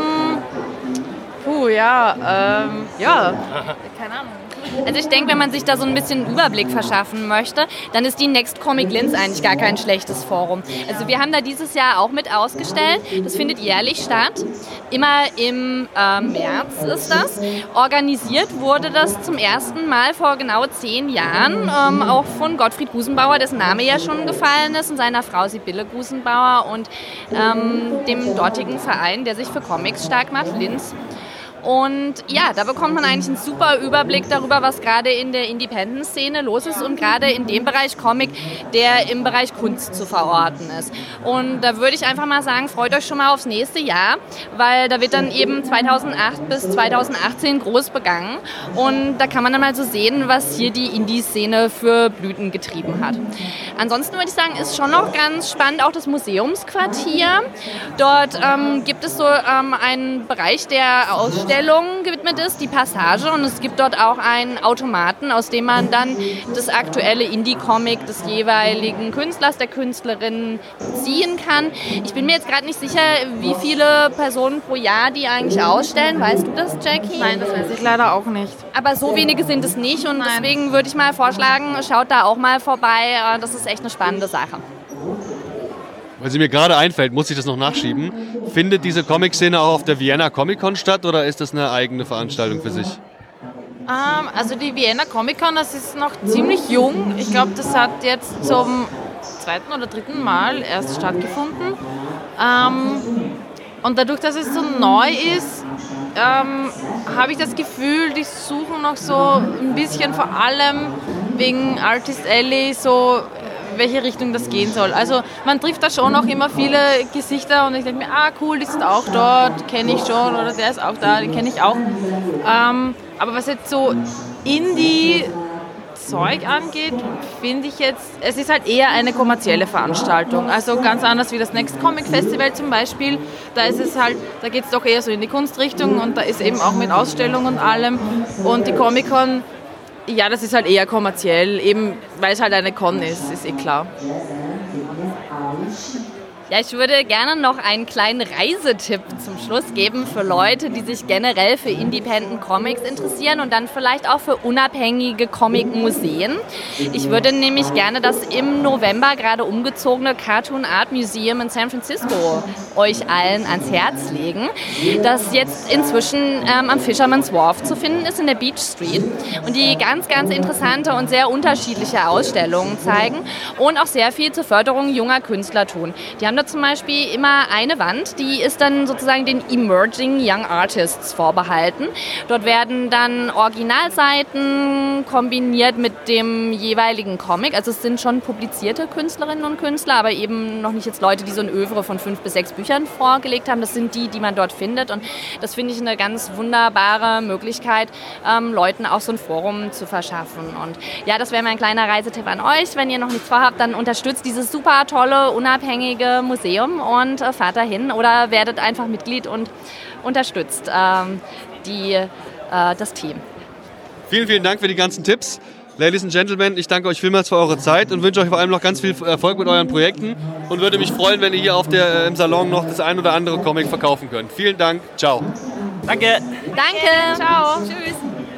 keine Ahnung. Also ich denke, wenn man sich da so ein bisschen Überblick verschaffen möchte, dann ist die Next Comic Linz eigentlich gar kein schlechtes Forum. Also wir haben da dieses Jahr auch mit ausgestellt. Das findet jährlich statt. Immer im März ist das. Organisiert wurde das zum ersten Mal vor genau 10 Jahren, auch von Gottfried Gusenbauer, dessen Name ja schon gefallen ist, und seiner Frau Sibylle Gusenbauer und dem dortigen Verein, der sich für Comics stark macht, Linz. Und ja, da bekommt man eigentlich einen super Überblick darüber, was gerade in der Independent-Szene los ist und gerade in dem Bereich Comic, der im Bereich Kunst zu verorten ist. Und da würde ich einfach mal sagen, freut euch schon mal aufs nächste Jahr, weil da wird dann eben 2008 bis 2018 groß begangen und da kann man dann mal so sehen, was hier die Indie-Szene für Blüten getrieben hat. Ansonsten würde ich sagen, ist schon noch ganz spannend auch das Museumsquartier. Dort gibt es so einen Bereich, der Ausstellungen gewidmet ist, die Passage, und es gibt dort auch einen Automaten, aus dem man dann das aktuelle Indie-Comic des jeweiligen Künstlers, der Künstlerin ziehen kann. Ich bin mir jetzt gerade nicht sicher, wie viele Personen pro Jahr die eigentlich ausstellen. Weißt du das, Jackie? Nein, das weiß ich leider auch nicht. Aber so wenige sind es nicht und deswegen würde ich mal vorschlagen, schaut da auch mal vorbei. Das ist echt eine spannende Sache. Weil sie mir gerade einfällt, muss ich das noch nachschieben. Findet diese Comic-Szene auch auf der Vienna Comic-Con statt oder ist das eine eigene Veranstaltung für sich? Also die Vienna Comic-Con, das ist noch ziemlich jung. Ich glaube, das hat jetzt zum 2. oder 3. Mal erst stattgefunden. Und dadurch, dass es so neu ist, habe ich das Gefühl, die suchen noch so ein bisschen, vor allem wegen Artist Alley, so welche Richtung das gehen soll. Also man trifft da schon auch immer viele Gesichter und ich denke mir, cool, die sind auch dort, kenne ich schon, oder der ist auch da, den kenne ich auch. Aber was jetzt so Indie-Zeug angeht, finde ich jetzt, es ist halt eher eine kommerzielle Veranstaltung. Also ganz anders wie das Next Comic Festival zum Beispiel. Da ist es halt, da geht es doch eher so in die Kunstrichtung und da ist eben auch mit Ausstellungen und allem. Und die Comic-Con, ja, das ist halt eher kommerziell, eben weil es halt eine Con ist eh klar. Ja, ich würde gerne noch einen kleinen Reisetipp zum Schluss geben für Leute, die sich generell für Independent Comics interessieren und dann vielleicht auch für unabhängige Comic-Museen. Ich würde nämlich gerne das im November gerade umgezogene Cartoon Art Museum in San Francisco euch allen ans Herz legen, das jetzt inzwischen am Fisherman's Wharf zu finden ist in der Beach Street und die ganz, ganz interessante und sehr unterschiedliche Ausstellungen zeigen und auch sehr viel zur Förderung junger Künstler tun. Die haben da zum Beispiel immer eine Wand, die ist dann sozusagen den Emerging Young Artists vorbehalten. Dort werden dann Originalseiten kombiniert mit dem jeweiligen Comic. Also es sind schon publizierte Künstlerinnen und Künstler, aber eben noch nicht jetzt Leute, die so ein Œuvre von 5 bis 6 Büchern vorgelegt haben. Das sind die man dort findet und das finde ich eine ganz wunderbare Möglichkeit, Leuten auch so ein Forum zu verschaffen. Und ja, das wäre mein kleiner Reisetipp an euch. Wenn ihr noch nichts vorhabt, dann unterstützt dieses super tolle, unabhängige Museum und fahrt dahin oder werdet einfach Mitglied und unterstützt das Team. Vielen, vielen Dank für die ganzen Tipps. Ladies and Gentlemen, ich danke euch vielmals für eure Zeit und wünsche euch vor allem noch ganz viel Erfolg mit euren Projekten und würde mich freuen, wenn ihr hier im Salon noch das ein oder andere Comic verkaufen könnt. Vielen Dank. Ciao. Danke. Danke. Ciao. Tschüss.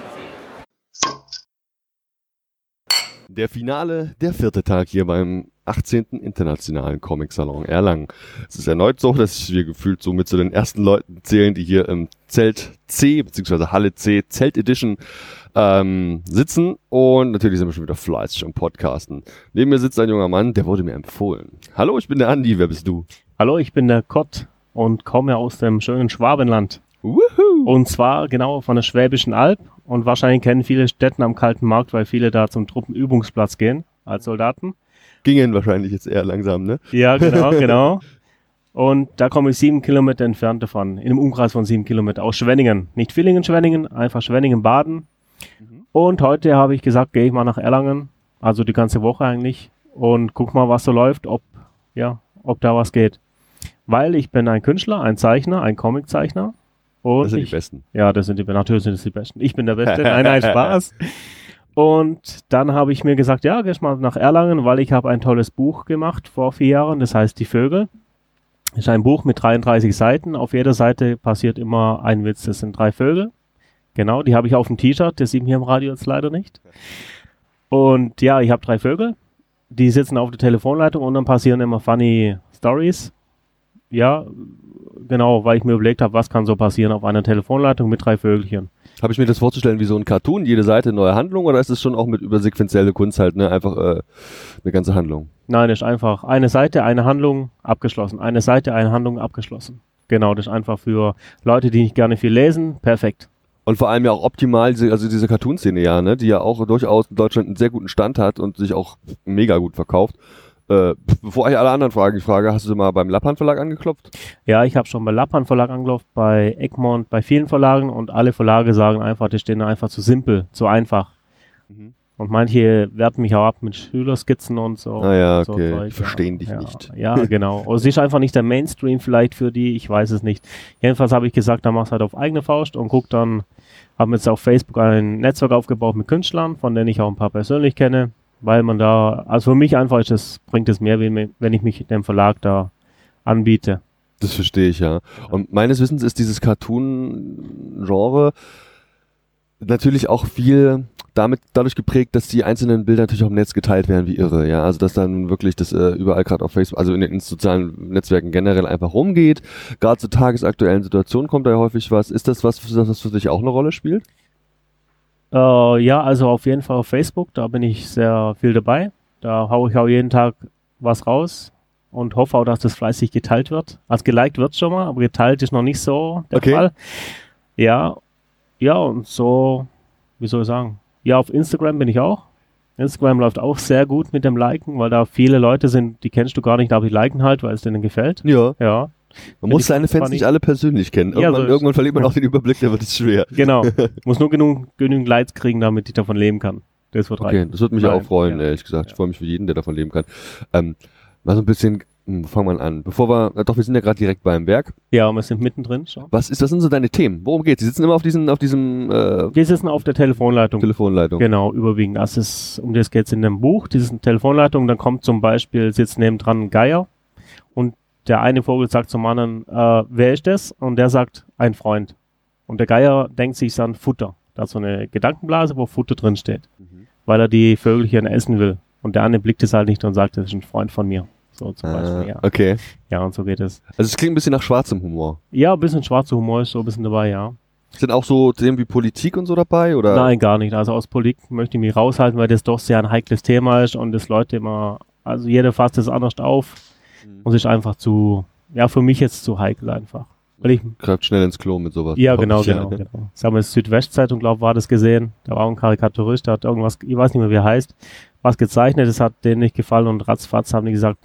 Der vierte Tag hier beim 18. Internationalen Comic-Salon Erlangen. Es ist erneut so, dass wir gefühlt so mit zu den ersten Leuten zählen, die hier im Zelt C, beziehungsweise Halle C, Zelt Edition, sitzen. Und natürlich sind wir schon wieder fleißig am Podcasten. Neben mir sitzt ein junger Mann, der wurde mir empfohlen. Hallo, ich bin der Andi, wer bist du? Hallo, ich bin der Kott und komme aus dem schönen Schwabenland. Woohoo. Und zwar genau von der Schwäbischen Alb. Und wahrscheinlich kennen viele Städten am Kalten Markt, weil viele da zum Truppenübungsplatz gehen als Soldaten. Gingen wahrscheinlich jetzt eher langsam, ne? Ja, genau. Und da komme ich 7 Kilometer entfernt davon, in einem Umkreis von 7 Kilometer, aus Schwenningen. Nicht Villingen-Schwenningen, einfach Schwenningen-Baden. Und heute habe ich gesagt, gehe ich mal nach Erlangen, also die ganze Woche eigentlich, und guck mal, was so läuft, ob da was geht. Weil ich bin ein Künstler, ein Zeichner, ein Comiczeichner. Und das sind die Besten. Ja, natürlich sind das die Besten. Ich bin der Beste. Nein, Spaß. Und dann habe ich mir gesagt, ja, geh mal nach Erlangen, weil ich habe ein tolles Buch gemacht vor 4 Jahren, das heißt Die Vögel. Das ist ein Buch mit 33 Seiten. Auf jeder Seite passiert immer ein Witz. Das sind 3 Vögel. Genau, die habe ich auf dem T-Shirt. Das sieht man hier im Radio jetzt leider nicht. Und ja, ich habe 3 Vögel. Die sitzen auf der Telefonleitung und dann passieren immer funny Stories. Ja, genau, weil ich mir überlegt habe, was kann so passieren auf einer Telefonleitung mit 3 Vögelchen. Habe ich mir das vorzustellen wie so ein Cartoon, jede Seite neue Handlung, oder ist es schon auch mit übersequenzielle Kunst halt, ne, einfach eine ganze Handlung? Nein, das ist einfach eine Seite, eine Handlung, abgeschlossen. Eine Seite, eine Handlung, abgeschlossen. Genau, das ist einfach für Leute, die nicht gerne viel lesen, perfekt. Und vor allem ja auch optimal, diese Cartoon-Szene ja, ne, die ja auch durchaus in Deutschland einen sehr guten Stand hat und sich auch mega gut verkauft. Bevor ich alle anderen Fragen frage, hast du mal beim Lappan Verlag angeklopft? Ja, ich habe schon bei Lappan Verlag angeklopft, bei Egmont, bei vielen Verlagen und alle Verlage sagen einfach, die stehen einfach zu simpel, zu einfach. Mhm. Und manche werten mich auch ab mit Schülerskizzen und so. Ah ja, so okay, Zeug, verstehen dich nicht. Ja, genau. Oder es ist einfach nicht der Mainstream vielleicht für die, ich weiß es nicht. Jedenfalls habe ich gesagt, dann mach's halt auf eigene Faust und guck dann, habe jetzt auf Facebook ein Netzwerk aufgebaut mit Künstlern, von denen ich auch ein paar persönlich kenne. Weil man da, also für mich einfach bringt es mehr, wenn ich mich dem Verlag da anbiete. Das verstehe ich, ja. Und meines Wissens ist dieses Cartoon-Genre natürlich auch viel dadurch geprägt, dass die einzelnen Bilder natürlich auch im Netz geteilt werden wie irre, ja. Also dass dann wirklich das überall gerade auf Facebook, also in den sozialen Netzwerken generell einfach rumgeht. Gerade zur tagesaktuellen Situation kommt da ja häufig was. Ist das was für dich auch eine Rolle spielt? Ja, also auf jeden Fall auf Facebook, da bin ich sehr viel dabei. Da haue ich auch jeden Tag was raus und hoffe auch, dass das fleißig geteilt wird. Also geliked wird schon mal, aber geteilt ist noch nicht so der Fall. Ja, und so, wie soll ich sagen? Ja, auf Instagram bin ich auch. Instagram läuft auch sehr gut mit dem Liken, weil da viele Leute sind, die kennst du gar nicht, aber die liken halt, weil es denen gefällt. Ja. Ja. Man muss seine Fans nicht alle persönlich kennen. Irgendwann verliert man auch den Überblick, dann wird es schwer. Genau. Muss nur genügend Likes kriegen, damit ich davon leben kann. Das wird reichen. Okay, das würde mich auch freuen, ehrlich gesagt. Ich freue mich für jeden, der davon leben kann. Mal so ein bisschen, fangen wir an. Wir sind ja gerade direkt beim Werk. Ja, wir sind mittendrin. Schon. Was sind so deine Themen? Worum geht's? Die sitzen immer auf diesem Die sitzen auf der Telefonleitung. Genau, überwiegend. Um das geht's in dem Buch. Das ist eine Telefonleitung, dann kommt zum Beispiel, sitzt nebendran ein Geier und der eine Vogel sagt zum anderen, wer ist das? Und der sagt, ein Freund. Und der Geier denkt sich an Futter. Da ist so eine Gedankenblase, wo Futter drin steht. Weil er die Vögelchen essen will. Und der eine blickt es halt nicht und sagt, das ist ein Freund von mir. So zum Beispiel, ja. Okay. Ja, und so geht es. Also es klingt ein bisschen nach schwarzem Humor. Ja, ein bisschen schwarzer Humor ist so ein bisschen dabei, ja. Sind auch so Themen wie Politik und so dabei, oder? Nein, gar nicht. Also aus Politik möchte ich mich raushalten, weil das doch sehr ein heikles Thema ist und das Leute immer, also jeder fasst es anders auf und es ist einfach für mich jetzt zu heikel einfach. Weil ich greift schnell ins Klo mit sowas. Ja, genau. Ich habe eine Südwestzeitung, glaube ich, war das gesehen. Da war ein Karikaturist, der hat irgendwas, ich weiß nicht mehr, wie er heißt, was gezeichnet, das hat denen nicht gefallen und ratzfatz haben die gesagt,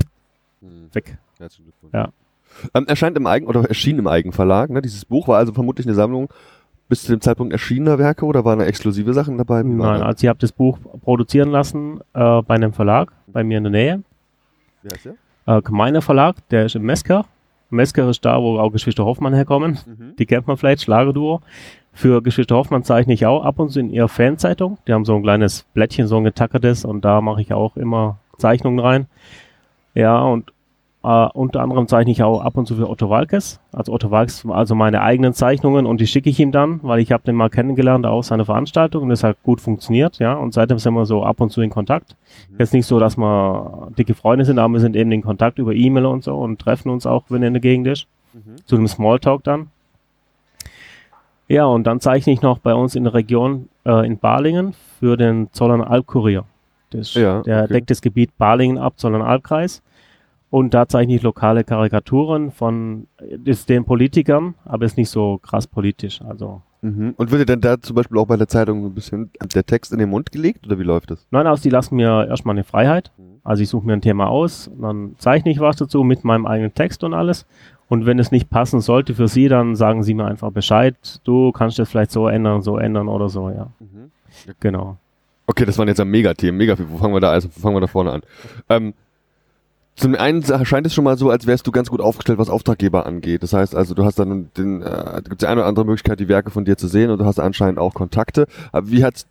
weg. Ja. Erschien im Eigenverlag, ne? Dieses Buch war also vermutlich eine Sammlung bis zu dem Zeitpunkt erschienener Werke oder waren da exklusive Sachen dabei? Nein, also ich habe das Buch produzieren lassen bei einem Verlag, bei mir in der Nähe. Wie heißt der? Gemeiner Verlag, der ist im Mesker. Mesker ist da, wo auch Geschwister Hoffmann herkommen. Die kennt man vielleicht, Schlagerduo. Für Geschwister Hoffmann zeichne ich auch ab und zu in ihrer Fanzeitung. Die haben so ein kleines Blättchen, so ein getackertes und da mache ich auch immer Zeichnungen rein. Ja, und unter anderem zeichne ich auch ab und zu für Otto Walkes. Also Otto Walkes, also meine eigenen Zeichnungen und die schicke ich ihm dann, weil ich habe den mal kennengelernt auf seiner Veranstaltung und das hat gut funktioniert, ja. Und seitdem sind wir so ab und zu in Kontakt. Jetzt nicht so, dass wir dicke Freunde sind, aber wir sind eben in Kontakt über E-Mail und so und treffen uns auch, wenn er in der Gegend ist. Zu dem Smalltalk dann. Ja, und dann zeichne ich noch bei uns in der Region in Balingen für den Zollern Albkurier. Der deckt das Gebiet Balingen ab, Zollern Albkreis. Und da zeichne ich lokale Karikaturen von den Politikern, aber ist nicht so krass politisch. Also. Und wird dir dann da zum Beispiel auch bei der Zeitung ein bisschen der Text in den Mund gelegt oder wie läuft das? Nein, also die lassen mir erstmal eine Freiheit. Also ich suche mir ein Thema aus, dann zeichne ich was dazu mit meinem eigenen Text und alles. Und wenn es nicht passen sollte für sie, dann sagen sie mir einfach Bescheid. Du kannst das vielleicht so ändern oder so, ja. Genau. Okay, das waren jetzt ja Megathemen, mega viel. Wo fangen wir da vorne an? Zum einen scheint es schon mal so, als wärst du ganz gut aufgestellt, was Auftraggeber angeht. Das heißt also, du hast dann da gibt es ja eine oder andere Möglichkeit, die Werke von dir zu sehen und du hast anscheinend auch Kontakte. Aber kannst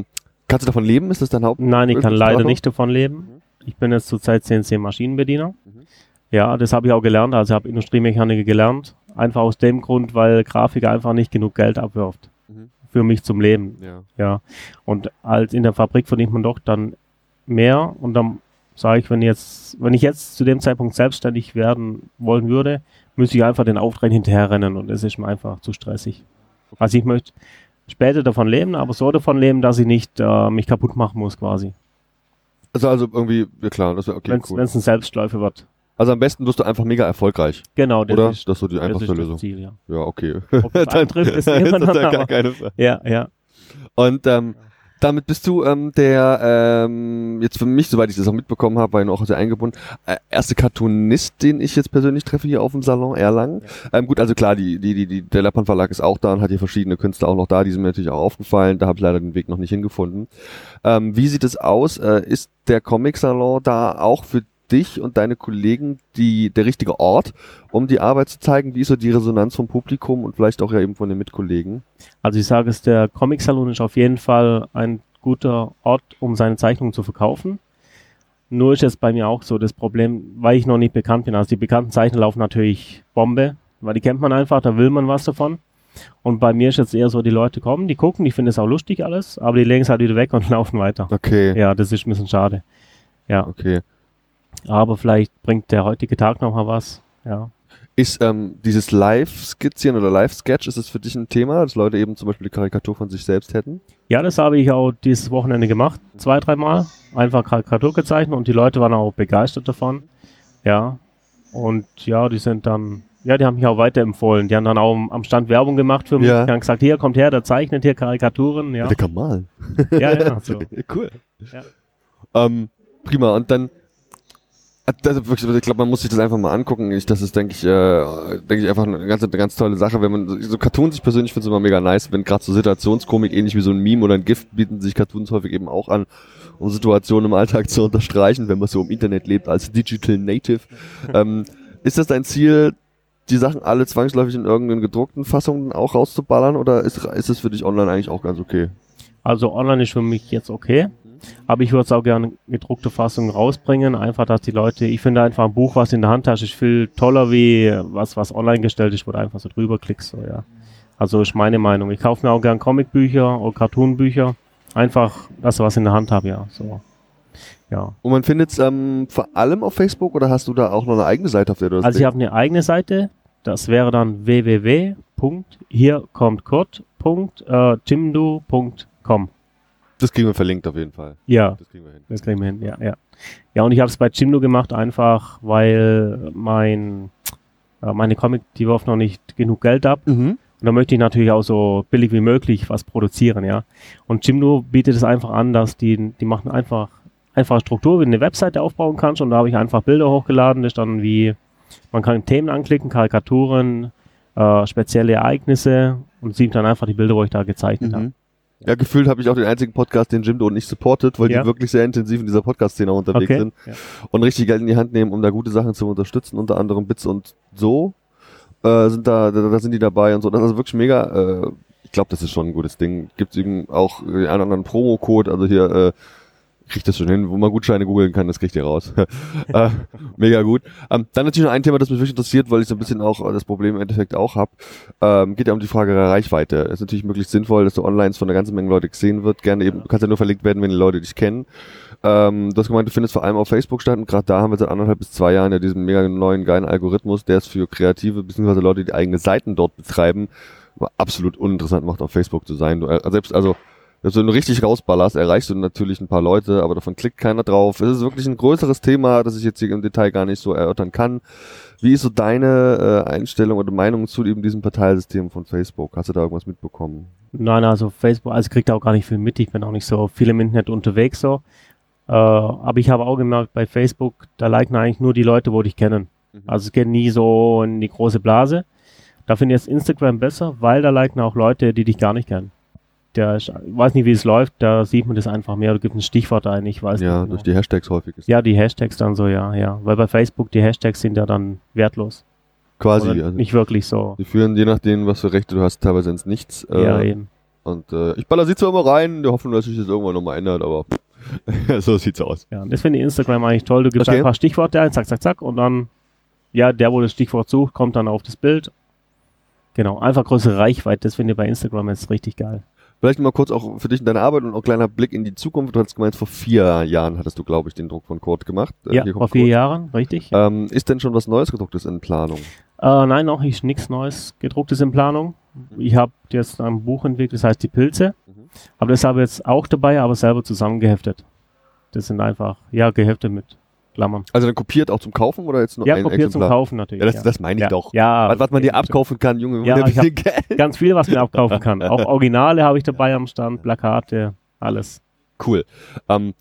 du davon leben? Ist das dein Haupt? Nein, ich kann leider nicht davon leben. Ich bin jetzt zurzeit CNC-Maschinenbediener. Ja, das habe ich auch gelernt. Also ich habe Industriemechaniker gelernt. Einfach aus dem Grund, weil Grafiker einfach nicht genug Geld abwirft. Für mich zum Leben. Ja. Und als in der Fabrik verdient man doch dann mehr und dann sage ich, wenn ich jetzt zu dem Zeitpunkt selbstständig werden wollen würde, müsste ich einfach den Aufträgen hinterherrennen und es ist mir einfach zu stressig. Also ich möchte später davon leben, aber so davon leben, dass ich nicht mich kaputt machen muss quasi. Also irgendwie, ja klar, das wäre okay, cool. Wenn es ein Selbstläufer wird. Also am besten wirst du einfach mega erfolgreich. Genau, das ist so die einfachste Lösung. Das Ziel, ja. Ja, okay. Dann trifft es immer noch. Gar keine Frage. Ja. Und damit bist du der, jetzt für mich, soweit ich das auch mitbekommen habe, war ich auch sehr eingebunden, erste Cartoonist, den ich jetzt persönlich treffe hier auf dem Salon Erlangen. Gut, also klar, der Lappan Verlag ist auch da und hat hier verschiedene Künstler auch noch da, die sind mir natürlich auch aufgefallen, da habe ich leider den Weg noch nicht hingefunden. Wie sieht es aus? Ist der Comic-Salon da auch für dich und deine Kollegen der richtige Ort, um die Arbeit zu zeigen? Wie ist so die Resonanz vom Publikum und vielleicht auch ja eben von den Mitkollegen? Also ich sage es, der Comic-Salon ist auf jeden Fall ein guter Ort, um seine Zeichnungen zu verkaufen. Nur ist es bei mir auch so das Problem, weil ich noch nicht bekannt bin. Also die bekannten Zeichner laufen natürlich Bombe, weil die kennt man einfach, da will man was davon. Und bei mir ist jetzt eher so, die Leute kommen, die gucken, die finden es auch lustig alles, aber die legen es halt wieder weg und laufen weiter. Okay. Ja, das ist ein bisschen schade. Ja. Okay. Aber vielleicht bringt der heutige Tag noch mal was, ja. Ist dieses Live-Skizzieren oder Live-Sketch, ist es für dich ein Thema, dass Leute eben zum Beispiel die Karikatur von sich selbst hätten? Ja, das habe ich auch dieses Wochenende gemacht, 2-3 Mal. Einfach Karikatur gezeichnet und die Leute waren auch begeistert davon. Ja, und ja, die haben mich auch weiterempfohlen. Die haben dann auch am Stand Werbung gemacht für mich. Ja. Die haben gesagt, hier, kommt her, der zeichnet hier Karikaturen. Ja. Der kann malen. Ja, so. Cool. Ja. Prima. Und dann, also wirklich, ich glaube, man muss sich das einfach mal angucken. Das ist, denke ich, einfach eine ganz tolle Sache. Wenn man so Cartoons, ich persönlich finde es immer mega nice, wenn gerade so Situationskomik, ähnlich wie so ein Meme oder ein GIF, bieten sich Cartoons häufig eben auch an, um Situationen im Alltag zu unterstreichen, wenn man so im Internet lebt als Digital Native. Ist das dein Ziel, die Sachen alle zwangsläufig in irgendeinen gedruckten Fassungen auch rauszuballern, oder ist es für dich online eigentlich auch ganz okay? Also online ist für mich jetzt okay. Aber ich würde es auch gerne gedruckte Fassungen rausbringen, einfach, dass die Leute, ich finde einfach ein Buch, was in der Handtasche ist, viel toller wie was online gestellt ist, wo du einfach so drüber klickst, so, ja. Also ist meine Meinung. Ich kaufe mir auch gern Comicbücher oder Cartoonbücher, einfach, dass ich was in der Hand habe, ja, so. Ja. Und man findet es vor allem auf Facebook, oder hast du da auch noch eine eigene Seite, auf der du das Also ich habe eine eigene Seite, das wäre dann www.hierkommtkurt.jimdo.com. Das kriegen wir verlinkt auf jeden Fall. Ja, das kriegen wir hin. Das kriegen wir hin, ja. Ja, und ich habe es bei Jimdo gemacht, einfach weil meine Comic, die wirft noch nicht genug Geld ab. Und da möchte ich natürlich auch so billig wie möglich was produzieren, ja. Und Jimdo bietet es einfach an, dass die machen einfach Struktur, wie du eine Webseite aufbauen kannst, und da habe ich einfach Bilder hochgeladen, das ist dann wie, man kann Themen anklicken, Karikaturen, spezielle Ereignisse, und sieht dann einfach die Bilder, wo ich da gezeichnet habe. Ja, gefühlt habe ich auch den einzigen Podcast, den Jimdo nicht supportet, weil die wirklich sehr intensiv in dieser Podcast-Szene unterwegs sind und richtig Geld in die Hand nehmen, um da gute Sachen zu unterstützen, unter anderem Bits und so sind die dabei und so. Das ist wirklich mega. Ich glaube, das ist schon ein gutes Ding. Gibt es eben auch einen anderen Promo-Code, also hier kriegt das schon hin, wo man Gutscheine googeln kann, das kriegt ihr raus. Mega gut. Dann natürlich noch ein Thema, das mich wirklich interessiert, weil ich so ein bisschen auch das Problem im Endeffekt auch habe. Geht ja um die Frage der Reichweite. Es ist natürlich möglichst sinnvoll, dass du online von einer ganzen Menge Leute gesehen wird. Gerne eben, du kannst ja nur verlinkt werden, wenn die Leute dich kennen. Du hast gemeint, du findest vor allem auf Facebook statt, und gerade da haben wir seit 1,5 bis 2 Jahren ja diesen mega neuen, geilen Algorithmus, der es für Kreative bzw. Leute, die eigene Seiten dort betreiben, absolut uninteressant macht, auf Facebook zu sein. Wenn du richtig rausballerst, erreichst du natürlich ein paar Leute, aber davon klickt keiner drauf. Es ist wirklich ein größeres Thema, das ich jetzt hier im Detail gar nicht so erörtern kann. Wie ist so deine Einstellung oder Meinung zu eben diesem Parteiensystem von Facebook? Hast du da irgendwas mitbekommen? Nein, also Facebook, also ich kriege da auch gar nicht viel mit. Ich bin auch nicht so viel im Internet unterwegs so. Aber ich habe auch gemerkt, bei Facebook, da liken eigentlich nur die Leute, wo dich kennen. Also es geht nie so in die große Blase. Da finde ich jetzt Instagram besser, weil da liken auch Leute, die dich gar nicht kennen. Ich weiß nicht, wie es läuft, da sieht man das einfach mehr, du gibst ein Stichwort ein, ich weiß nicht. Ja, durch die Hashtags häufig ist. Ja, die Hashtags dann so, ja. Weil bei Facebook die Hashtags sind ja dann wertlos. Quasi. Also nicht wirklich so. Die führen, je nachdem, was für Rechte du hast, teilweise ins Nichts. Ja, eben. Und ich baller sie zwar immer rein, in der Hoffnung, dass sich das irgendwann nochmal ändert, aber so sieht's aus. Ja, das finde ich Instagram eigentlich toll, du gibst einfach Stichworte ein, zack, zack, zack, und dann, ja, der, wo das Stichwort sucht, kommt dann auf das Bild. Genau, einfach größere Reichweite, das finde ich bei Instagram jetzt richtig geil. Vielleicht mal kurz auch für dich in deine Arbeit und auch ein kleiner Blick in die Zukunft. Du hast gemeint, vor 4 Jahren hattest du, glaube ich, den Druck von Kurt gemacht. Ja, vor 4 Jahren, richtig. Ist denn schon was Neues gedrucktes in Planung? Nein, noch ist nichts Neues gedrucktes in Planung. Ich habe jetzt ein Buch entwickelt, das heißt Die Pilze. Aber das habe ich jetzt auch dabei, aber selber zusammengeheftet. Das sind einfach, Gehefte mit Klammern. Also dann kopiert auch zum Kaufen oder jetzt nur ein kopiert Exemplar? zum Kaufen natürlich. Ja, das meine ich doch. Ja, was man dir abkaufen kann, Junge. Ja, ich habe ganz viel, was man abkaufen kann. Auch Originale habe ich dabei am Stand, Plakate, alles. Cool. Auf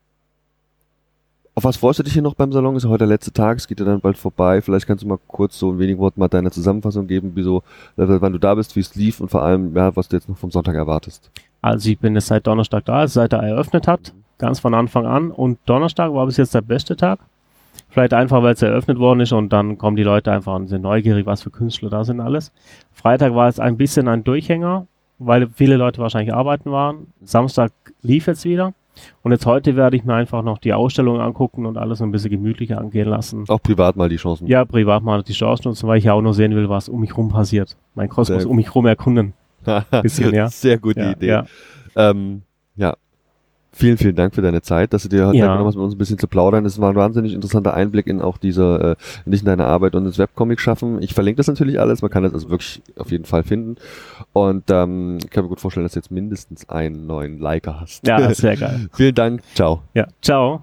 was freust du dich hier noch beim Salon? Ist ja heute der letzte Tag, es geht ja dann bald vorbei. Vielleicht kannst du mal kurz so in wenigen Worten mal deine Zusammenfassung geben, wann du da bist, wie es lief und vor allem, was du jetzt noch vom Sonntag erwartest. Also ich bin jetzt seit Donnerstag da, seit er eröffnet hat, ganz von Anfang an. Und Donnerstag war bis jetzt der beste Tag. Vielleicht einfach, weil es eröffnet worden ist und dann kommen die Leute einfach und sind neugierig, was für Künstler da sind alles. Freitag war es ein bisschen ein Durchhänger, weil viele Leute wahrscheinlich arbeiten waren. Samstag lief jetzt wieder. Und jetzt heute werde ich mir einfach noch die Ausstellung angucken und alles ein bisschen gemütlicher angehen lassen. Auch privat mal die Chancen. Ja, privat mal die Chancen nutzen, weil ich ja auch nur sehen will, was um mich rum passiert. Mein Kosmos um mich rum erkunden. Bisschen, ja. Sehr gute Idee. Ja. Vielen, vielen Dank für deine Zeit, dass du dir heute genommen hast, mit uns ein bisschen zu plaudern. Das war ein wahnsinnig interessanter Einblick in auch diese, nicht in deine Arbeit und ins Webcomic schaffen. Ich verlinke das natürlich alles, man kann das also wirklich auf jeden Fall finden. Und ich kann mir gut vorstellen, dass du jetzt mindestens einen neuen Liker hast. Ja, sehr geil. Vielen Dank. Ciao. Ja, ciao.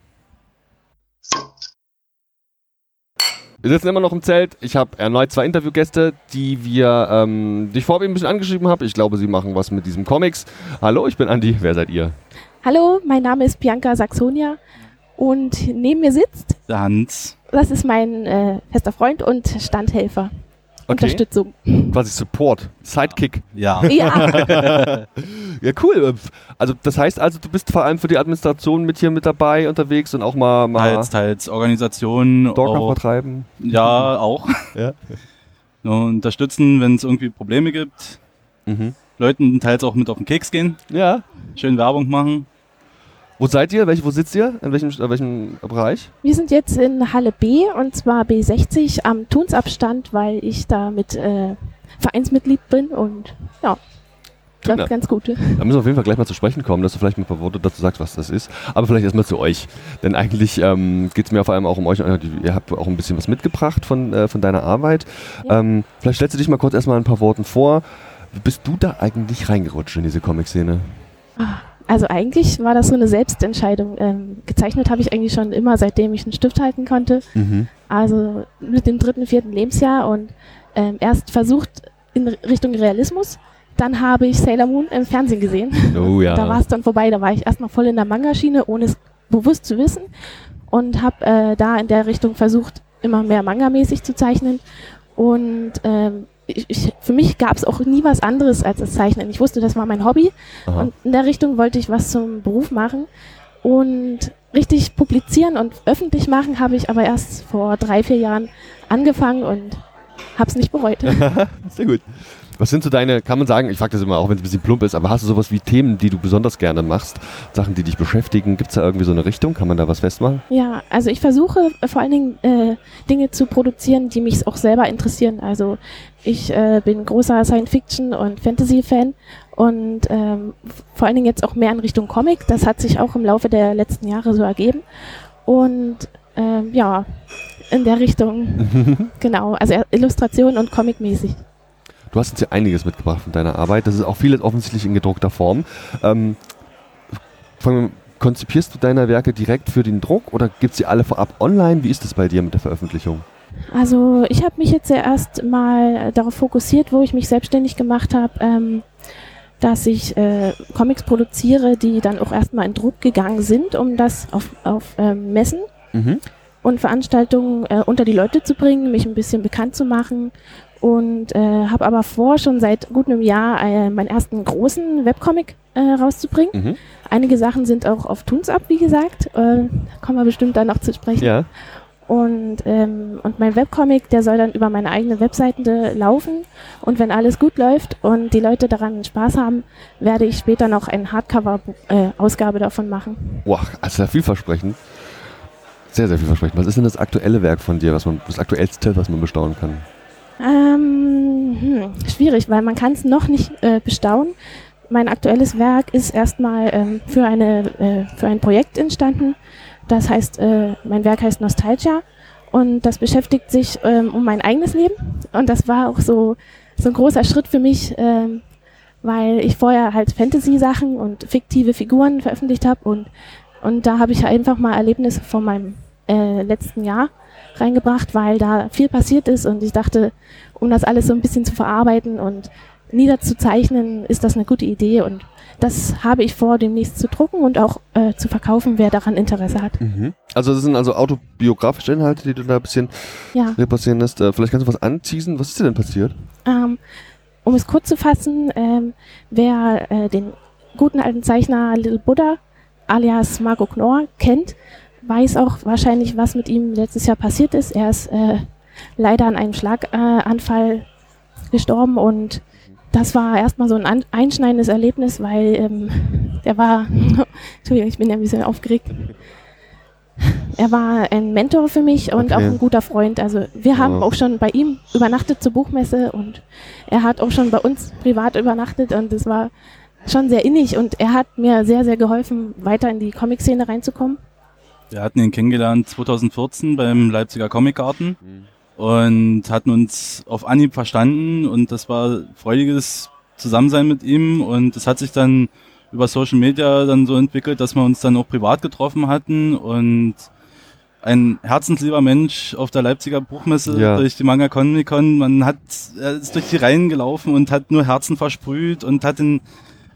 Wir sitzen immer noch im Zelt. Ich habe erneut 2 Interviewgäste, die ich vorher ein bisschen angeschrieben habe. Ich glaube, sie machen was mit diesem Comics. Hallo, ich bin Andi. Wer seid ihr? Hallo, mein Name ist Bianca Saxonia und neben mir sitzt der Hans. Das ist mein fester Freund und Standhelfer. Okay. Unterstützung. Quasi Support, Sidekick. Ja. Ja. Ja, cool. Also das heißt also, du bist vor allem für die Administration mit dabei unterwegs und auch mal Teils Organisation. Docker vertreiben. Ja, auch. Ja. Unterstützen, wenn es irgendwie Probleme gibt. Leuten teils auch mit auf den Keks gehen. Ja. Schön Werbung machen. Wo seid ihr? Wo sitzt ihr? In welchem Bereich? Wir sind jetzt in Halle B und zwar B60 am Tunsabstand, weil ich da mit Vereinsmitglied bin und ja, läuft ganz gut. Da müssen wir auf jeden Fall gleich mal zu sprechen kommen, dass du vielleicht mal ein paar Worte dazu sagst, was das ist. Aber vielleicht erstmal zu euch. Denn eigentlich geht es mir vor allem auch um euch. Ihr habt auch ein bisschen was mitgebracht von deiner Arbeit. Ja. Vielleicht stellst du dich mal kurz erstmal ein paar Worten vor. Wie bist du da eigentlich reingerutscht in diese Comic-Szene? Also eigentlich war das so eine Selbstentscheidung. Gezeichnet habe ich eigentlich schon immer, seitdem ich einen Stift halten konnte. Also mit dem 3., 4. Lebensjahr und erst versucht in Richtung Realismus. Dann habe ich Sailor Moon im Fernsehen gesehen. Oh ja. Da war es dann vorbei. Da war ich erstmal voll in der Manga-Schiene, ohne es bewusst zu wissen. Und habe da in der Richtung versucht, immer mehr Manga-mäßig zu zeichnen. Und für mich gab es auch nie was anderes als das Zeichnen. Ich wusste, das war mein Hobby. Aha. Und in der Richtung wollte ich was zum Beruf machen. Und richtig publizieren und öffentlich machen habe ich aber erst vor 3, 4 Jahren angefangen und habe es nicht bereut. Sehr gut. Was sind so deine, kann man sagen, ich frage das immer, auch wenn es ein bisschen plump ist, aber hast du sowas wie Themen, die du besonders gerne machst? Sachen, die dich beschäftigen? Gibt es da irgendwie so eine Richtung? Kann man da was festmachen? Ja, also ich versuche vor allen Dingen Dinge zu produzieren, die mich auch selber interessieren. Also ich bin großer Science-Fiction- und Fantasy-Fan und vor allen Dingen jetzt auch mehr in Richtung Comic. Das hat sich auch im Laufe der letzten Jahre so ergeben. Und ja, in der Richtung, genau, also Illustration und Comic-mäßig. Du hast uns ja einiges mitgebracht von deiner Arbeit. Das ist auch vieles offensichtlich in gedruckter Form. Konzipierst du deine Werke direkt für den Druck oder gibt es sie alle vorab online? Wie ist das bei dir mit der Veröffentlichung? Also ich habe mich jetzt erst mal darauf fokussiert, wo ich mich selbstständig gemacht habe, dass ich Comics produziere, die dann auch erstmal in Druck gegangen sind, um das auf Messen und Veranstaltungen unter die Leute zu bringen, mich ein bisschen bekannt zu machen. Und habe aber vor, schon seit gut einem Jahr meinen ersten großen Webcomic rauszubringen. Einige Sachen sind auch auf Toons Up, wie gesagt. Kommen wir bestimmt da noch zu sprechen. Ja. Und mein Webcomic, der soll dann über meine eigene Webseite laufen. Und wenn alles gut läuft und die Leute daran Spaß haben, werde ich später noch eine Hardcover-Ausgabe davon machen. Boah, also sehr vielversprechend. Sehr, sehr vielversprechend. Was ist denn das aktuelle Werk von dir, das aktuellste, was man bestaunen kann? Schwierig, weil man kann es noch nicht bestaunen. Mein aktuelles Werk ist erstmal für ein Projekt entstanden. Das heißt, mein Werk heißt Nostalgia und das beschäftigt sich um mein eigenes Leben. Und das war auch so ein großer Schritt für mich, weil ich vorher halt Fantasy-Sachen und fiktive Figuren veröffentlicht habe und da habe ich einfach mal Erlebnisse von meinem letzten Jahr reingebracht, weil da viel passiert ist und ich dachte, um das alles so ein bisschen zu verarbeiten und niederzuzeichnen, ist das eine gute Idee und das habe ich vor, demnächst zu drucken und auch zu verkaufen, wer daran Interesse hat. Also das sind also autobiografische Inhalte, die du da ein bisschen passieren lässt. Vielleicht kannst du was anteasen. Was ist dir denn passiert? Um es kurz zu fassen, wer den guten alten Zeichner Little Buddha alias Marco Knorr kennt, weiß auch wahrscheinlich, was mit ihm letztes Jahr passiert ist. Er ist leider an einem Schlaganfall gestorben und das war erstmal so ein einschneidendes Erlebnis, weil der war, Entschuldigung, ich bin ja ein bisschen aufgeregt. Er war ein Mentor für mich und auch ein guter Freund. Also wir haben auch schon bei ihm übernachtet zur Buchmesse und er hat auch schon bei uns privat übernachtet und es war schon sehr innig und er hat mir sehr, sehr geholfen, weiter in die Comic-Szene reinzukommen. Wir hatten ihn kennengelernt 2014 beim Leipziger Comicgarten und hatten uns auf Anhieb verstanden und das war freudiges Zusammensein mit ihm und es hat sich dann über Social Media dann so entwickelt, dass wir uns dann auch privat getroffen hatten und ein herzenslieber Mensch auf der Leipziger Buchmesse durch die Manga Comic Con. Er ist durch die Reihen gelaufen und hat nur Herzen versprüht und hat den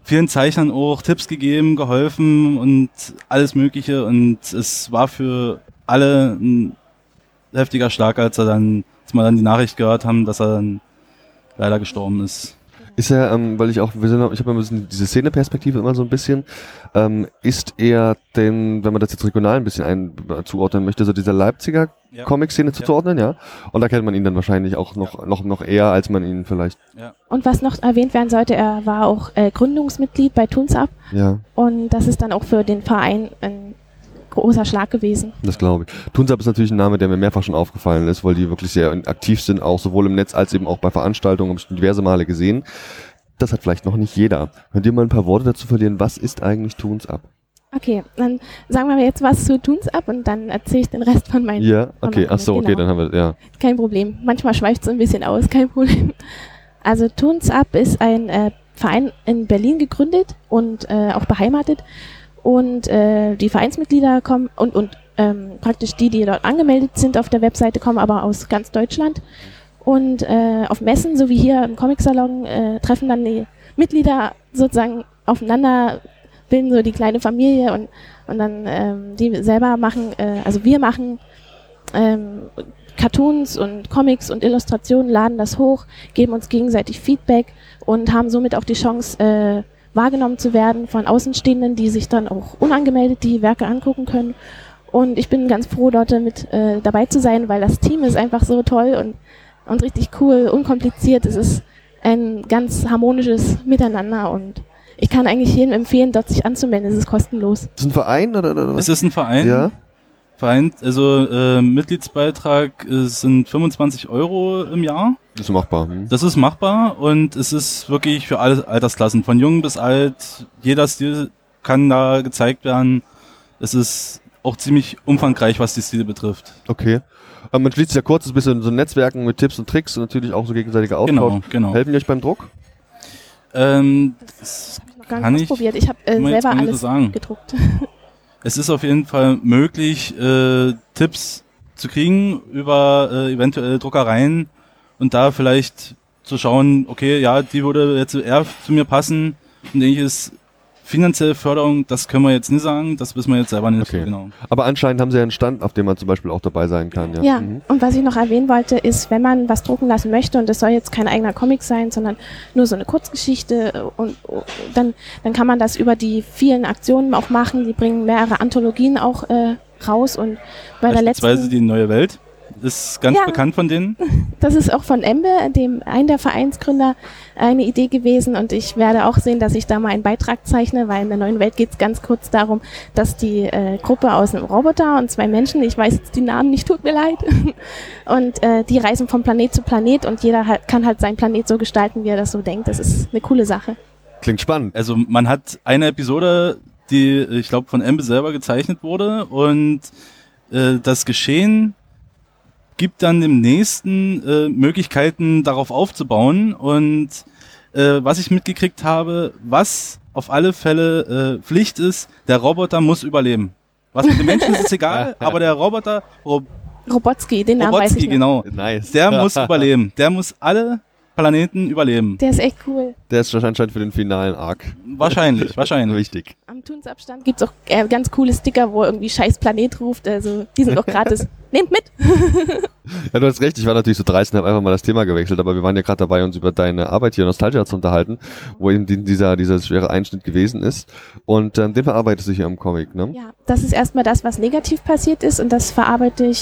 vielen Zeichnern auch Tipps gegeben, geholfen und alles Mögliche. Und es war für alle ein heftiger Schlag, als wir dann die Nachricht gehört haben, dass er dann leider gestorben ist. Ist er, weil ich habe immer ein bisschen diese Szeneperspektive immer so ein bisschen, ist er denn, wenn man das jetzt regional ein bisschen zuordnen möchte, so dieser Leipziger Comic-Szene zuzuordnen, ja? Und da kennt man ihn dann wahrscheinlich auch noch eher, als man ihn vielleicht... Ja. Und was noch erwähnt werden sollte, er war auch Gründungsmitglied bei Toons Up. Ja. Und das ist dann auch für den Verein ein großer Schlag gewesen. Das glaube ich. Toons Up ist natürlich ein Name, der mir mehrfach schon aufgefallen ist, weil die wirklich sehr aktiv sind, auch sowohl im Netz als eben auch bei Veranstaltungen, habe ich schon diverse Male gesehen. Das hat vielleicht noch nicht jeder. Könnt ihr mal ein paar Worte dazu verlieren? Was ist eigentlich Toons Up? Okay, dann sagen wir jetzt was zu Toons Up und dann erzähle ich den Rest von meinen... Ja, okay, ach so, okay, genau. dann haben wir, ja. Kein Problem. Manchmal schweift es ein bisschen aus, kein Problem. Also Toons Up ist ein Verein in Berlin gegründet und auch beheimatet. Und die Vereinsmitglieder kommen und praktisch die dort angemeldet sind auf der Webseite, kommen aber aus ganz Deutschland. Und auf Messen, so wie hier im Comic-Salon, treffen dann die Mitglieder sozusagen aufeinander, bilden so die kleine Familie und dann die selber machen, also wir machen Cartoons und Comics und Illustrationen, laden das hoch, geben uns gegenseitig Feedback und haben somit auch die Chance, wahrgenommen zu werden von Außenstehenden, die sich dann auch unangemeldet die Werke angucken können. Und ich bin ganz froh, dort mit dabei zu sein, weil das Team ist einfach so toll und richtig cool, unkompliziert. Es ist ein ganz harmonisches Miteinander und ich kann eigentlich jedem empfehlen, dort sich anzumelden. Es ist kostenlos. Ist es ein Verein oder was? Es ist ein Verein. Ja. Mitgliedsbeitrag sind 25 € im Jahr. Das ist machbar. Das ist machbar und es ist wirklich für alle Altersklassen, von jung bis alt. Jeder Stil kann da gezeigt werden. Es ist auch ziemlich umfangreich, was die Stile betrifft. Okay. Man schließt sich ja kurz ein bisschen so Netzwerken mit Tipps und Tricks und natürlich auch so gegenseitiger Austausch. Genau. Helfen die euch beim Druck? Das gar nicht ausprobiert. Ich habe selber alles gedruckt. Es ist auf jeden Fall möglich, Tipps zu kriegen über eventuell Druckereien und da vielleicht zu schauen, okay, ja, die würde jetzt eher zu mir passen. Und denke ich, ist finanzielle Förderung, das können wir jetzt nicht sagen, das wissen wir jetzt selber nicht so genau. Aber anscheinend haben sie ja einen Stand, auf dem man zum Beispiel auch dabei sein kann. Ja, Und was ich noch erwähnen wollte, ist, wenn man was drucken lassen möchte, und das soll jetzt kein eigener Comic sein, sondern nur so eine Kurzgeschichte, und dann kann man das über die vielen Aktionen auch machen. Die bringen mehrere Anthologien auch raus. Und bei der letzten... Beispielsweise die Neue Welt ist ganz bekannt von denen. Das ist auch von Embe, einem der Vereinsgründer, eine Idee gewesen und ich werde auch sehen, dass ich da mal einen Beitrag zeichne, weil in der Neuen Welt geht es ganz kurz darum, dass die Gruppe aus einem Roboter und 2 Menschen, ich weiß jetzt die Namen nicht, tut mir leid, und die reisen von Planet zu Planet und jeder kann halt seinen Planet so gestalten, wie er das so denkt. Das ist eine coole Sache. Klingt spannend. Also man hat eine Episode, die, ich glaube, von Embe selber gezeichnet wurde und das Geschehen gibt dann dem nächsten Möglichkeiten, darauf aufzubauen. Und was ich mitgekriegt habe, was auf alle Fälle Pflicht ist, der Roboter muss überleben. Was mit dem Menschen ist egal, aber der Roboter... Robotski, den Namen weiß ich noch. Genau. Nice. Der muss überleben. Der muss alle Planeten überleben. Der ist echt cool. Der ist anscheinend für den finalen Arc. Wahrscheinlich. Wichtig. Am Toons-Abstand gibt es auch ganz coole Sticker, wo irgendwie Scheiß Planet ruft. Also die sind auch gratis. Nehmt mit! Ja, du hast recht, ich war natürlich so dreist und habe einfach mal das Thema gewechselt, aber wir waren ja gerade dabei, uns über deine Arbeit hier Nostalgia zu unterhalten, wo eben dieser dieser schwere Einschnitt gewesen ist. Und den verarbeitest du hier im Comic, ne? Ja, das ist erstmal das, was negativ passiert ist und das verarbeite ich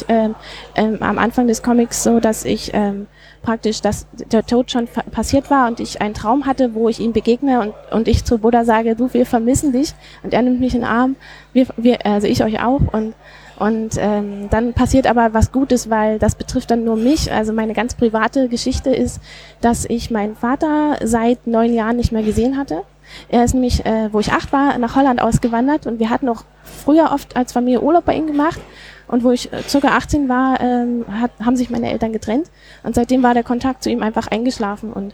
am Anfang des Comics so, dass ich praktisch, dass der Tod schon passiert war und ich einen Traum hatte, wo ich ihm begegne und ich zu Buddha sage, du, wir vermissen dich, und er nimmt mich in den Arm, also ich euch auch, und dann passiert aber was Gutes, weil das betrifft dann nur mich. Also meine ganz private Geschichte ist, dass ich meinen Vater seit 9 Jahren nicht mehr gesehen hatte. Er ist nämlich, wo ich 8 war, nach Holland ausgewandert und wir hatten auch früher oft als Familie Urlaub bei ihm gemacht. Und wo ich ca. 18 war, haben sich meine Eltern getrennt und seitdem war der Kontakt zu ihm einfach eingeschlafen. Und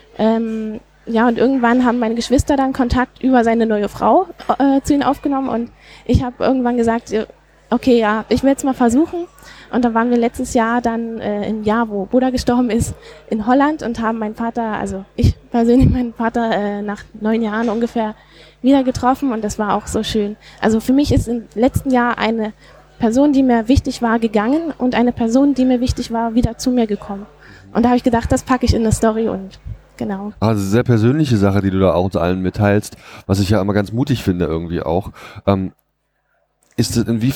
ja, und irgendwann haben meine Geschwister dann Kontakt über seine neue Frau zu ihm aufgenommen und ich habe irgendwann gesagt, okay, ja, ich will jetzt mal versuchen. Und da waren wir letztes Jahr dann im Jahr, wo Buddha gestorben ist, in Holland und haben meinen Vater, also ich persönlich meinen Vater nach 9 Jahren ungefähr wieder getroffen und das war auch so schön. Also für mich ist im letzten Jahr eine Person, die mir wichtig war, gegangen und eine Person, die mir wichtig war, wieder zu mir gekommen. Und da habe ich gedacht, das packe ich in eine Story und genau. Also sehr persönliche Sache, die du da auch uns allen mitteilst, was ich ja immer ganz mutig finde irgendwie auch. Ist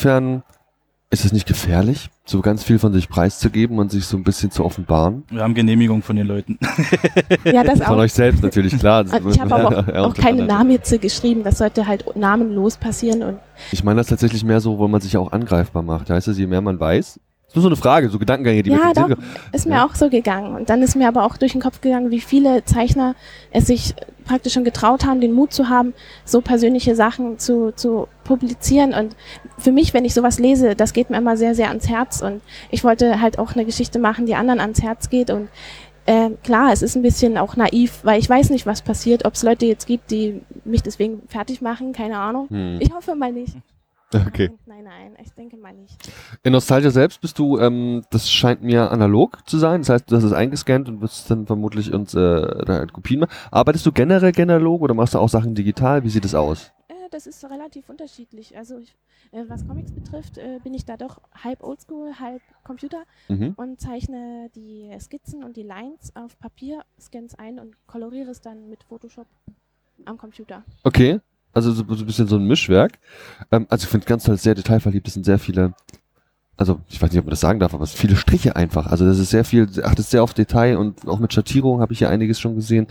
es nicht gefährlich, so ganz viel von sich preiszugeben und sich so ein bisschen zu offenbaren? Wir haben Genehmigung von den Leuten. Ja, das auch. Von euch selbst natürlich, klar. Ich habe aber auch keine Namenhitze geschrieben, das sollte halt namenlos passieren. Und ich meine das tatsächlich mehr so, wo man sich auch angreifbar macht. Heißt das, je mehr man weiß? Das ist nur so eine Frage, so Gedankengänge, die ja, mir doch, ist mir auch so gegangen. Und dann ist mir aber auch durch den Kopf gegangen, wie viele Zeichner es sich praktisch schon getraut haben, den Mut zu haben, so persönliche Sachen zu publizieren. Und für mich, wenn ich sowas lese, das geht mir immer sehr, sehr ans Herz. Und ich wollte halt auch eine Geschichte machen, die anderen ans Herz geht. Und klar, es ist ein bisschen auch naiv, weil ich weiß nicht, was passiert, ob es Leute jetzt gibt, die mich deswegen fertig machen, keine Ahnung. Ich hoffe mal nicht. Okay. Nein, ich denke mal nicht. In Nostalgia selbst bist du, das scheint mir analog zu sein, das heißt, du hast es eingescannt und wirst dann vermutlich uns da halt Kopien machen. Arbeitest du generell analog oder machst du auch Sachen digital? Wie sieht es aus? Das ist relativ unterschiedlich. Also was Comics betrifft, bin ich da doch halb Oldschool, halb Computer und zeichne die Skizzen und die Lines auf Papier, scanne es ein und koloriere es dann mit Photoshop am Computer. Okay. Also so ein bisschen so ein Mischwerk. Also ich finde ganz toll, sehr detailverliebt. Es sind sehr viele, also ich weiß nicht, ob man das sagen darf, aber es sind viele Striche einfach. Also das ist sehr viel, achtest sehr auf Detail und auch mit Schattierung habe ich hier einiges schon gesehen.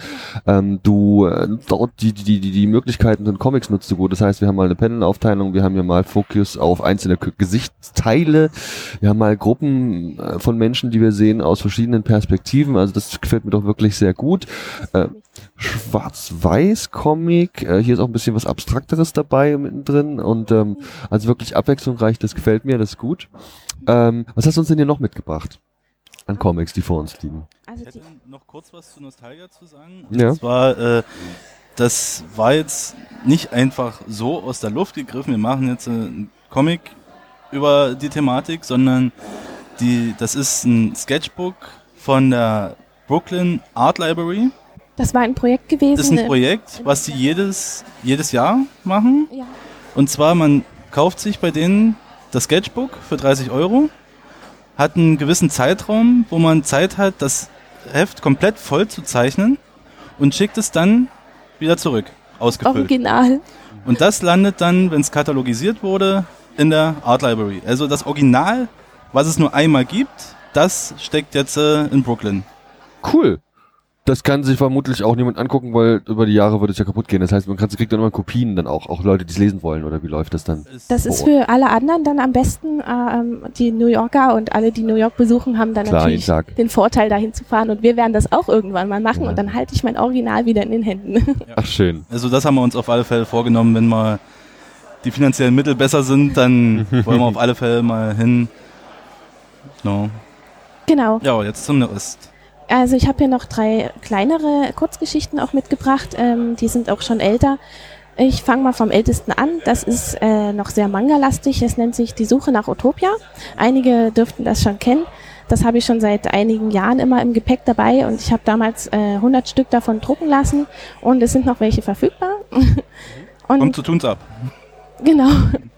Dort die Möglichkeiten sind Comics nutzt du gut. Das heißt, wir haben mal eine Panel-Aufteilung, wir haben hier mal Fokus auf einzelne Gesichtsteile, wir haben mal Gruppen von Menschen, die wir sehen aus verschiedenen Perspektiven. Also das gefällt mir doch wirklich sehr gut. Schwarz-Weiß-Comic, hier ist auch ein bisschen was Abstrakteres dabei mittendrin und also wirklich abwechslungsreich, das gefällt mir, das ist gut. Was hast du uns denn hier noch mitgebracht an Comics, die vor uns liegen? Ich hätte noch kurz was zu Nostalgia zu sagen. Ja. Und zwar, das war jetzt nicht einfach so aus der Luft gegriffen, wir machen jetzt einen Comic über die Thematik, sondern das ist ein Sketchbook von der Brooklyn Art Library. Das war ein Projekt gewesen. Das ist ein Projekt, was die jedes Jahr machen. Ja. Und zwar, man kauft sich bei denen das Sketchbook für 30 €, hat einen gewissen Zeitraum, wo man Zeit hat, das Heft komplett voll zu zeichnen und schickt es dann wieder zurück, ausgefüllt. Original. Und das landet dann, wenn es katalogisiert wurde, in der Art Library. Also das Original, was es nur einmal gibt, das steckt jetzt in Brooklyn. Cool. Das kann sich vermutlich auch niemand angucken, weil über die Jahre würde es ja kaputt gehen. Das heißt, kriegt dann immer Kopien dann auch Leute, die es lesen wollen, oder wie läuft das dann? Das ist für alle anderen dann am besten, die New Yorker und alle, die New York besuchen, haben dann natürlich den Vorteil, dahin zu fahren und wir werden das auch irgendwann mal machen und dann halte ich mein Original wieder in den Händen. Ja. Ach, schön. Also das haben wir uns auf alle Fälle vorgenommen, wenn mal die finanziellen Mittel besser sind, dann wollen wir auf alle Fälle mal hin. No. Genau. Ja, jetzt zum Rest. Also ich habe hier noch 3 kleinere Kurzgeschichten auch mitgebracht, die sind auch schon älter. Ich fange mal vom ältesten an, das ist noch sehr manga-lastig, es nennt sich Die Suche nach Utopia. Einige dürften das schon kennen, das habe ich schon seit einigen Jahren immer im Gepäck dabei und ich habe damals 100 Stück davon drucken lassen und es sind noch welche verfügbar. Kommt zu tun's ab. Genau.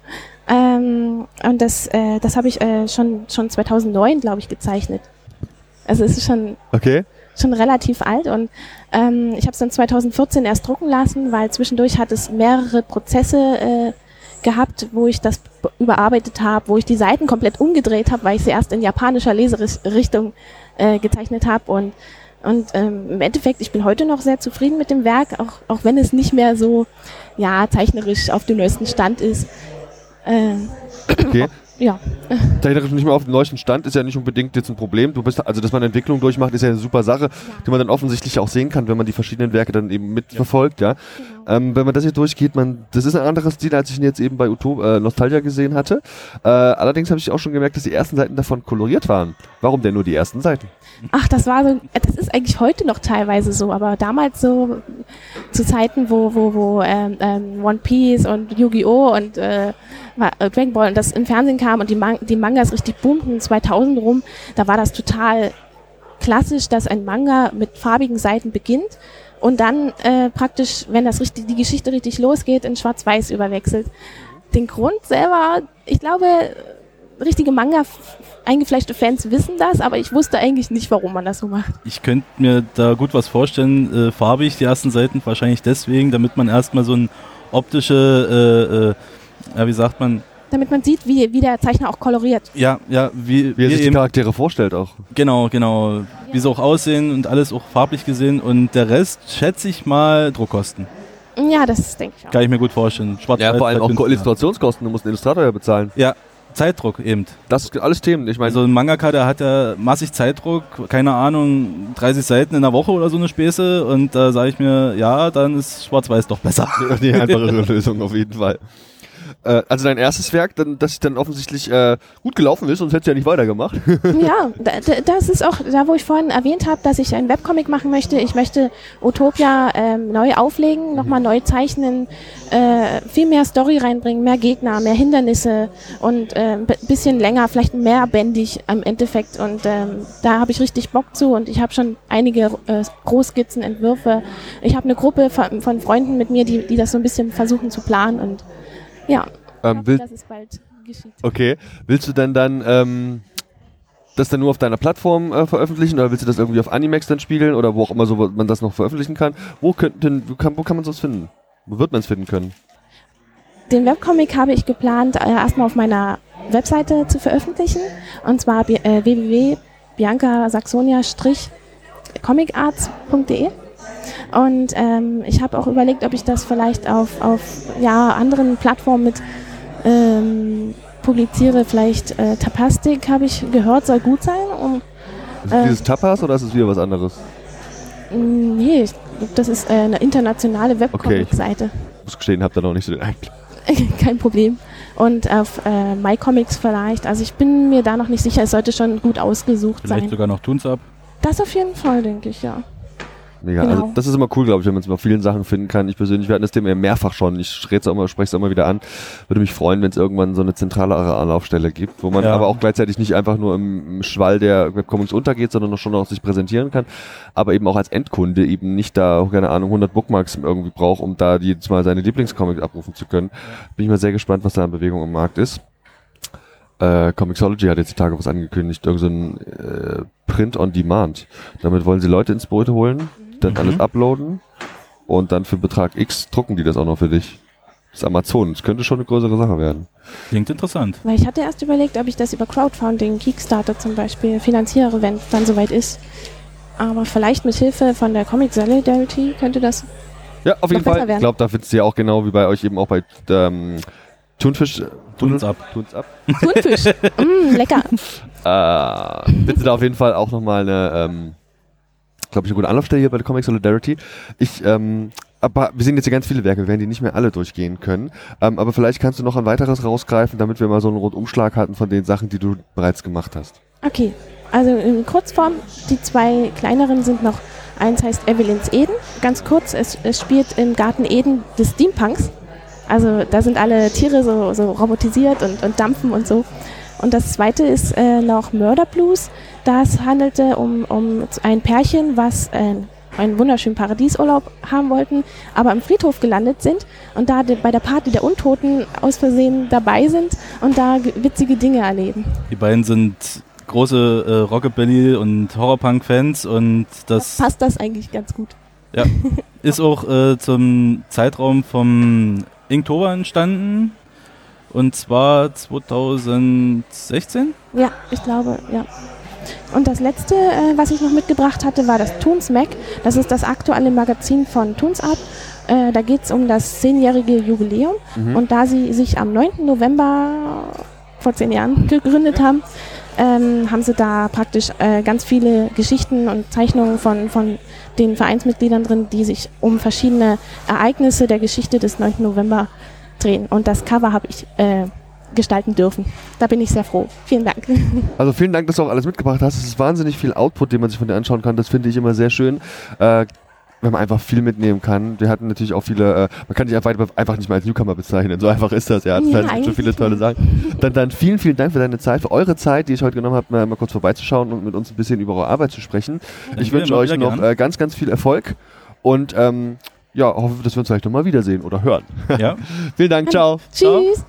Und das habe ich schon 2009, glaube ich, gezeichnet. Also es ist schon relativ alt und ich habe es dann 2014 erst drucken lassen, weil zwischendurch hat es mehrere Prozesse gehabt, wo ich das überarbeitet habe, wo ich die Seiten komplett umgedreht habe, weil ich sie erst in japanischer Leserichtung gezeichnet habe und im Endeffekt, ich bin heute noch sehr zufrieden mit dem Werk, auch wenn es nicht mehr so zeichnerisch auf dem neuesten Stand ist. Okay. Ja. Technisch nicht mehr auf dem neuesten Stand ist ja nicht unbedingt jetzt ein Problem. Also, dass man Entwicklung durchmacht, ist ja eine super Sache, die man dann offensichtlich auch sehen kann, wenn man die verschiedenen Werke dann eben mitverfolgt, ja. Wenn man das hier durchgeht, das ist ein anderer Stil, als ich ihn jetzt eben bei Nostalgia gesehen hatte. Allerdings habe ich auch schon gemerkt, dass die ersten Seiten davon koloriert waren. Warum denn nur die ersten Seiten? Ach, das ist eigentlich heute noch teilweise so, aber damals so zu Zeiten, wo One Piece und Yu-Gi-Oh! Und Dragon Ball und das im Fernsehen kam und die Mangas richtig boomten, 2000 rum, da war das total klassisch, dass ein Manga mit farbigen Seiten beginnt und dann praktisch, wenn die Geschichte richtig losgeht, in Schwarz-Weiß überwechselt. Den Grund selber, ich glaube, richtige eingefleischte Fans wissen das, aber ich wusste eigentlich nicht, warum man das so macht. Ich könnte mir da gut was vorstellen, farbig die ersten Seiten, wahrscheinlich deswegen, damit man erstmal so ein optische, wie sagt man? Damit man sieht, wie der Zeichner auch koloriert. Ja, wie er sich die Charaktere vorstellt auch. Genau, wie sie auch aussehen und alles auch farblich gesehen und der Rest, schätze ich mal, Druckkosten. Ja, das denke ich auch. Kann ich mir gut vorstellen. Ja, vor allem auch Illustrationskosten, du musst einen Illustrator ja bezahlen. Ja, Zeitdruck eben. Das ist alles Themen. Ich meine, so ein Mangaka, der hat ja massig Zeitdruck, keine Ahnung, 30 Seiten in der Woche oder so eine Späße und da sage ich mir, ja, dann ist Schwarz-Weiß doch besser. Die einfachere Lösung auf jeden Fall. Also dein erstes Werk, das dann offensichtlich gut gelaufen ist, sonst hättest du ja nicht weitergemacht. Ja, das ist auch da, wo ich vorhin erwähnt habe, dass ich einen Webcomic machen möchte. Ich möchte Utopia neu auflegen, nochmal neu zeichnen, viel mehr Story reinbringen, mehr Gegner, mehr Hindernisse und bisschen länger, vielleicht mehrbändig im Endeffekt. Und da habe ich richtig Bock zu und ich habe schon einige Großskizzen, Entwürfe. Ich habe eine Gruppe von Freunden mit mir, die das so ein bisschen versuchen zu planen und ja, dass es bald geschieht. Okay. Willst du denn dann das dann nur auf deiner Plattform veröffentlichen oder willst du das irgendwie auf Animax dann spielen oder wo auch immer so man das noch veröffentlichen kann? Wo kann man das finden? Wo wird man es finden können? Den Webcomic habe ich geplant, erstmal auf meiner Webseite zu veröffentlichen und zwar www.biancasaxonia-comicarts.de. Und ich habe auch überlegt, ob ich das vielleicht auf anderen Plattformen mit publiziere. Vielleicht Tapastic, habe ich gehört, soll gut sein. Ist dieses Tapas oder ist es wieder was anderes? Nee, das ist eine internationale Webcomic-Seite. Okay, ich muss gestehen, habt ihr noch nicht so den Einblick. Kein Problem. Und auf MyComics vielleicht. Also ich bin mir da noch nicht sicher, es sollte schon gut ausgesucht sein. Vielleicht sogar noch Toons Up. Das auf jeden Fall, denke ich, ja. Mega. Genau. Also das ist immer cool, glaube ich, wenn man es bei vielen Sachen finden kann. Ich persönlich, wir hatten das Thema ja mehrfach schon. Ich spreche es auch immer wieder an. Würde mich freuen, wenn es irgendwann so eine zentrale Anlaufstelle gibt, wo man aber auch gleichzeitig nicht einfach nur im Schwall der Webcomics untergeht, sondern auch schon noch sich präsentieren kann. Aber eben auch als Endkunde eben nicht da, keine Ahnung, 100 Bookmarks irgendwie braucht, um da jedes Mal seine Lieblingscomics abrufen zu können. Bin ich mal sehr gespannt, was da an Bewegung im Markt ist. Comixology hat jetzt die Tage was angekündigt, irgend so ein Print on Demand. Damit wollen sie Leute ins Boot holen, dann alles uploaden und dann für Betrag X drucken die das auch noch für dich. Das ist Amazon, das könnte schon eine größere Sache werden. Klingt interessant. Weil ich hatte erst überlegt, ob ich das über Crowdfunding, Kickstarter zum Beispiel, finanziere, wenn es dann soweit ist. Aber vielleicht mit Hilfe von der Comic Solidarity könnte das ja, auf jeden Fall. Werden. Ich glaube, da findest du ja auch genau wie bei euch eben auch bei Thunfisch. Tuns Up. Thunfisch. Lecker. Bitte da auf jeden Fall auch nochmal eine, glaube ich, eine gute Anlaufstelle hier bei der Comic Solidarity. Aber wir sehen jetzt ja ganz viele Werke, wir werden die nicht mehr alle durchgehen können. Aber vielleicht kannst du noch ein weiteres rausgreifen, damit wir mal so einen Rundumschlag hatten von den Sachen, die du bereits gemacht hast. Okay, also in Kurzform, die zwei kleineren sind noch, eins heißt Evelyn's Eden, ganz kurz, es spielt im Garten Eden des Steampunks. Also da sind alle Tiere so robotisiert und dampfen und so. Und das zweite ist noch Murder Blues. Das handelte um ein Pärchen, was einen wunderschönen Paradiesurlaub haben wollten, aber im Friedhof gelandet sind und da bei der Party der Untoten aus Versehen dabei sind und da witzige Dinge erleben. Die beiden sind große Rockabilly- und Horrorpunk-Fans und das passt das eigentlich ganz gut. Ja, ist auch zum Zeitraum vom Inktober entstanden und zwar 2016? Ja, ich glaube, ja. Und das letzte, was ich noch mitgebracht hatte, war das Toons Mag. Das ist das aktuelle Magazin von Toons Up. Da geht es um das 10-jährige Jubiläum. Und da sie sich am 9. November vor 10 Jahren gegründet haben, haben sie da praktisch ganz viele Geschichten und Zeichnungen von den Vereinsmitgliedern drin, die sich um verschiedene Ereignisse der Geschichte des 9. November drehen. Und das Cover habe ich gestalten dürfen. Da bin ich sehr froh. Vielen Dank. Also vielen Dank, dass du auch alles mitgebracht hast. Es ist wahnsinnig viel Output, den man sich von dir anschauen kann. Das finde ich immer sehr schön. wenn man einfach viel mitnehmen kann. Wir hatten natürlich auch viele, man kann dich einfach nicht mal als Newcomer bezeichnen. So einfach ist das, ja. Das heißt, es gibt schon viele tolle Sachen. Dann vielen, vielen Dank für deine Zeit, für eure Zeit, die ich heute genommen habe, mal kurz vorbeizuschauen und mit uns ein bisschen über eure Arbeit zu sprechen. Ich wünsche euch noch ganz, ganz viel Erfolg und hoffe, dass wir uns vielleicht nochmal wiedersehen oder hören. Ja. Vielen Dank, ciao. Tschüss.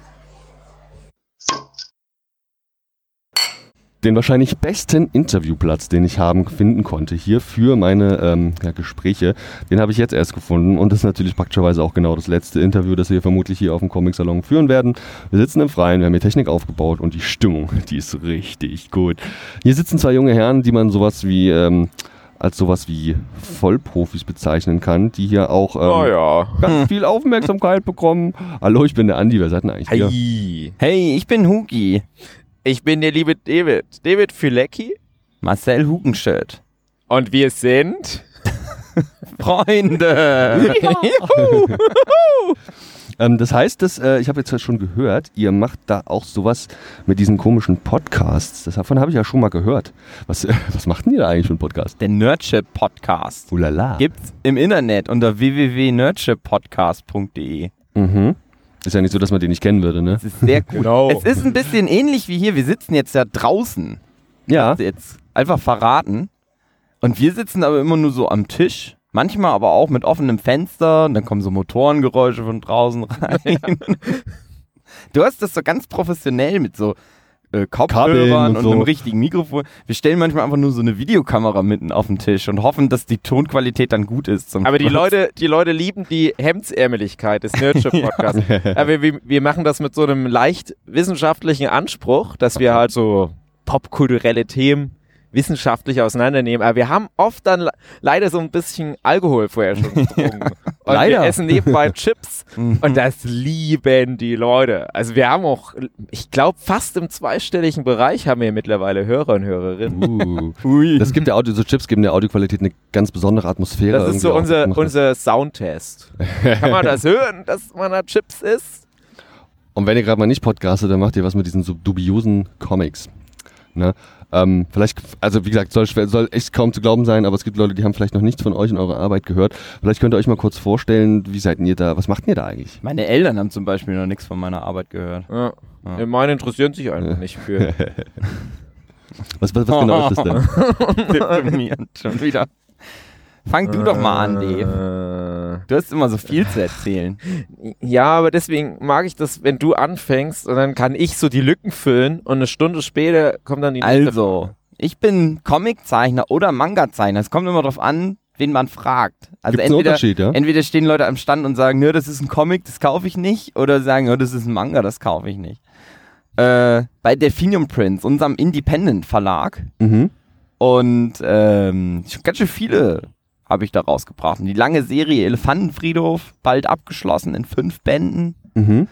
Den wahrscheinlich besten Interviewplatz, den ich finden konnte hier für meine Gespräche, den habe ich jetzt erst gefunden und das ist natürlich praktischerweise auch genau das letzte Interview, das wir vermutlich hier auf dem Comic-Salon führen werden. Wir sitzen im Freien, wir haben hier Technik aufgebaut und die Stimmung, die ist richtig gut. Hier sitzen zwei junge Herren, die man als sowas wie Vollprofis bezeichnen kann, die hier auch ganz viel Aufmerksamkeit bekommen. Hallo, ich bin der Andi, wer seid denn eigentlich hier? Hey, ich bin Hugi. Ich bin der liebe David. David Fülecki. Marcel Hugenschild. Und wir sind Freunde. Das heißt, ich habe jetzt schon gehört, ihr macht da auch sowas mit diesen komischen Podcasts. Davon habe ich ja schon mal gehört. Was macht denn ihr da eigentlich für einen Podcast? Der Nerdship Podcast. Ulala. Gibt's im Internet unter www.nerdshippodcast.de. Mhm. Ist ja nicht so, dass man den nicht kennen würde, ne? Das ist sehr gut. Genau. Es ist ein bisschen ähnlich wie hier. Wir sitzen jetzt ja draußen. Ja. Jetzt einfach verraten. Und wir sitzen aber immer nur so am Tisch. Manchmal aber auch mit offenem Fenster. Und dann kommen so Motorengeräusche von draußen rein. Du hast das so ganz professionell mit so Kopfhörern und einem richtigen Mikrofon. Wir stellen manchmal einfach nur so eine Videokamera mitten auf den Tisch und hoffen, dass die Tonqualität dann gut ist. Aber die Leute lieben die Hemdsärmeligkeit des Nerdship-Podcasts. Aber wir machen das mit so einem leicht wissenschaftlichen Anspruch, dass wir halt so popkulturelle Themen wissenschaftlich auseinandernehmen. Aber wir haben oft dann leider so ein bisschen Alkohol vorher schon getrunken. Und leider. Wir essen nebenbei Chips und das lieben die Leute. Also wir haben auch, ich glaube, fast im zweistelligen Bereich haben wir mittlerweile Hörer und Hörerinnen. Das gibt so Chips geben der Audioqualität eine ganz besondere Atmosphäre. Das ist so unser Soundtest. Kann man das hören, dass man da Chips isst? Und wenn ihr gerade mal nicht podcastet, dann macht ihr was mit diesen so dubiosen Comics. Ne? Vielleicht, also wie gesagt, soll echt kaum zu glauben sein, aber es gibt Leute, die haben vielleicht noch nichts von euch und eurer Arbeit gehört. Vielleicht könnt ihr euch mal kurz vorstellen, wie seid ihr da, was macht ihr da eigentlich? Meine Eltern haben zum Beispiel noch nichts von meiner Arbeit gehört. Ja. Meine interessieren sich einfach nicht für. Was genau ist das denn? Deprimierend schon wieder. Fang du doch mal an, Dave. Du hast immer so viel zu erzählen. Ja, aber deswegen mag ich das, wenn du anfängst und dann kann ich so die Lücken füllen und eine Stunde später kommt dann die nächste. Also, ich bin Comiczeichner oder Manga-Zeichner. Es kommt immer darauf an, wen man fragt. Also Gibt's einen Unterschied, ja? Entweder stehen Leute am Stand und sagen, das ist ein Comic, das kaufe ich nicht. Oder sagen, das ist ein Manga, das kaufe ich nicht. Bei Delphinium Prints, unserem Independent-Verlag. Mhm. Und ganz schön viele habe ich da rausgebracht. Und die lange Serie Elefantenfriedhof, bald abgeschlossen in 5 Bänden. Mhm.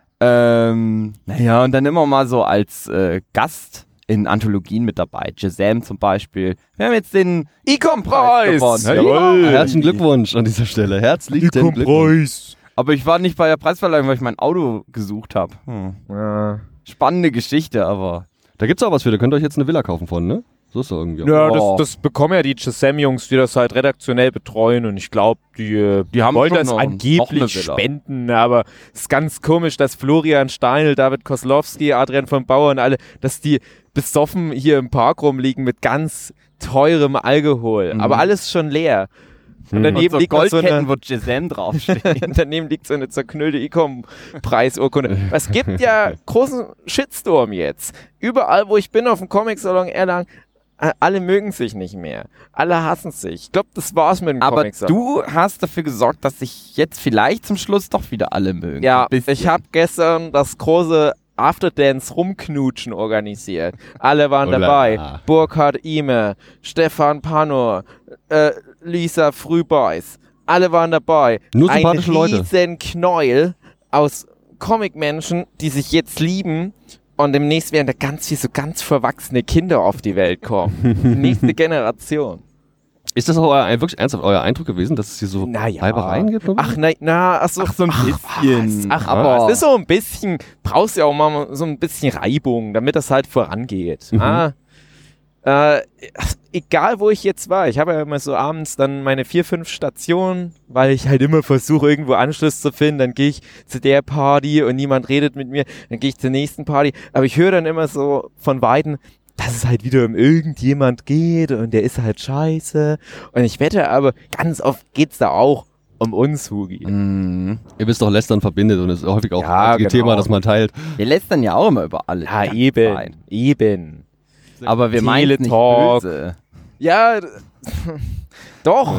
Und dann immer mal so als Gast in Anthologien mit dabei. Shazam zum Beispiel. Wir haben jetzt den Ecom-Preis gewonnen. Jawohl. Herzlichen Glückwunsch an dieser Stelle. Herzlichen Glückwunsch. Aber ich war nicht bei der Preisverleihung, weil ich mein Auto gesucht habe. Ja. Spannende Geschichte, aber... Da gibt's auch was für, da könnt ihr euch jetzt eine Villa kaufen von, ne? So ist doch irgendwie. Ja, das bekommen ja die Shazam-Jungs, die das halt redaktionell betreuen und ich glaube, die haben wollen das angeblich spenden, aber es ist ganz komisch, dass Florian Steinl, David Koslowski, Adrian von Bauer und alle, dass die besoffen hier im Park rumliegen mit ganz teurem Alkohol, aber alles schon leer. Und daneben so liegt Goldketten, wo Shazam draufsteht. Daneben liegt so eine zerknüllte Ecom-Preisurkunde. Es gibt ja großen Shitstorm jetzt. Überall, wo ich bin, auf dem Comic-Salon Erlangen, alle mögen sich nicht mehr. Alle hassen sich. Ich glaube, das war's mit dem Comic-Salon. Aber du hast dafür gesorgt, dass sich jetzt vielleicht zum Schluss doch wieder alle mögen. Ja, ich habe gestern das große Afterdance rumknutschen organisiert. Alle waren dabei. Burkhard Ime, Stefan Panor, Lisa Frühbeis. Alle waren dabei. Nur sympathische Leute. Ein riesen Knäuel aus Comic-Menschen, die sich jetzt lieben. Und demnächst werden da ganz verwachsene Kinder auf die Welt kommen. Nächste Generation. Ist das auch wirklich ernsthaft euer Eindruck gewesen, dass es hier so Reibereien gibt? Ach, so ein bisschen. Aber es ist so ein bisschen, brauchst ja auch mal so ein bisschen Reibung, damit das halt vorangeht. egal wo ich jetzt war, ich habe ja immer so abends dann meine 4-5 Stationen, weil ich halt immer versuche, irgendwo Anschluss zu finden, dann gehe ich zu der Party und niemand redet mit mir, dann gehe ich zur nächsten Party, aber ich höre dann immer so von Weitem, dass es halt wieder um irgendjemand geht und der ist halt scheiße und ich wette aber, ganz oft geht's da auch um uns, Hugi. Ihr wisst doch, Lästern verbindet und es ist häufig auch ein Thema, das man teilt. Wir lästern ja auch immer über alle. Ja, eben. Aber wir meinen nicht böse. Ja, doch.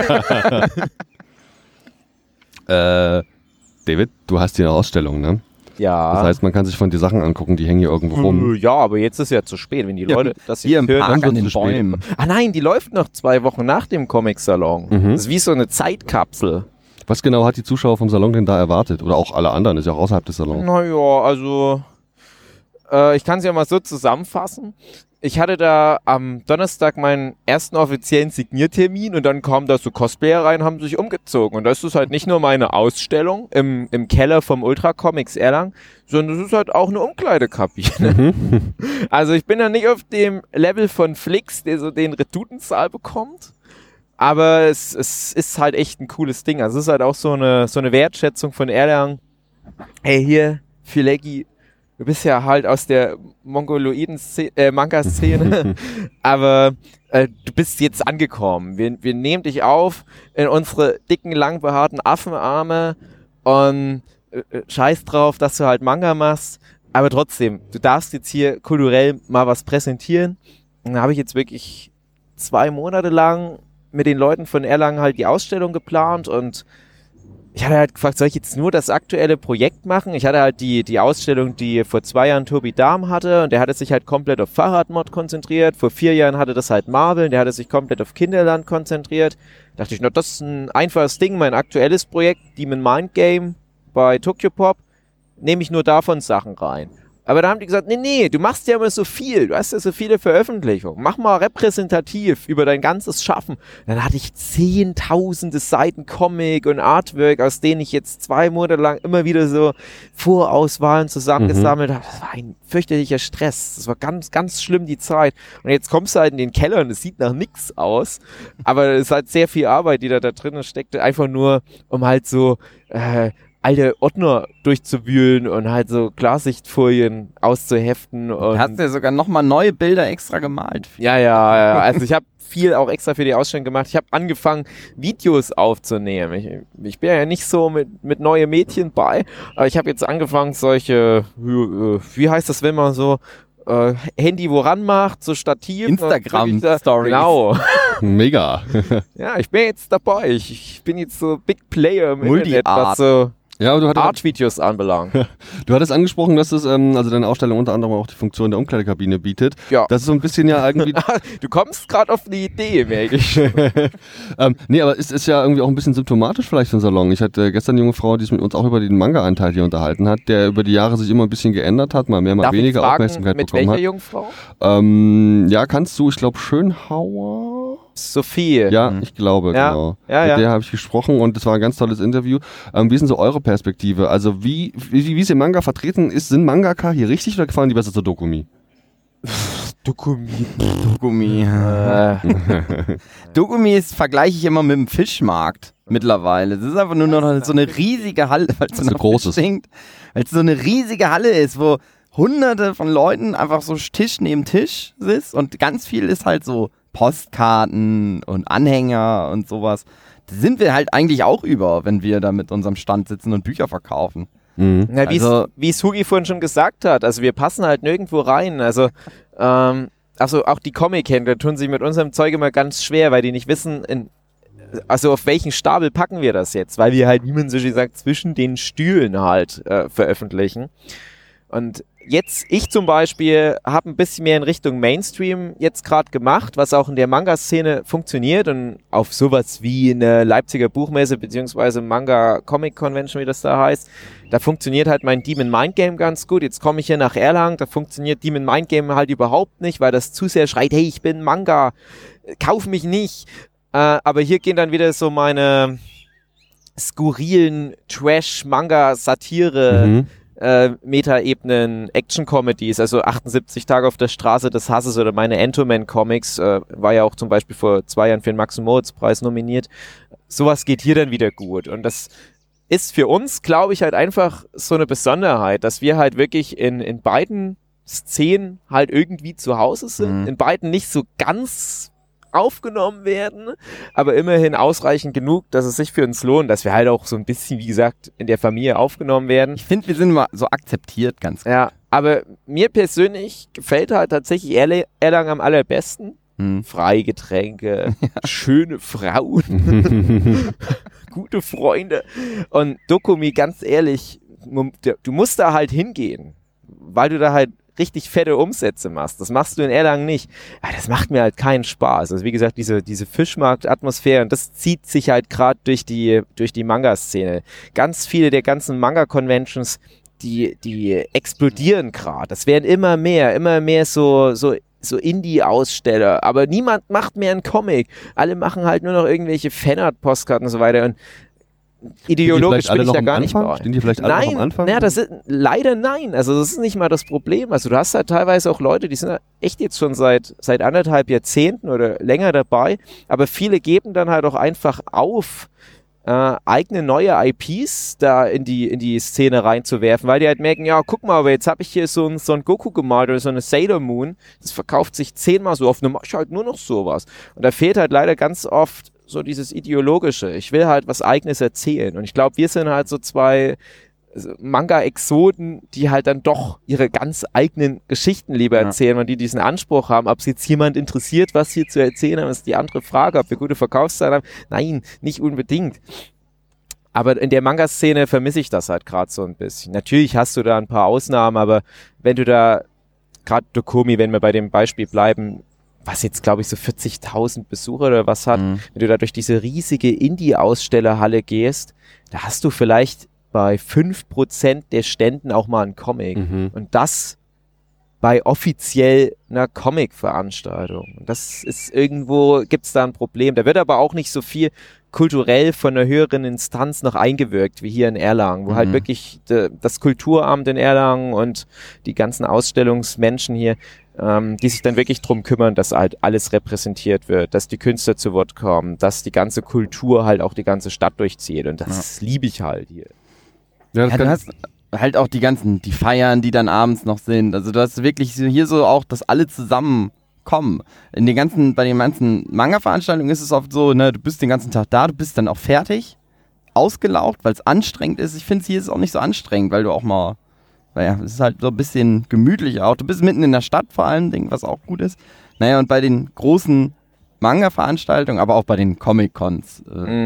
David, du hast hier eine Ausstellung, ne? Ja. Das heißt, man kann sich von die Sachen angucken, die hängen hier irgendwo rum. Ja, aber jetzt ist ja zu spät, wenn die Leute das hier im hören. Park an den Bäumen. Ah nein, die läuft noch 2 Wochen nach dem Comic-Salon. Das ist wie so eine Zeitkapsel. Was genau hat die Zuschauer vom Salon denn da erwartet? Oder auch alle anderen, ist ja auch außerhalb des Salons. Naja, also ich kann es ja mal so zusammenfassen. Ich hatte da am Donnerstag meinen ersten offiziellen Signiertermin und dann kamen da so Cosplayer rein, haben sich umgezogen. Und das ist halt nicht nur meine Ausstellung im Keller vom Ultra Comics Erlangen, sondern es ist halt auch eine Umkleidekabine. Also ich bin ja nicht auf dem Level von Flix, der so den Retutensaal bekommt. Aber es ist halt echt ein cooles Ding. Also es ist halt auch so eine Wertschätzung von Erlangen. Hey, hier, Filecki, du bist ja halt aus der mongoloiden Manga-Szene, aber du bist jetzt angekommen. Wir nehmen dich auf in unsere dicken, lang behaarten Affenarme und scheiß drauf, dass du halt Manga machst, aber trotzdem, du darfst jetzt hier kulturell mal was präsentieren. Und da habe ich jetzt wirklich 2 Monate lang mit den Leuten von Erlangen halt die Ausstellung geplant und ich hatte halt gefragt, soll ich jetzt nur das aktuelle Projekt machen? Ich hatte halt die Ausstellung, die vor 2 Jahren Tobi Dahm hatte und der hatte sich halt komplett auf Fahrradmod konzentriert. Vor 4 Jahren hatte das halt Marvel und der hatte sich komplett auf Kinderland konzentriert. Da dachte ich, na, das ist ein einfaches Ding. Mein aktuelles Projekt, Demon Mind Game bei Tokyopop, nehme ich nur davon Sachen rein. Aber da haben die gesagt, nee, du machst ja immer so viel, du hast ja so viele Veröffentlichungen, mach mal repräsentativ über dein ganzes Schaffen. Dann hatte ich 10.000 Seiten Comic und Artwork, aus denen ich jetzt 2 Monate lang immer wieder so Vorauswahlen zusammengesammelt habe. Das war ein fürchterlicher Stress, das war ganz, ganz schlimm die Zeit. Und jetzt kommst du halt in den Keller und es sieht nach nichts aus, aber es ist halt sehr viel Arbeit, die da drin steckte, einfach nur, um halt so alte Ordner durchzuwühlen und halt so Klarsichtfolien auszuheften. Und hast du ja sogar nochmal neue Bilder extra gemalt. Ja. Also ich habe viel auch extra für die Ausstellung gemacht. Ich habe angefangen, Videos aufzunehmen. Ich bin ja nicht so mit neue Mädchen bei, aber ich habe jetzt angefangen, solche, wie heißt das, wenn man so Handy woran macht, so Stativ. Instagram-Stories. Genau. Mega. Ja, ich bin jetzt dabei. Ich bin jetzt so Big Player im Internet, was so aber du Art-Videos anbelangt. Du hattest angesprochen, dass es, also deine Ausstellung unter anderem auch die Funktion der Umkleidekabine bietet. Ja. Das ist so ein bisschen ja irgendwie... Du kommst gerade auf eine Idee, merke ich. Nee, aber es ist ja irgendwie auch ein bisschen symptomatisch vielleicht für den Salon. Ich hatte gestern eine junge Frau, die sich mit uns auch über den Manga-Anteil hier unterhalten hat, der über die Jahre sich immer ein bisschen geändert hat, mal mehr, mal weniger Aufmerksamkeit bekommen hat. Mit welcher Jungfrau? Ja, kannst du, ich glaube, Schönhauer... Sophie. Ja, ich glaube, genau. Mit der habe ich gesprochen und es war ein ganz tolles Interview. Wie ist denn so eure Perspektive? Also wie es im Manga vertreten ist, sind Mangaka hier richtig oder gefallen die besser zur Dokumi? Dokumi. Dokumi vergleiche ich immer mit dem Fischmarkt mittlerweile. Das ist einfach nur noch so eine riesige Halle, weil es so eine riesige Halle ist, wo Hunderte von Leuten einfach so Tisch neben Tisch sitzt und ganz viel ist halt so Postkarten und Anhänger und sowas. Da sind wir halt eigentlich auch über, wenn wir da mit unserem Stand sitzen und Bücher verkaufen. Ja, wie es Hugi vorhin schon gesagt hat, also wir passen halt nirgendwo rein. Also auch die Comic-Händler tun sich mit unserem Zeug immer ganz schwer, weil die nicht wissen, also auf welchen Stapel packen wir das jetzt, weil wir halt, wie man so schön sagt, zwischen den Stühlen halt veröffentlichen. Und jetzt, ich zum Beispiel, habe ein bisschen mehr in Richtung Mainstream jetzt gerade gemacht, was auch in der Manga-Szene funktioniert und auf sowas wie eine Leipziger Buchmesse beziehungsweise Manga-Comic-Convention, wie das da heißt, da funktioniert halt mein Demon Mind Game ganz gut. Jetzt komme ich hier nach Erlangen, da funktioniert Demon Mind Game halt überhaupt nicht, weil das zu sehr schreit, hey, ich bin Manga, kauf mich nicht. Aber hier gehen dann wieder so meine skurrilen Trash-Manga-Satire Meta-Ebenen Action-Comedies, also 78 Tage auf der Straße des Hasses oder meine Entoman-Comics, war ja auch zum Beispiel vor 2 Jahren für den Max-Moritz-Preis nominiert. Sowas geht hier dann wieder gut. Und das ist für uns, glaube ich, halt einfach so eine Besonderheit, dass wir halt wirklich in beiden Szenen halt irgendwie zu Hause sind, in beiden nicht so ganz aufgenommen werden, aber immerhin ausreichend genug, dass es sich für uns lohnt, dass wir halt auch so ein bisschen, wie gesagt, in der Familie aufgenommen werden. Ich finde, wir sind mal so akzeptiert, ganz gut. Ja, aber mir persönlich gefällt halt tatsächlich Erlangen am allerbesten. Freigetränke, schöne Frauen, gute Freunde. Und Dokumi, ganz ehrlich, du musst da halt hingehen, weil du da halt richtig fette Umsätze machst. Das machst du in Erlangen nicht. Ja, das macht mir halt keinen Spaß. Also wie gesagt, diese Fischmarkt-Atmosphäre, und das zieht sich halt gerade durch die Manga-Szene. Ganz viele der ganzen Manga-Conventions, die explodieren gerade. Das werden immer mehr so Indie-Aussteller. Aber niemand macht mehr einen Comic. Alle machen halt nur noch irgendwelche Fanart-Postkarten und so weiter. Und ideologisch bin ich da gar nicht bei. Stehen die vielleicht alle noch am Anfang? Nein, leider nein. Also das ist nicht mal das Problem. Also du hast halt teilweise auch Leute, die sind echt jetzt schon seit 1,5 Jahrzehnten oder länger dabei, aber viele geben dann halt auch einfach auf, eigene neue IPs da in die Szene reinzuwerfen, weil die halt merken, ja, guck mal, aber jetzt habe ich hier so ein Goku gemalt oder so eine Sailor Moon, das verkauft sich 10-mal so oft, dann mach ich halt nur noch sowas. Und da fehlt halt leider ganz oft so dieses Ideologische. Ich will halt was Eigenes erzählen. Und ich glaube, wir sind halt so 2 Manga-Exoden, die halt dann doch ihre ganz eigenen Geschichten lieber erzählen, weil die diesen Anspruch haben. Ob es jetzt jemand interessiert, was hier zu erzählen haben, ist die andere Frage. Ob wir gute Verkaufszahlen haben? Nein, nicht unbedingt. Aber in der Manga-Szene vermisse ich das halt gerade so ein bisschen. Natürlich hast du da ein paar Ausnahmen, aber wenn du da, gerade Dokumi, wenn wir bei dem Beispiel bleiben, was jetzt, glaube ich, so 40.000 Besucher oder was hat, wenn du da durch diese riesige Indie-Ausstellerhalle gehst, da hast du vielleicht bei 5% der Ständen auch mal einen Comic. Und das bei offiziell einer Comic-Veranstaltung. Und das ist irgendwo, gibt's da ein Problem. Da wird aber auch nicht so viel kulturell von einer höheren Instanz noch eingewirkt, wie hier in Erlangen, wo halt wirklich das Kulturamt in Erlangen und die ganzen Ausstellungsmenschen hier, die sich dann wirklich drum kümmern, dass halt alles repräsentiert wird, dass die Künstler zu Wort kommen, dass die ganze Kultur halt auch die ganze Stadt durchzieht. Und das liebe ich halt hier. Ja, du hast halt auch die Feiern, die dann abends noch sind. Also du hast wirklich hier so auch, dass alle zusammenkommen. Bei den ganzen Manga-Veranstaltungen ist es oft so, ne, du bist den ganzen Tag da, du bist dann auch fertig, ausgelaugt, weil es anstrengend ist. Ich finde, hier ist es auch nicht so anstrengend, weil du auch mal, naja, es ist halt so ein bisschen gemütlicher auch. Du bist mitten in der Stadt vor allen Dingen, was auch gut ist. Naja, und bei den großen Manga-Veranstaltungen, aber auch bei den Comic-Cons,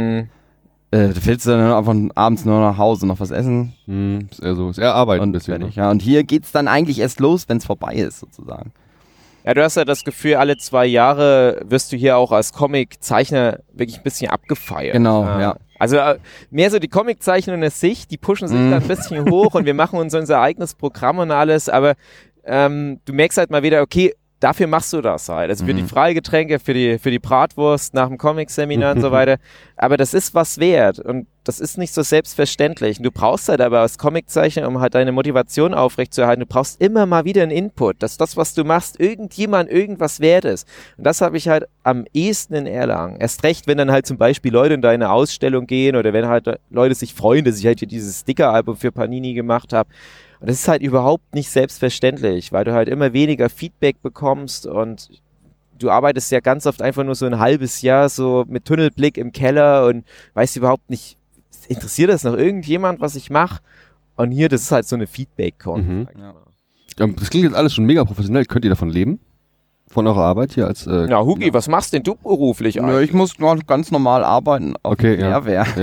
da fällst du dann einfach abends nur nach Hause, noch was essen. Ist eher Arbeit ein bisschen. Fertig, ja. Und hier geht's dann eigentlich erst los, wenn es vorbei ist, sozusagen. Ja, du hast ja das Gefühl, alle 2 Jahre wirst du hier auch als Comiczeichner wirklich ein bisschen abgefeiert. Genau, ja. Also mehr so die Comiczeichner in sich, die pushen sich da ein bisschen hoch und wir machen uns unser eigenes Programm und alles, aber du merkst halt mal wieder, okay, dafür machst du das halt. Also für die Freigetränke, für die Bratwurst nach dem Comic-Seminar und so weiter. Aber das ist was wert und das ist nicht so selbstverständlich. Und du brauchst halt aber als Comiczeichner, um halt deine Motivation aufrechtzuerhalten, du brauchst immer mal wieder einen Input, dass das, was du machst, irgendwas wert ist. Und das habe ich halt am ehesten in Erlangen. Erst recht, wenn dann halt zum Beispiel Leute in deine Ausstellung gehen oder wenn halt Leute sich freuen, dass ich halt hier dieses Sticker-Album für Panini gemacht habe. Und das ist halt überhaupt nicht selbstverständlich, weil du halt immer weniger Feedback bekommst und du arbeitest ja ganz oft einfach nur so ein halbes Jahr so mit Tunnelblick im Keller und weißt überhaupt nicht, interessiert das noch irgendjemand, was ich mache? Und hier, das ist halt so eine Feedback-Con. Das klingt jetzt alles schon mega professionell. Könnt ihr davon leben? Von eurer Arbeit hier als... Na, Hugi, was machst denn du beruflich eigentlich? Ja, ich muss ganz normal arbeiten. Okay, ja.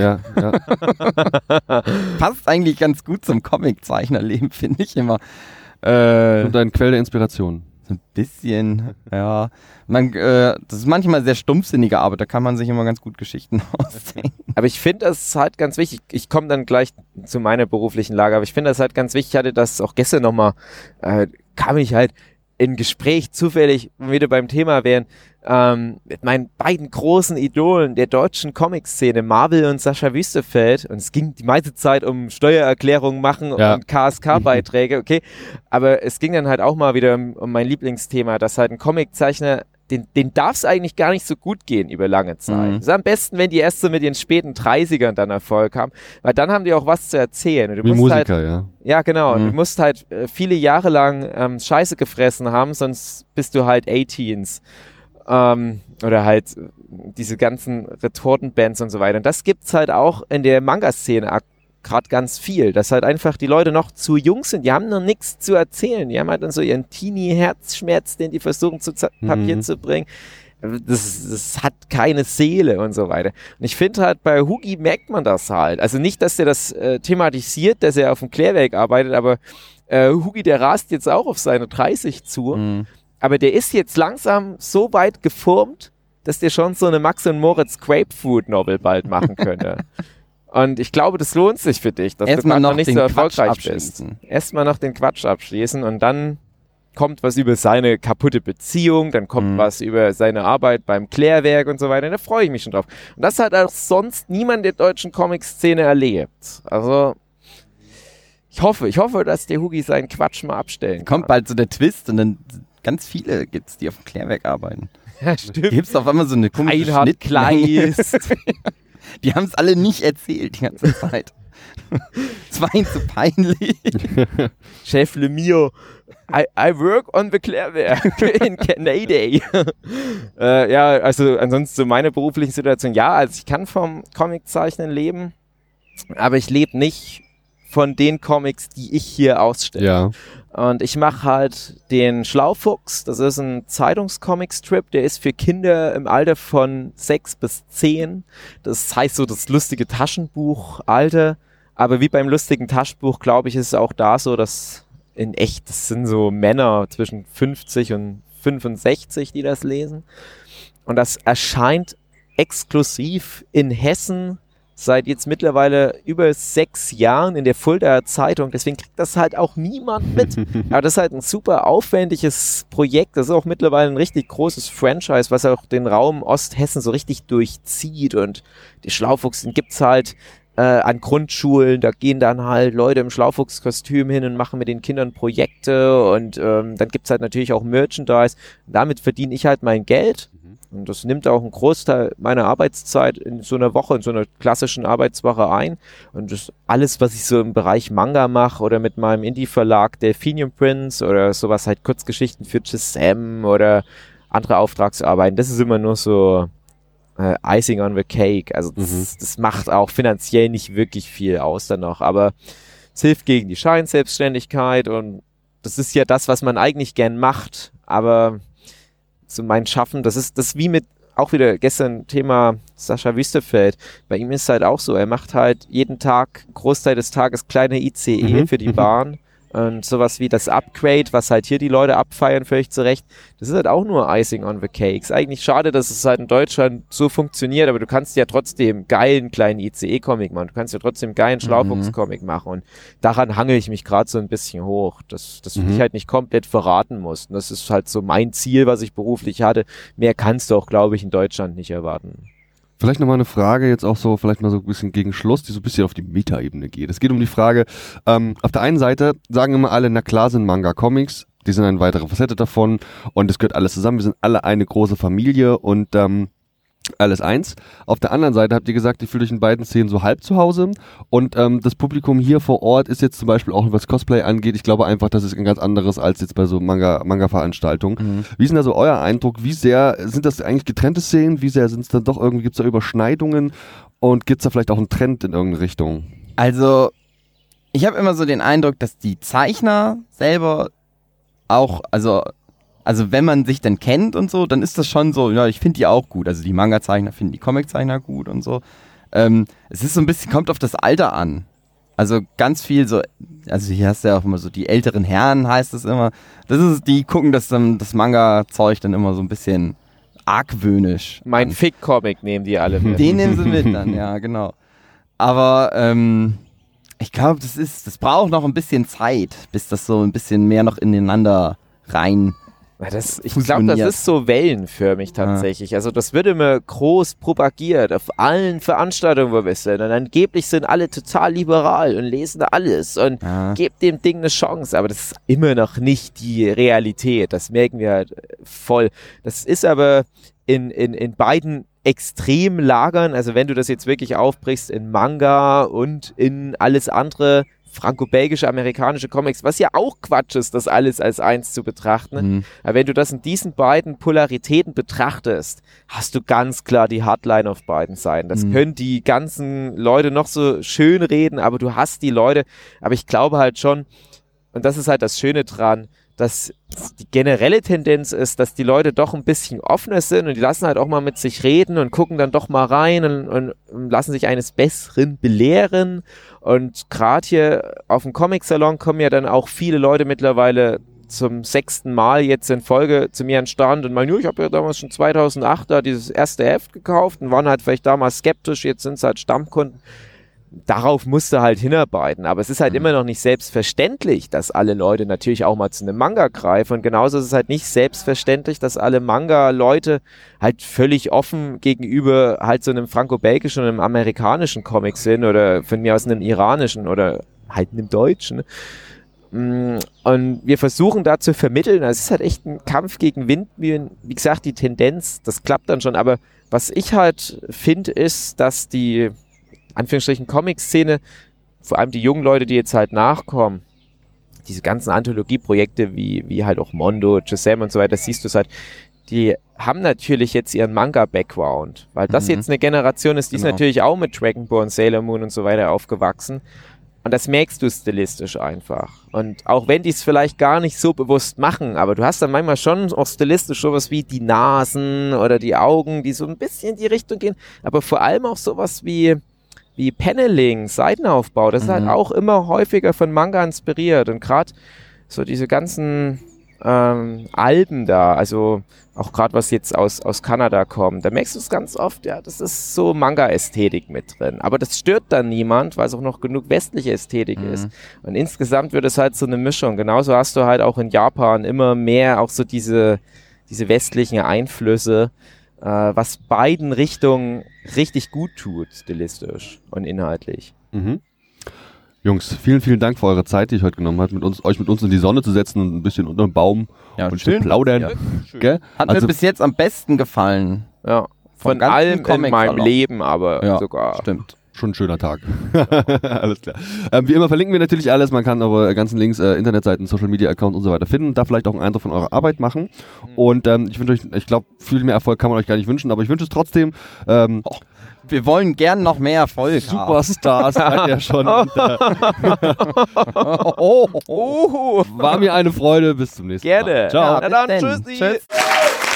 Passt eigentlich ganz gut zum Comiczeichnerleben, finde ich immer. Und deine Quelle der Inspiration. So ein bisschen, ja. Das ist manchmal sehr stumpfsinnige Arbeit, da kann man sich immer ganz gut Geschichten ausdenken. Aber ich finde das halt ganz wichtig, ich komme dann gleich zu meiner beruflichen Lage, aber ich finde das halt ganz wichtig, ich hatte das auch gestern nochmal, kam ich halt in Gespräch zufällig wieder beim Thema wären, mit meinen beiden großen Idolen der deutschen Comic-Szene, Marvel und Sascha Wüstefeld. Und es ging die meiste Zeit um Steuererklärungen machen und KSK-Beiträge, okay. Aber es ging dann halt auch mal wieder um mein Lieblingsthema, dass halt ein Comiczeichner, den darf es eigentlich gar nicht so gut gehen über lange Zeit. Es ist am besten, wenn die erst so mit den späten 30ern dann Erfolg haben, weil dann haben die auch was zu erzählen. Und du Wie musst Musiker, halt, ja. Ja, genau. Und du musst halt viele Jahre lang Scheiße gefressen haben, sonst bist du halt A-Teens. Oder halt diese ganzen Retortenbands und so weiter. Und das gibt's halt auch in der Manga-Szene gerade ganz viel, dass halt einfach die Leute noch zu jung sind, die haben noch nichts zu erzählen, die haben halt dann so ihren Teenie-Herzschmerz, den die versuchen zu Papier zu bringen. Das hat keine Seele und so weiter. Und ich finde halt, bei Hugi merkt man das halt. Also nicht, dass er das thematisiert, dass er auf dem Klärwerk arbeitet, aber Hugi, der rast jetzt auch auf seine 30 zu. Aber der ist jetzt langsam so weit geformt, dass der schon so eine Max und Moritz Grapefruit-Novel bald machen könnte. Und ich glaube, das lohnt sich für dich, dass du noch nicht so erfolgreich bist. Erstmal noch den Quatsch abschließen und dann kommt was über seine kaputte Beziehung, dann kommt was über seine Arbeit beim Klärwerk und so weiter. Da freue ich mich schon drauf. Und das hat auch sonst niemand der deutschen Comic-Szene erlebt. Also ich hoffe, dass der Hugi seinen Quatsch mal abstellen kann. Kommt bald so der Twist und dann ganz viele gibt's, die auf dem Klärwerk arbeiten. Ja, stimmt. Gibt's auf einmal so eine komische Schnittleist. Die haben es alle nicht erzählt die ganze Zeit. Es war ihnen zu peinlich. Chef Lemire, I work on the Klärwerk in Canada. Ja, also ansonsten so meine berufliche Situation. Ja, also ich kann vom Comiczeichnen leben, aber ich lebe nicht von den Comics, die ich hier ausstelle. Ja. Und ich mache halt den Schlaufuchs, das ist ein Zeitungscomic-Strip, der ist für Kinder im Alter von 6 bis 10. Das heißt so das lustige Taschenbuch-Alter. Aber wie beim lustigen Taschenbuch, glaube ich, ist es auch da so, dass in echt, das sind so Männer zwischen 50 und 65, die das lesen. Und das erscheint exklusiv in Hessen seit jetzt mittlerweile über 6 Jahren in der Fuldaer Zeitung. Deswegen kriegt das halt auch niemand mit. Aber das ist halt ein super aufwendiges Projekt. Das ist auch mittlerweile ein richtig großes Franchise, was auch den Raum Osthessen so richtig durchzieht. Und die Schlaufuchs, den gibt's halt an Grundschulen. Da gehen dann halt Leute im Schlaufuchskostüm hin und machen mit den Kindern Projekte. Und dann gibt's halt natürlich auch Merchandise. Und damit verdiene ich halt mein Geld. Und das nimmt auch einen Großteil meiner Arbeitszeit in so einer Woche, in so einer klassischen Arbeitswoche ein. Und das alles, was ich so im Bereich Manga mache oder mit meinem Indie-Verlag Delphinium Prince oder sowas halt Kurzgeschichten für Shazam oder andere Auftragsarbeiten, das ist immer nur so Icing on the Cake. Also das macht auch finanziell nicht wirklich viel aus dann noch, aber es hilft gegen die Scheinselbstständigkeit und das ist ja das, was man eigentlich gern macht, aber so mein Schaffen, das ist wie mit, auch wieder gestern Thema Sascha Wüstefeld, bei ihm ist es halt auch so, er macht halt jeden Tag, Großteil des Tages kleine ICE für die Bahn und sowas wie das Upgrade, was halt hier die Leute abfeiern, völlig zu Recht, das ist halt auch nur Icing on the Cake. Ist eigentlich schade, dass es halt in Deutschland so funktioniert, aber du kannst ja trotzdem geilen kleinen ICE-Comic machen, du kannst ja trotzdem geilen Schlaufuchs-Comic machen und daran hangel ich mich gerade so ein bisschen hoch, dass du dich halt nicht komplett verraten musst. Und das ist halt so mein Ziel, was ich beruflich hatte. Mehr kannst du auch, glaube ich, in Deutschland nicht erwarten. Vielleicht nochmal eine Frage, jetzt auch so, vielleicht mal so ein bisschen gegen Schluss, die so ein bisschen auf die Meta-Ebene geht. Es geht um die Frage, auf der einen Seite sagen immer alle, na klar sind Manga-Comics, die sind eine weitere Facette davon und es gehört alles zusammen, wir sind alle eine große Familie und alles eins. Auf der anderen Seite habt ihr gesagt, ihr fühlt euch in beiden Szenen so halb zu Hause und das Publikum hier vor Ort ist jetzt zum Beispiel auch, was Cosplay angeht, ich glaube einfach, das ist ein ganz anderes als jetzt bei so Manga-Veranstaltungen. Wie ist denn da so euer Eindruck? Wie sehr sind das eigentlich getrennte Szenen? Wie sehr sind es dann doch irgendwie, gibt es da Überschneidungen und gibt es da vielleicht auch einen Trend in irgendeine Richtung? Also, ich habe immer so den Eindruck, dass die Zeichner selber auch, also wenn man sich dann kennt und so, dann ist das schon so, ja, ich finde die auch gut. Also die Manga-Zeichner finden die Comic-Zeichner gut und so. Es ist so ein bisschen, kommt auf das Alter an. Also ganz viel so, also hier hast du ja auch immer so die älteren Herren, heißt es immer. Die gucken das Manga-Zeug dann immer so ein bisschen argwöhnisch. Mein Fick-Comic nehmen die alle mit. Den nehmen sie mit dann, ja, genau. Aber ich glaube, das braucht noch ein bisschen Zeit, bis das so ein bisschen mehr noch ineinander rein Ich glaube, das ist so wellenförmig tatsächlich. Also das wird immer groß propagiert auf allen Veranstaltungen, wo wir sind. Und angeblich sind alle total liberal und lesen alles und gebt dem Ding eine Chance. Aber das ist immer noch nicht die Realität. Das merken wir halt voll. Das ist aber in beiden Extremlagern, also wenn du das jetzt wirklich aufbrichst in Manga und in alles andere, franco-belgische, amerikanische Comics, was ja auch Quatsch ist, das alles als eins zu betrachten. Aber wenn du das in diesen beiden Polaritäten betrachtest, hast du ganz klar die Hardline auf beiden Seiten. Das können die ganzen Leute noch so schön reden, aber du hast die Leute. Aber ich glaube halt schon, und das ist halt das Schöne dran, dass die generelle Tendenz ist, dass die Leute doch ein bisschen offener sind und die lassen halt auch mal mit sich reden und gucken dann doch mal rein und lassen sich eines Besseren belehren. Und gerade hier auf dem Comic-Salon kommen ja dann auch viele Leute mittlerweile zum 6. Mal jetzt in Folge zu mir an den Stand und meinen, ich habe ja damals schon 2008 da dieses erste Heft gekauft und waren halt vielleicht damals skeptisch, jetzt sind es halt Stammkunden. Darauf musst du halt hinarbeiten, aber es ist halt immer noch nicht selbstverständlich, dass alle Leute natürlich auch mal zu einem Manga greifen und genauso ist es halt nicht selbstverständlich, dass alle Manga-Leute halt völlig offen gegenüber halt so einem franco-belgischen und einem amerikanischen Comic sind oder von mir aus einem iranischen oder halt einem deutschen. Und wir versuchen da zu vermitteln, es ist halt echt ein Kampf gegen Windmühlen, wie gesagt, die Tendenz, das klappt dann schon, aber was ich halt finde, ist, dass die Anführungsstrichen Comic-Szene, vor allem die jungen Leute, die jetzt halt nachkommen, diese ganzen Anthologieprojekte wie halt auch Mondo, Shazam und so weiter, siehst du es halt, die haben natürlich jetzt ihren Manga-Background, weil das jetzt eine Generation ist, die ist natürlich auch mit Dragon Ball, Sailor Moon und so weiter aufgewachsen und das merkst du stilistisch einfach und auch wenn die es vielleicht gar nicht so bewusst machen, aber du hast dann manchmal schon auch stilistisch sowas wie die Nasen oder die Augen, die so ein bisschen in die Richtung gehen, aber vor allem auch sowas wie Paneling, Seitenaufbau, das ist halt auch immer häufiger von Manga inspiriert und gerade so diese ganzen Alben da, also auch gerade was jetzt aus Kanada kommt, da merkst du es ganz oft, ja, das ist so Manga-Ästhetik mit drin, aber das stört dann niemand, weil es auch noch genug westliche Ästhetik ist und insgesamt wird es halt so eine Mischung, genauso hast du halt auch in Japan immer mehr auch so diese westlichen Einflüsse, was beiden Richtungen richtig gut tut, stilistisch und inhaltlich. Jungs, vielen, vielen Dank für eure Zeit, die ich heute genommen habe, euch mit uns in die Sonne zu setzen und ein bisschen unter dem Baum und zu plaudern. Ja, hat mir bis jetzt am besten gefallen. Ja, von allem in meinem Leben, aber sogar. Stimmt. Schon ein schöner Tag. Alles klar. Wie immer verlinken wir natürlich alles. Man kann eure ganzen Links, Internetseiten, Social Media Account und so weiter finden. Da vielleicht auch einen Eindruck von eurer Arbeit machen. Und ich wünsche euch, ich glaube, viel mehr Erfolg kann man euch gar nicht wünschen, aber ich wünsche es trotzdem. Wir wollen gern noch mehr Erfolg. Superstars seid ihr schon. War mir eine Freude. Bis zum nächsten Mal. Gerne. Ciao. Na dann, tschüssi. Tschüss.